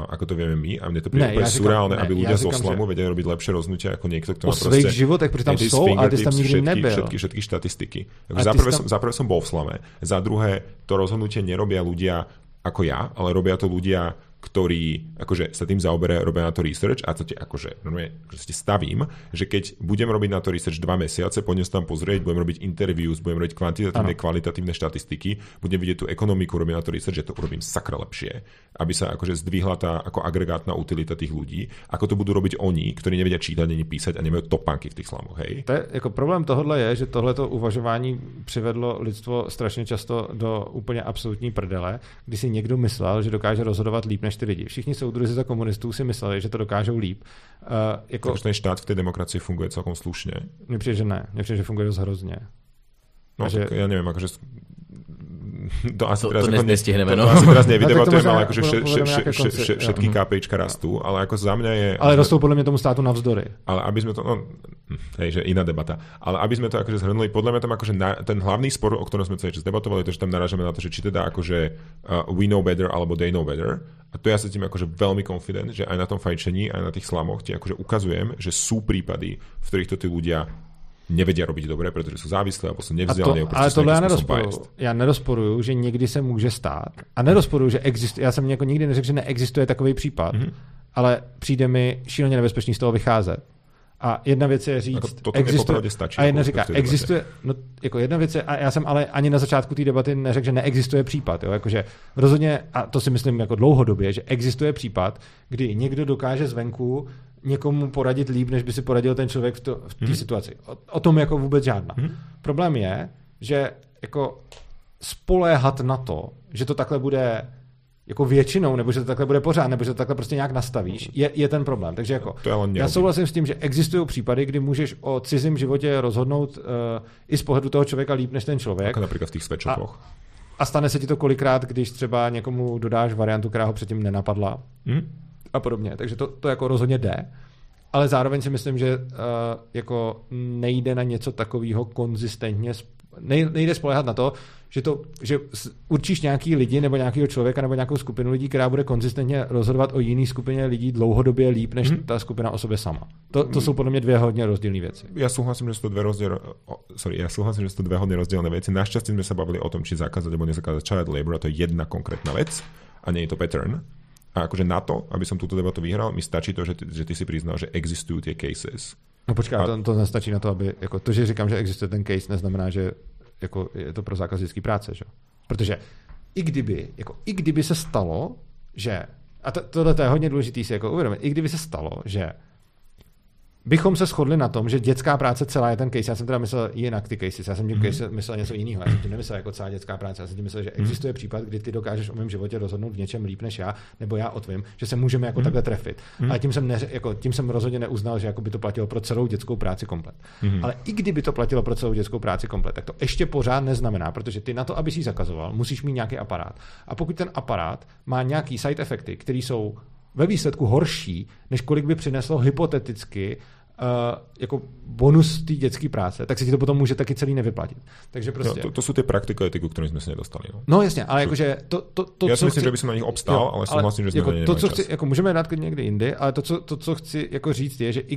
my a mne to príde úplne surreálne, aby ľudia zo slamu vedia robiť lepšie rozhodnutia ako niekto, kto má proste... O svých životech, protože tam jsou, ale ty tam nikdy nebyl. Všetky štatistiky. Za prvé som bol v slame, za druhé to rozhodnutie nerobia ľudia ako ja, ale robia to ľudia, ktorí akože sa tým zaoberajú, robia na to research a to akože normálne že stavím, že keď budem robiť na to research 2 mesiace, pôjdem sa tam pozrieť, budem robiť interviews, budem robiť kvantitatívne, kvalitatívne štatistiky, budem vidieť tú ekonomiku, robím na to research, že to urobím sakra lepšie, aby sa akože zdvihla tá ako agregátna utilita tých ľudí, ako to budú robiť oni, ktorí nevedia čítať ani písať a nemajú topánky v tých slamoch, hej. To je, jako problém tohohle je, že tohleto uvažování přivedlo lidstvo strašně často do úplně absolutní prdele, kdy si někdo myslel, že dokáže rozhodovat líp než ty lidi. Všichni soudruzi za komunistů si mysleli, že to dokážou líp. Takže ten štát v té demokracii funguje celkom slušně. Mně přijde, že ne. Mně přijde, že funguje dost hrozně. No, že... ja neviem, akože to asi teraz nestihneme, no. To asi teraz nevydebatujeme, ale akože všetky KPIčka rastú, ale ako za mňa je... Ale rostou podľa mňa tomu státu navzdory. Ale aby sme to... že iná debata. Ale aby sme to akože zhrnuli, podľa mňa tam akože ten hlavný spor, o ktorom sme celý čas debatovali, to, že tam narážame na to, že či teda akože we know better alebo they know better. A to ja sa tým akože veľmi confident, že aj na tom fajčení, aj na tých slamoch ti akože ukazujem, že sú prípady, v ktorých to tí ľudia nevedia robiť dobre, pretože sú závislí alebo sú nevzdělaní. Ale tohle já nerozporuju, že někdy se může stát. A nerozporuju, že existuje. Já jsem jako nikdy neřekl, že neexistuje takový případ, ale přijde mi šíleně nebezpečný z toho vycházet. A jedna věc je říct, existuje, stačí, a jedna říká, existuje, no, jako jedna věc je, a já jsem ale ani na začátku té debaty neřekl, že neexistuje případ, jo, jakože rozhodně, a to si myslím jako dlouhodobě, že existuje případ, kdy někdo dokáže zvenku někomu poradit líp, než by si poradil ten člověk v té situaci. O tom jako vůbec žádná. Problém je, že jako spoléhat na to, že to takhle bude jako většinou, nebo že to takhle bude pořád, nebo že to takhle prostě nějak nastavíš, je ten problém. Takže jako, já souhlasím s tím, že existují případy, kdy můžeš o cizím životě rozhodnout i z pohledu toho člověka líp než ten člověk. Jako například v těch sweatshopoch. A stane se ti to kolikrát, když třeba někomu dodáš variantu, která ho předtím nenapadla a podobně. Takže to jako rozhodně jde. Ale zároveň si myslím, že jako nejde na něco takového konzistentně, nejde spoléhat na to, že určíš nějaký lidi nebo nějakého člověka nebo nějakou skupinu lidí, která bude konzistentně rozhodovat o jiný skupině lidí dlouhodobě líp, než ta skupina o sobě sama. To jsou podle mě dvě hodně rozdílné věci. Ja súhlasím, že sú to dve hodne rozdielne veci. Našťastie sme sa bavili o tom, či zakázať alebo nezakázať child labor, a to je jedna konkrétna vec a nie je to pattern. A akože na to, aby som túto debatu vyhral, mi stačí to, že ty si priznal, že existujú tie cases. No počkaj, to nestačí na to, aby jako to, že říkám, že existuje ten case, neznamená, že jako je to pro zákaz dětské práce, že? Protože i kdyby se stalo, že a tohle je hodně důležitý si jako uvědomit, i kdyby se stalo, že bychom se shodli na tom, že dětská práce celá je ten case. Já jsem teda myslel jinak ty cases. Já jsem tím case myslel něco jiného. Já jsem tím nemyslel jako celá dětská práce. Já jsem tím myslel, že existuje případ, kdy ty dokážeš o mém životě rozhodnout v něčem líp než já, nebo já o tvým, že se můžeme jako takhle trefit. Ale tím jsem rozhodně neuznal, že jako by to platilo pro celou dětskou práci komplet. Ale i kdyby to platilo pro celou dětskou práci komplet, tak to ještě pořád neznamená, protože ty na to, aby si ji zakazoval, musíš mít nějaký aparát. A pokud ten aparát má nějaký side efekty, které jsou ve výsledku horší, než kolik by přineslo hypoteticky jako bonus té dětské práce, tak se ti to potom může taky celý nevyplatit. Takže prostě... To jsou ty praktiky, ku kterým jsme se nedostali. No jasně, ale jakože to já si myslím, že by jsem na nich obstál, ale souhlasím, že jsme jako na ně to, co chci, jako můžeme dát někdy jindy, ale to, co chci jako říct, je, že i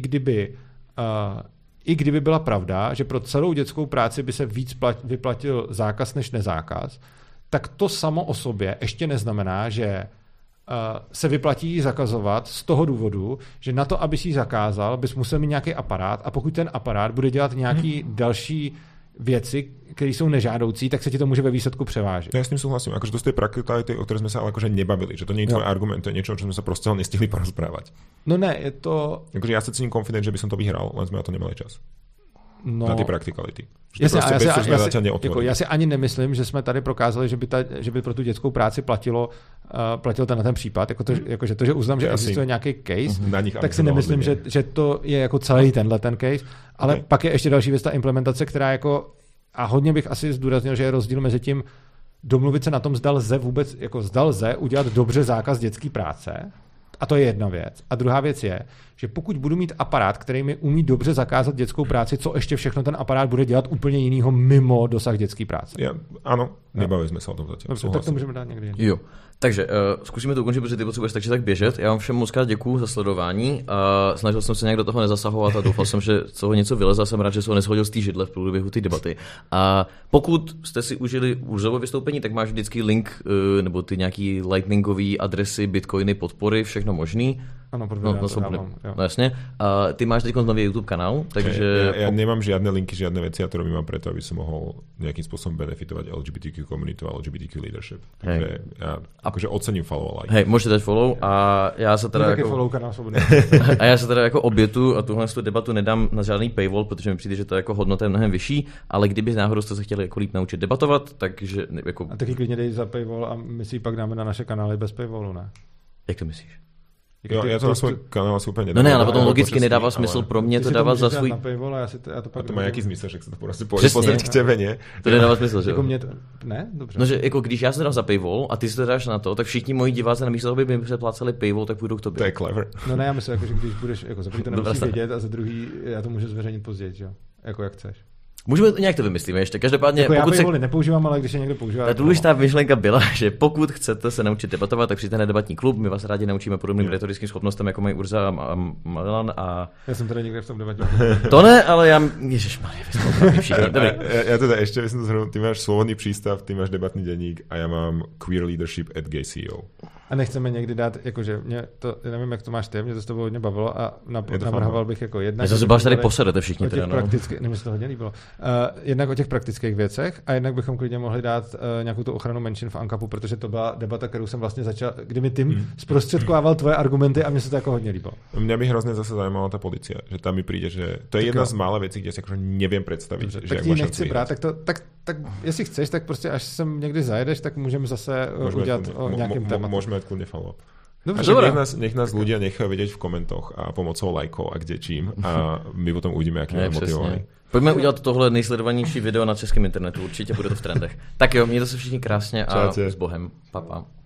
kdyby byla pravda, že pro celou dětskou práci by se víc vyplatil zákaz než nezákaz, tak to samo o sobě ještě neznamená, že se vyplatí zakazovat z toho důvodu, že na to, aby si ji zakázal, bys musel mít nějaký aparát a pokud ten aparát bude dělat nějaký další věci, které jsou nežádoucí, tak se ti to může ve výsledku převážit. Ja s tým súhlasím, akože to sú tie praktiky, o ktoré sme sa ale akože nebavili, že to nie je tvoj argument, to je niečo, o čom sme sa proste nestihli porozprávať. No ne, je to... Akože ja sa cítim confident, že by som to vyhral, len sme na to nemali čas. No, na ty practicality. Já si ani nemyslím, že jsme tady prokázali, že by pro tu dětskou práci platilo ten na ten případ. Jakože to, že uznám, že existuje nějaký case, tak si nemyslím, že to je jako celý tenhle ten case. Ale pak je ještě další věc, ta implementace, která jako, a hodně bych asi zdůraznil, že je rozdíl mezi tím domluvit se na tom, zda lze udělat dobře zákaz dětské práce. A to je jedna věc. A druhá věc je, že pokud budu mít aparát, který mi umí dobře zakázat dětskou práci, co ještě všechno ten aparát bude dělat úplně jinýho mimo dosah dětské práce. Ano, nebavili jsme se o tom zatím. Dobře, tak to můžeme dát někdy. Jo. Takže zkusíme to ukončit, protože ty potřebuješ tak běžet. Já vám všem moc krát děkuju za sledování. Snažil jsem se nějak do toho nezasahovat a doufal jsem, že z toho něco vyleze. Jsem rád, že se ho neshodil z té židle v průběhu té debaty. A pokud jste si užili úřovo vystoupení, tak máš vždycky link nebo ty nějaký lightningové adresy, bitcoiny, podpory, všechno možný. Ano, no jasně. A ty máš teď nový YouTube kanál, takže... Ja nemám žiadne linky, žiadne veci, ja to robím preto, aby som mohol nejakým spôsobom benefitovať LGBTQ komunitu a LGBTQ leadership. Takže ja akože ocením follow a like. Hej, môžete dať follow a já se teda a já se teda jako obětu a tuhle debatu nedám na žádný paywall, protože mi přijde, že to jako hodnota je mnohem vyšší, ale kdyby náhodou jste se chtěli jako líp naučit debatovat, takže jako... A taky klidně dej za paywall a my si pak dáme na naše kanály bez paywallu, ne? Jak to myslíš? Jo, já to na svůj kanál asi úplně nedávám. No ne, ale potom logicky nedává smysl pro mě to dávat za svůj... A to má nějaký smysl, že se to prostě pojde pozrieť k tebe, ne? To nedává smysl, že jo? Ne? Dobře. No, že jako když já se dám za paywall a ty si to dáš na to, tak všichni moji diváci na místo toho, by mi přepláceli paywall, tak půjdou k tobě. To je clever. No ne, já myslím, jako, že když budeš, jako za první to nemusíš vědět a za druhý já to můžu zveřejnit později, jo? Jako jak chceš. Můžeme nějak to vymyslíme ještě. Každopádně, jako pokud já paywally nepoužívám, ale když je někdo používá. Ta důležitá myšlenka byla, že pokud chcete se naučit debatovat, tak přijďte na debatní klub. My vás rádi naučíme podobným retorickým schopnostem, jako mají Urza a Milan. A... Já jsem tady někde v tom debatním To ne, ale já... Ježišmarja, vy jsme opravdu všichni. Dobrý. Já teda ještě myslím to zhrnul. Ty máš svobodný přístav, ty máš debatný deník a já mám queer leadership at gay CEO. A nechceme někdy dát, jakože mě to, nevím, jak to máš ty, mě to s tebou hodně bavilo a navrhoval bych jako jedna. Já se tady posedete všichni teda, no. Mně se to hodně líbilo. Jednak o těch praktických věcech a jednak bychom klidně mohli dát nějakou tu ochranu menšin v ANCAPu, protože to byla debata, kterou jsem vlastně začal, kdy mi Tim zprostředkovával tvoje argumenty a mně se to jako hodně líbilo. Mňa by hrozně zase zajímala ta policie, že tam mi přijde, že to je jedna z mála věcí, kde si jako nevím představit. Dobře, že tak ti nechci brát, tak jestli chceš, tak prostě až sem někdy zajedeš, tak můžeme zase udělat o nějakým tématu. Môžeme klidně follow-up. Dobře, nech nás ľudia nechajú vedieť v komentoch a pomocou lajkov a kde čím a my potom uvidíme, jaký je motivovaný. Pojďme udělat tohle nejsledovanější video na českém internetu, určitě bude to v trendech. Tak jo, mějte se všichni krásně a s Bohem. Pa, pa.